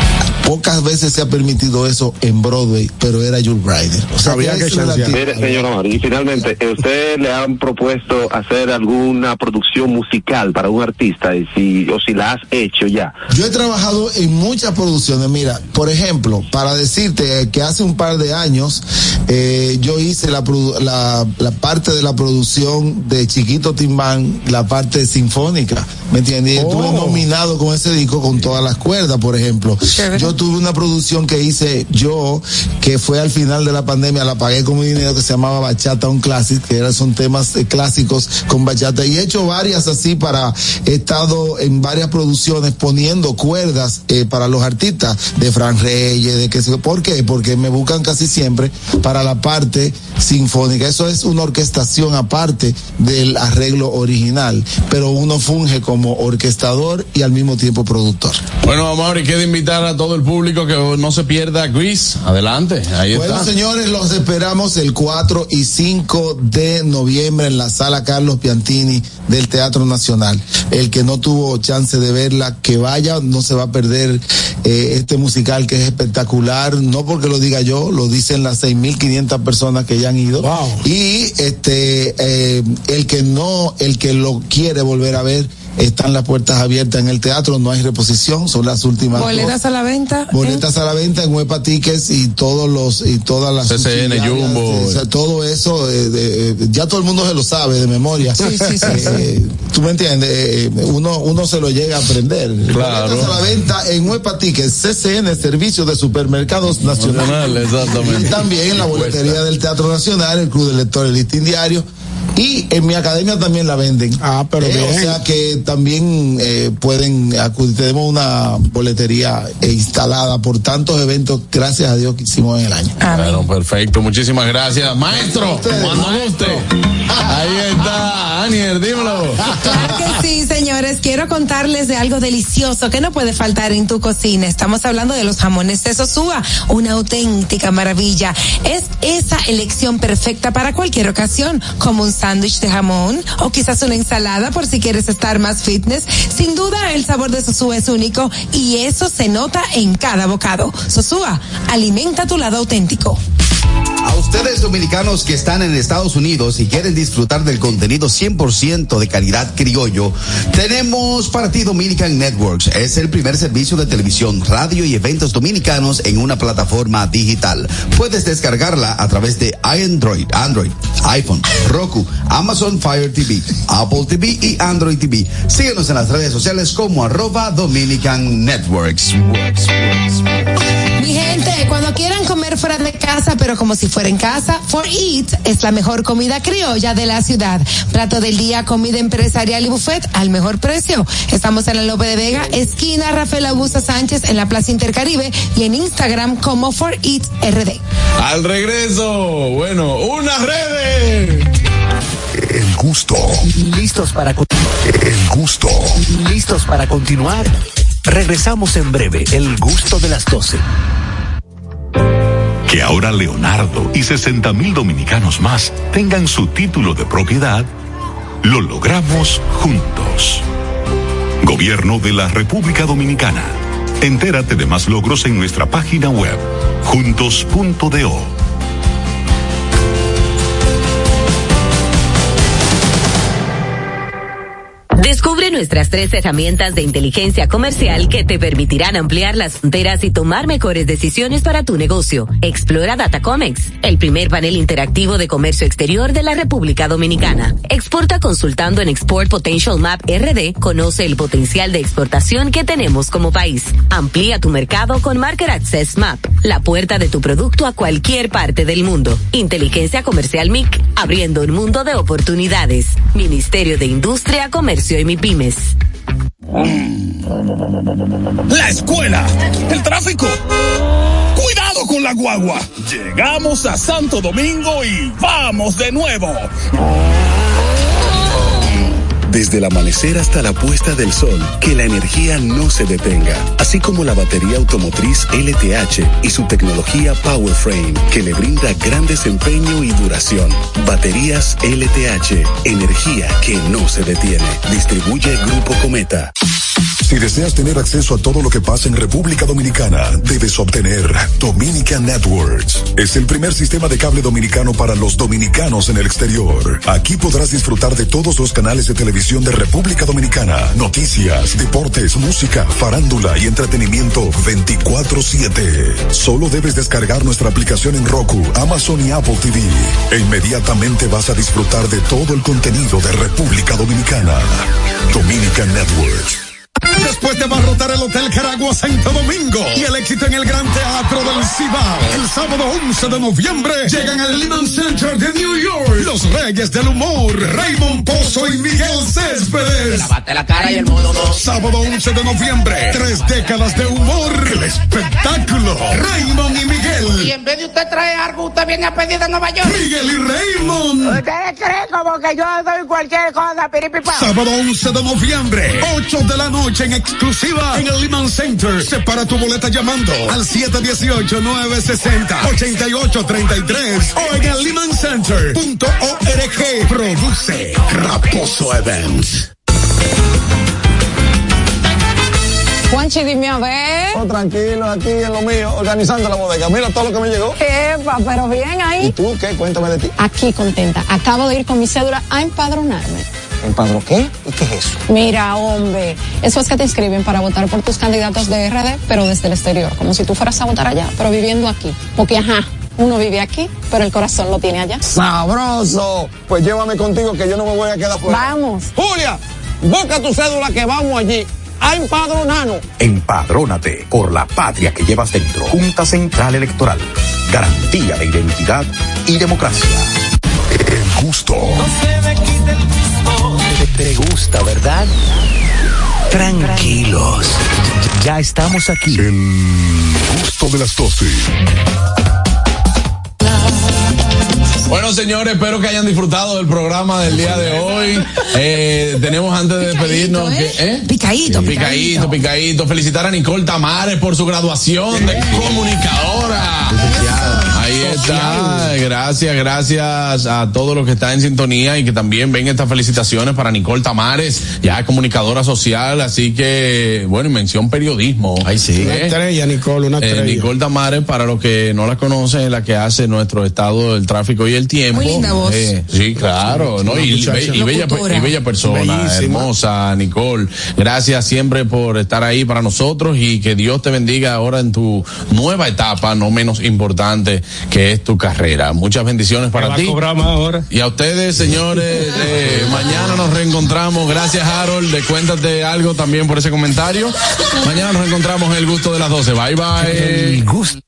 Pocas veces se ha permitido eso en Broadway, pero era Jules Briner. O sea, había que Mire, señor Omar, y finalmente, ¿usted le han propuesto hacer alguna producción musical para un artista? Y si, o si la has hecho ya. Yo he trabajado en muchas producciones. Mira, por ejemplo, para decirte que hace un par de años, eh, yo hice la, la, la parte de la producción de Chiquito Timbán, la parte sinfónica, ¿me entiendes? Oh. Estuve nominado con ese disco con todas las cuerdas, por ejemplo. Yo tuve una producción que hice yo, que fue al final de la pandemia, la pagué con mi dinero, que se llamaba Bachata Un Classic, que eran, son temas eh, clásicos con bachata, y he hecho varias así para, he estado en varias producciones poniendo cuerdas eh, para los artistas, de Fran Reyes, de que ¿por qué? Porque me buscan casi siempre para la parte sinfónica. Eso es una orquestación aparte del arreglo original, pero uno funge como orquestador y al mismo tiempo productor. Bueno, Amaury, queda invitar a todo el público que no se pierda Grease. Adelante, ahí bueno, está. Bueno, señores, los esperamos el cuatro y cinco de noviembre en la Sala Carlos Piantini del Teatro Nacional. El que no tuvo chance de verla, que vaya, no se va a perder eh, este musical que es espectacular, no porque lo diga yo, lo dicen las seis mil quinientas personas que ya han ido. Wow. Y este eh, el que no, el que lo quiere volver a ver, están las puertas abiertas en el teatro, no hay reposición, son las últimas. ¿Boletas a la venta? Boletas ¿eh? a la venta en Huepa Tickets y todos los, y todas las. C C N, Jumbo. O sea, todo eso, eh, de, eh, ya todo el mundo se lo sabe de memoria. Sí, sí, sí. Eh, Tú me entiendes, eh, uno, uno se lo llega a aprender. Claro. Boletas a la venta en Huepa Tickets, C C N, Servicio de Supermercados Nacional. Exactamente. Y también en la boletería del Teatro Nacional, el Club de Lectores, el Listín Diario. Y en mi academia también la venden. Ah, pero eh, bien. O sea que también eh, pueden acudir. Tenemos una boletería eh, instalada por tantos eventos, gracias a Dios, que hicimos en el año. Bueno, perfecto. Muchísimas gracias. Maestro, cuando guste. Ahí está, Anier, dímelo. Claro que sí, señores. Quiero contarles de algo delicioso que no puede faltar en tu cocina. Estamos hablando de los jamones de Sosúa, una auténtica maravilla. Es esa elección perfecta para cualquier ocasión, como un sándwich de jamón o quizás una ensalada por si quieres estar más fitness. Sin duda, el sabor de Sosúa es único y eso se nota en cada bocado. Sosúa, alimenta tu lado auténtico. A ustedes dominicanos que están en Estados Unidos y quieren disfrutar del contenido cien por ciento de calidad criollo, tenemos para ti Dominican Networks. Es el primer servicio de televisión, radio y eventos dominicanos en una plataforma digital. Puedes descargarla a través de Android, Android, iPhone, Roku, Amazon Fire T V, Apple T V y Android T V. Síguenos en las redes sociales como arroba Dominican Networks. Mi gente, cuando quieran comer fuera de casa, pero como si fuera en casa, For Eat es la mejor comida criolla de la ciudad. Plato del día, comida empresarial y buffet al mejor precio. Estamos en la Lope de Vega, esquina Rafael Augusto Sánchez, en la Plaza Intercaribe, y en Instagram como For Eat R D. Al regreso, bueno, unas redes. El gusto. ¿Listos para El gusto. ¿Listos para continuar? Regresamos en breve, el gusto de las doce. Que ahora Leonardo y sesenta mil dominicanos más tengan su título de propiedad, lo logramos juntos. Gobierno de la República Dominicana. Entérate de más logros en nuestra página web, juntos punto do. Descubre nuestras tres herramientas de inteligencia comercial que te permitirán ampliar las fronteras y tomar mejores decisiones para tu negocio. Explora Datacomex, el primer panel interactivo de comercio exterior de la República Dominicana. Exporta consultando en Export Potential Map R D. Conoce el potencial de exportación que tenemos como país. Amplía tu mercado con Market Access Map, la puerta de tu producto a cualquier parte del mundo. Inteligencia Comercial M I C, abriendo un mundo de oportunidades. Ministerio de Industria, Comercio y MIPYMES. La escuela, el tráfico. Cuidado con la guagua. Llegamos a Santo Domingo y vamos de nuevo. Desde el amanecer hasta la puesta del sol, que la energía no se detenga, así como la batería automotriz L T H y su tecnología PowerFrame, que le brinda gran desempeño y duración. Baterías L T H, energía que no se detiene. Distribuye Grupo Cometa. Si deseas tener acceso a todo lo que pasa en República Dominicana, debes obtener Dominican Networks. Es el primer sistema de cable dominicano para los dominicanos en el exterior. Aquí podrás disfrutar de todos los canales de televisión de República Dominicana, noticias, deportes, música, farándula y entretenimiento veinticuatro siete. Solo debes descargar nuestra aplicación en Roku, Amazon y Apple T V. E inmediatamente vas a disfrutar de todo el contenido de República Dominicana. Dominican Networks. Después de abarrotar el Hotel Caragua Santo Domingo y el éxito en el Gran Teatro del Cibao, el sábado once de noviembre llegan al Lehman Center de New York los Reyes del Humor, Raymond Pozo y Miguel Céspedes. Lávate la cara y el modo dos. Sábado once de noviembre, tres décadas de humor, el espectáculo, Raymond y Miguel. Y en vez de usted traer algo, usted viene a pedir de Nueva York. Miguel y Raymond. Ustedes creen como que yo doy cualquier cosa, piripipa. Sábado once de noviembre, ocho de la noche en exclusiva en el Lehman Center. Separa tu boleta llamando al siete uno ocho, nueve seis cero, ocho ocho tres tres o en el lehman center punto org. Produce Raposo Events. Juanchi, dime a ver. Oh, tranquilo, aquí en lo mío, organizando la bodega. Mira todo lo que me llegó. Epa, pero bien ahí. ¿Y tú qué? Cuéntame de ti. Aquí contenta. Acabo de ir con mi cédula a empadronarme. ¿Empadrón qué? ¿Y qué es eso? Mira, hombre, eso es que te inscriben para votar por tus candidatos de R D, pero desde el exterior, como si tú fueras a votar allá, pero viviendo aquí. Porque, ajá, uno vive aquí, pero el corazón lo tiene allá. ¡Sabroso! Pues llévame contigo que yo no me voy a quedar fuera. Vamos. Julia, busca tu cédula que vamos allí a empadronarnos. Empadrónate por la patria que llevas dentro. Junta Central Electoral. Garantía de identidad y democracia. El gusto. No se me quita el gusto. Te, te gusta, ¿verdad? Tranquilos. Ya estamos aquí. El gusto de las doce. Bueno, señores, espero que hayan disfrutado del programa del día de hoy. Eh, tenemos antes de despedirnos... ¿eh? Que, ¿eh? Picadito, picadito, picadito, picadito. Felicitar a Nicole Tamares por su graduación de comunicadora. Ahí está. Gracias, gracias a todos los que están en sintonía y que también ven estas felicitaciones para Nicole Tamares, ya comunicadora social, así que, bueno, y mención periodismo. Ahí sí. Una estrella, Nicole, una estrella. Eh, Nicole Tamares, para los que no la conocen, es la que hace nuestro estado del tráfico y el tiempo. Muy linda voz. Eh, sí, claro, sí, ¿no? Y, y, be, y, bella, y bella persona, bellísima, hermosa, Nicole. Gracias siempre por estar ahí para nosotros y que Dios te bendiga ahora en tu nueva etapa, no menos importante, que es tu carrera. Muchas bendiciones para ti. Ahora. Y a ustedes, señores, eh, mañana nos reencontramos. Gracias, Harold, de cuéntate algo también por ese comentario. Mañana nos reencontramos en el gusto de las doce. Bye, bye. El gusto.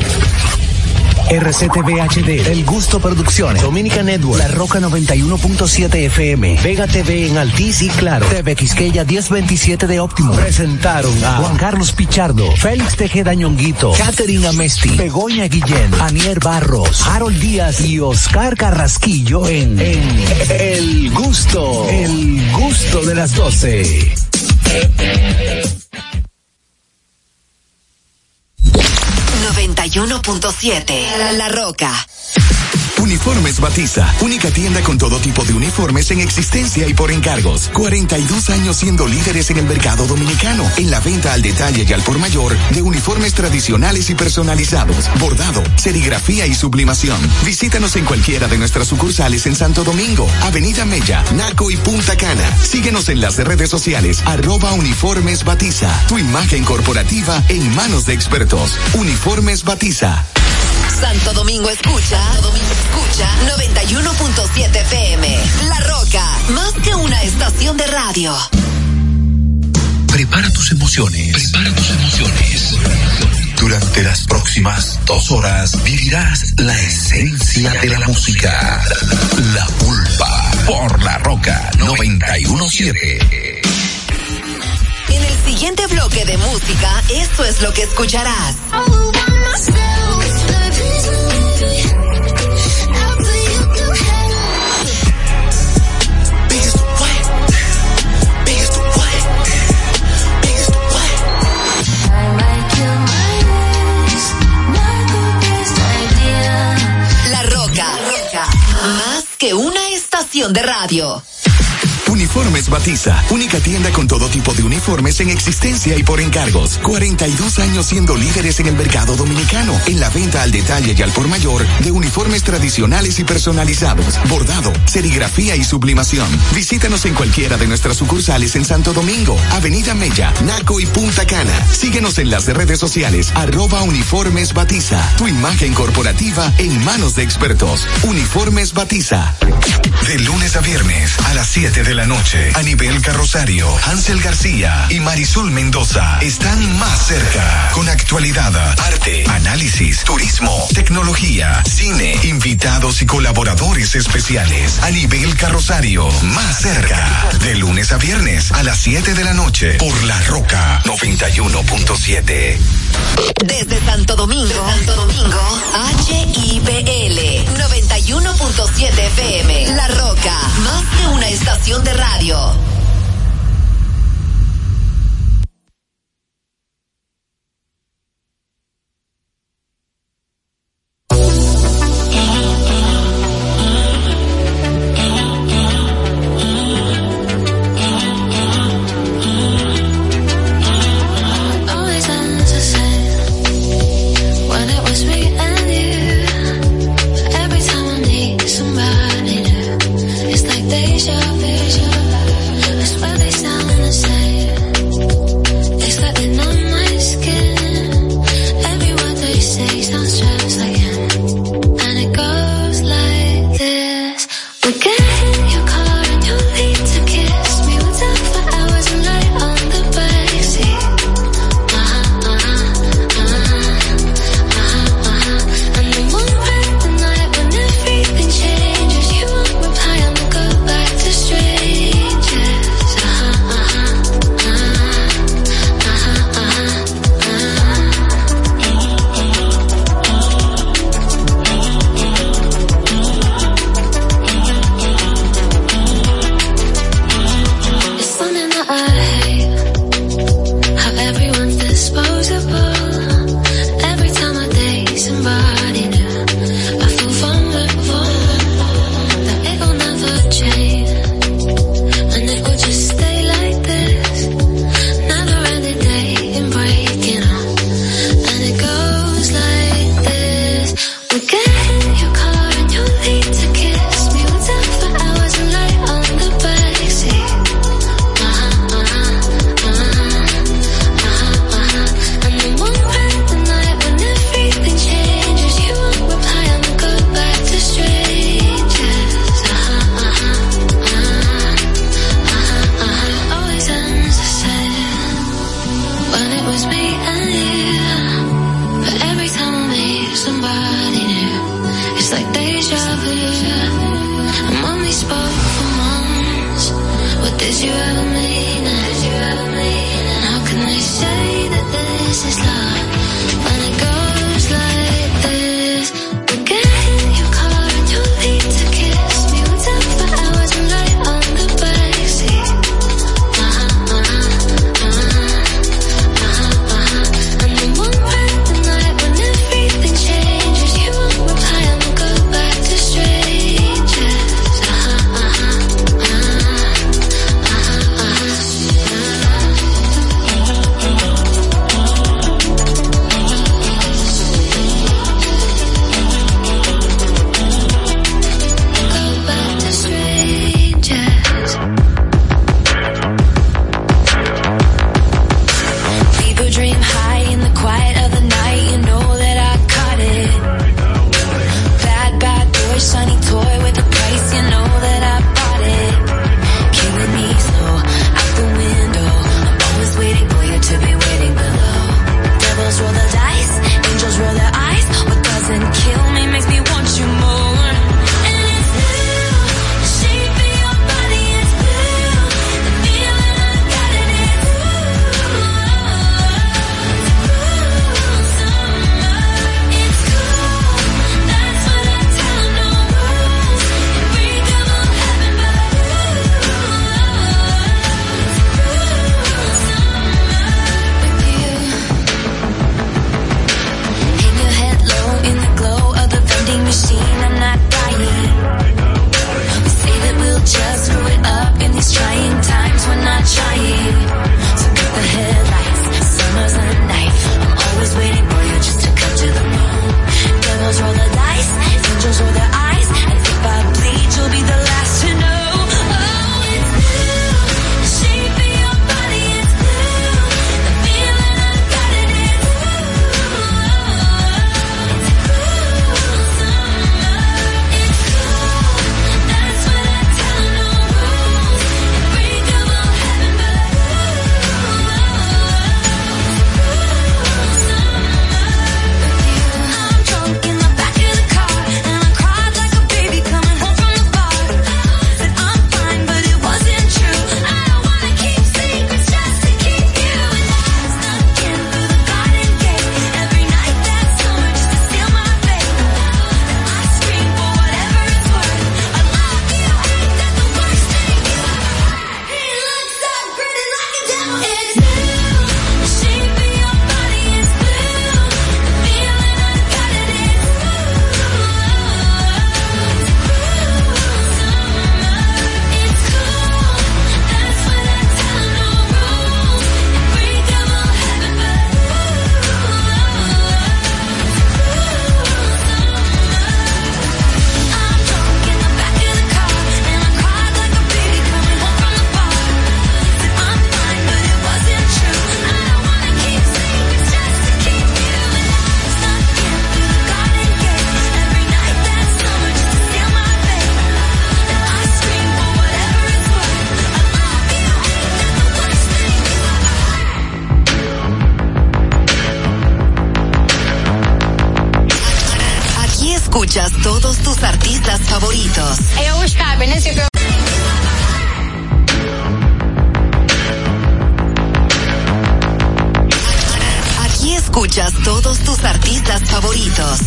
R C T V H D, El Gusto Producciones, Dominican Network, La Roca noventa y uno punto siete F M, Vega T V en Altiz y Claro, T V Quisqueya diez veintisiete de Óptimo. Presentaron a Juan Carlos Pichardo, Félix Tejeda Ñonguito, Catherine Amesti, Begoña Guillén, Anier Barros, Harold Díaz y Oscar Carrasquillo en, en El Gusto, El Gusto de las doce. noventa y uno punto siete. La Roca. Uniformes Batiza, única tienda con todo tipo de uniformes en existencia y por encargos. cuarenta y dos años siendo líderes en el mercado dominicano, en la venta al detalle y al por mayor de uniformes tradicionales y personalizados, bordado, serigrafía y sublimación. Visítanos en cualquiera de nuestras sucursales en Santo Domingo, Avenida Mella, Naco y Punta Cana. Síguenos en las redes sociales, arroba Uniformes Batiza. Tu imagen corporativa en manos de expertos. Uniformes Batiza. Santo Domingo escucha, Santo Domingo escucha noventa y uno punto siete F M. La Roca, más que una estación de radio. Prepara tus emociones. Prepara tus emociones. Durante las próximas dos horas vivirás la esencia de la música. La Pulpa por La Roca noventa y uno punto siete. En el siguiente bloque de música, esto es lo que escucharás. La Roca, más que una estación de radio. Uniformes Batiza, única tienda con todo tipo de uniformes en existencia y por encargos. cuarenta y dos años siendo líderes en el mercado dominicano, en la venta al detalle y al por mayor de uniformes tradicionales y personalizados, bordado, serigrafía y sublimación. Visítanos en cualquiera de nuestras sucursales en Santo Domingo, Avenida Mella, Naco y Punta Cana. Síguenos en las redes sociales, arroba Uniformes Batiza. Tu imagen corporativa en manos de expertos. Uniformes Batiza. De lunes a viernes a las siete de la noche, Anibel Carrosario, Hansel García y Marisol Mendoza están más cerca con actualidad, arte, análisis, turismo, tecnología, cine, invitados y colaboradores especiales. Anibel Carrosario, más cerca. De lunes a viernes a las siete de la noche por La Roca noventa y uno punto siete. Desde Santo Domingo, Santo Domingo, H I B L noventa y uno punto siete F M. La Roca, más que una estación de radio. favoritos. Hey, what's poppin'? It's your girl. Aquí escuchas todos tus artistas favoritos.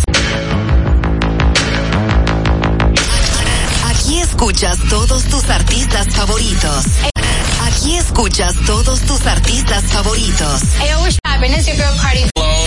Aquí escuchas todos tus artistas favoritos. Aquí escuchas todos tus artistas favoritos. Hey, what's poppin'? It's your girl Cardi.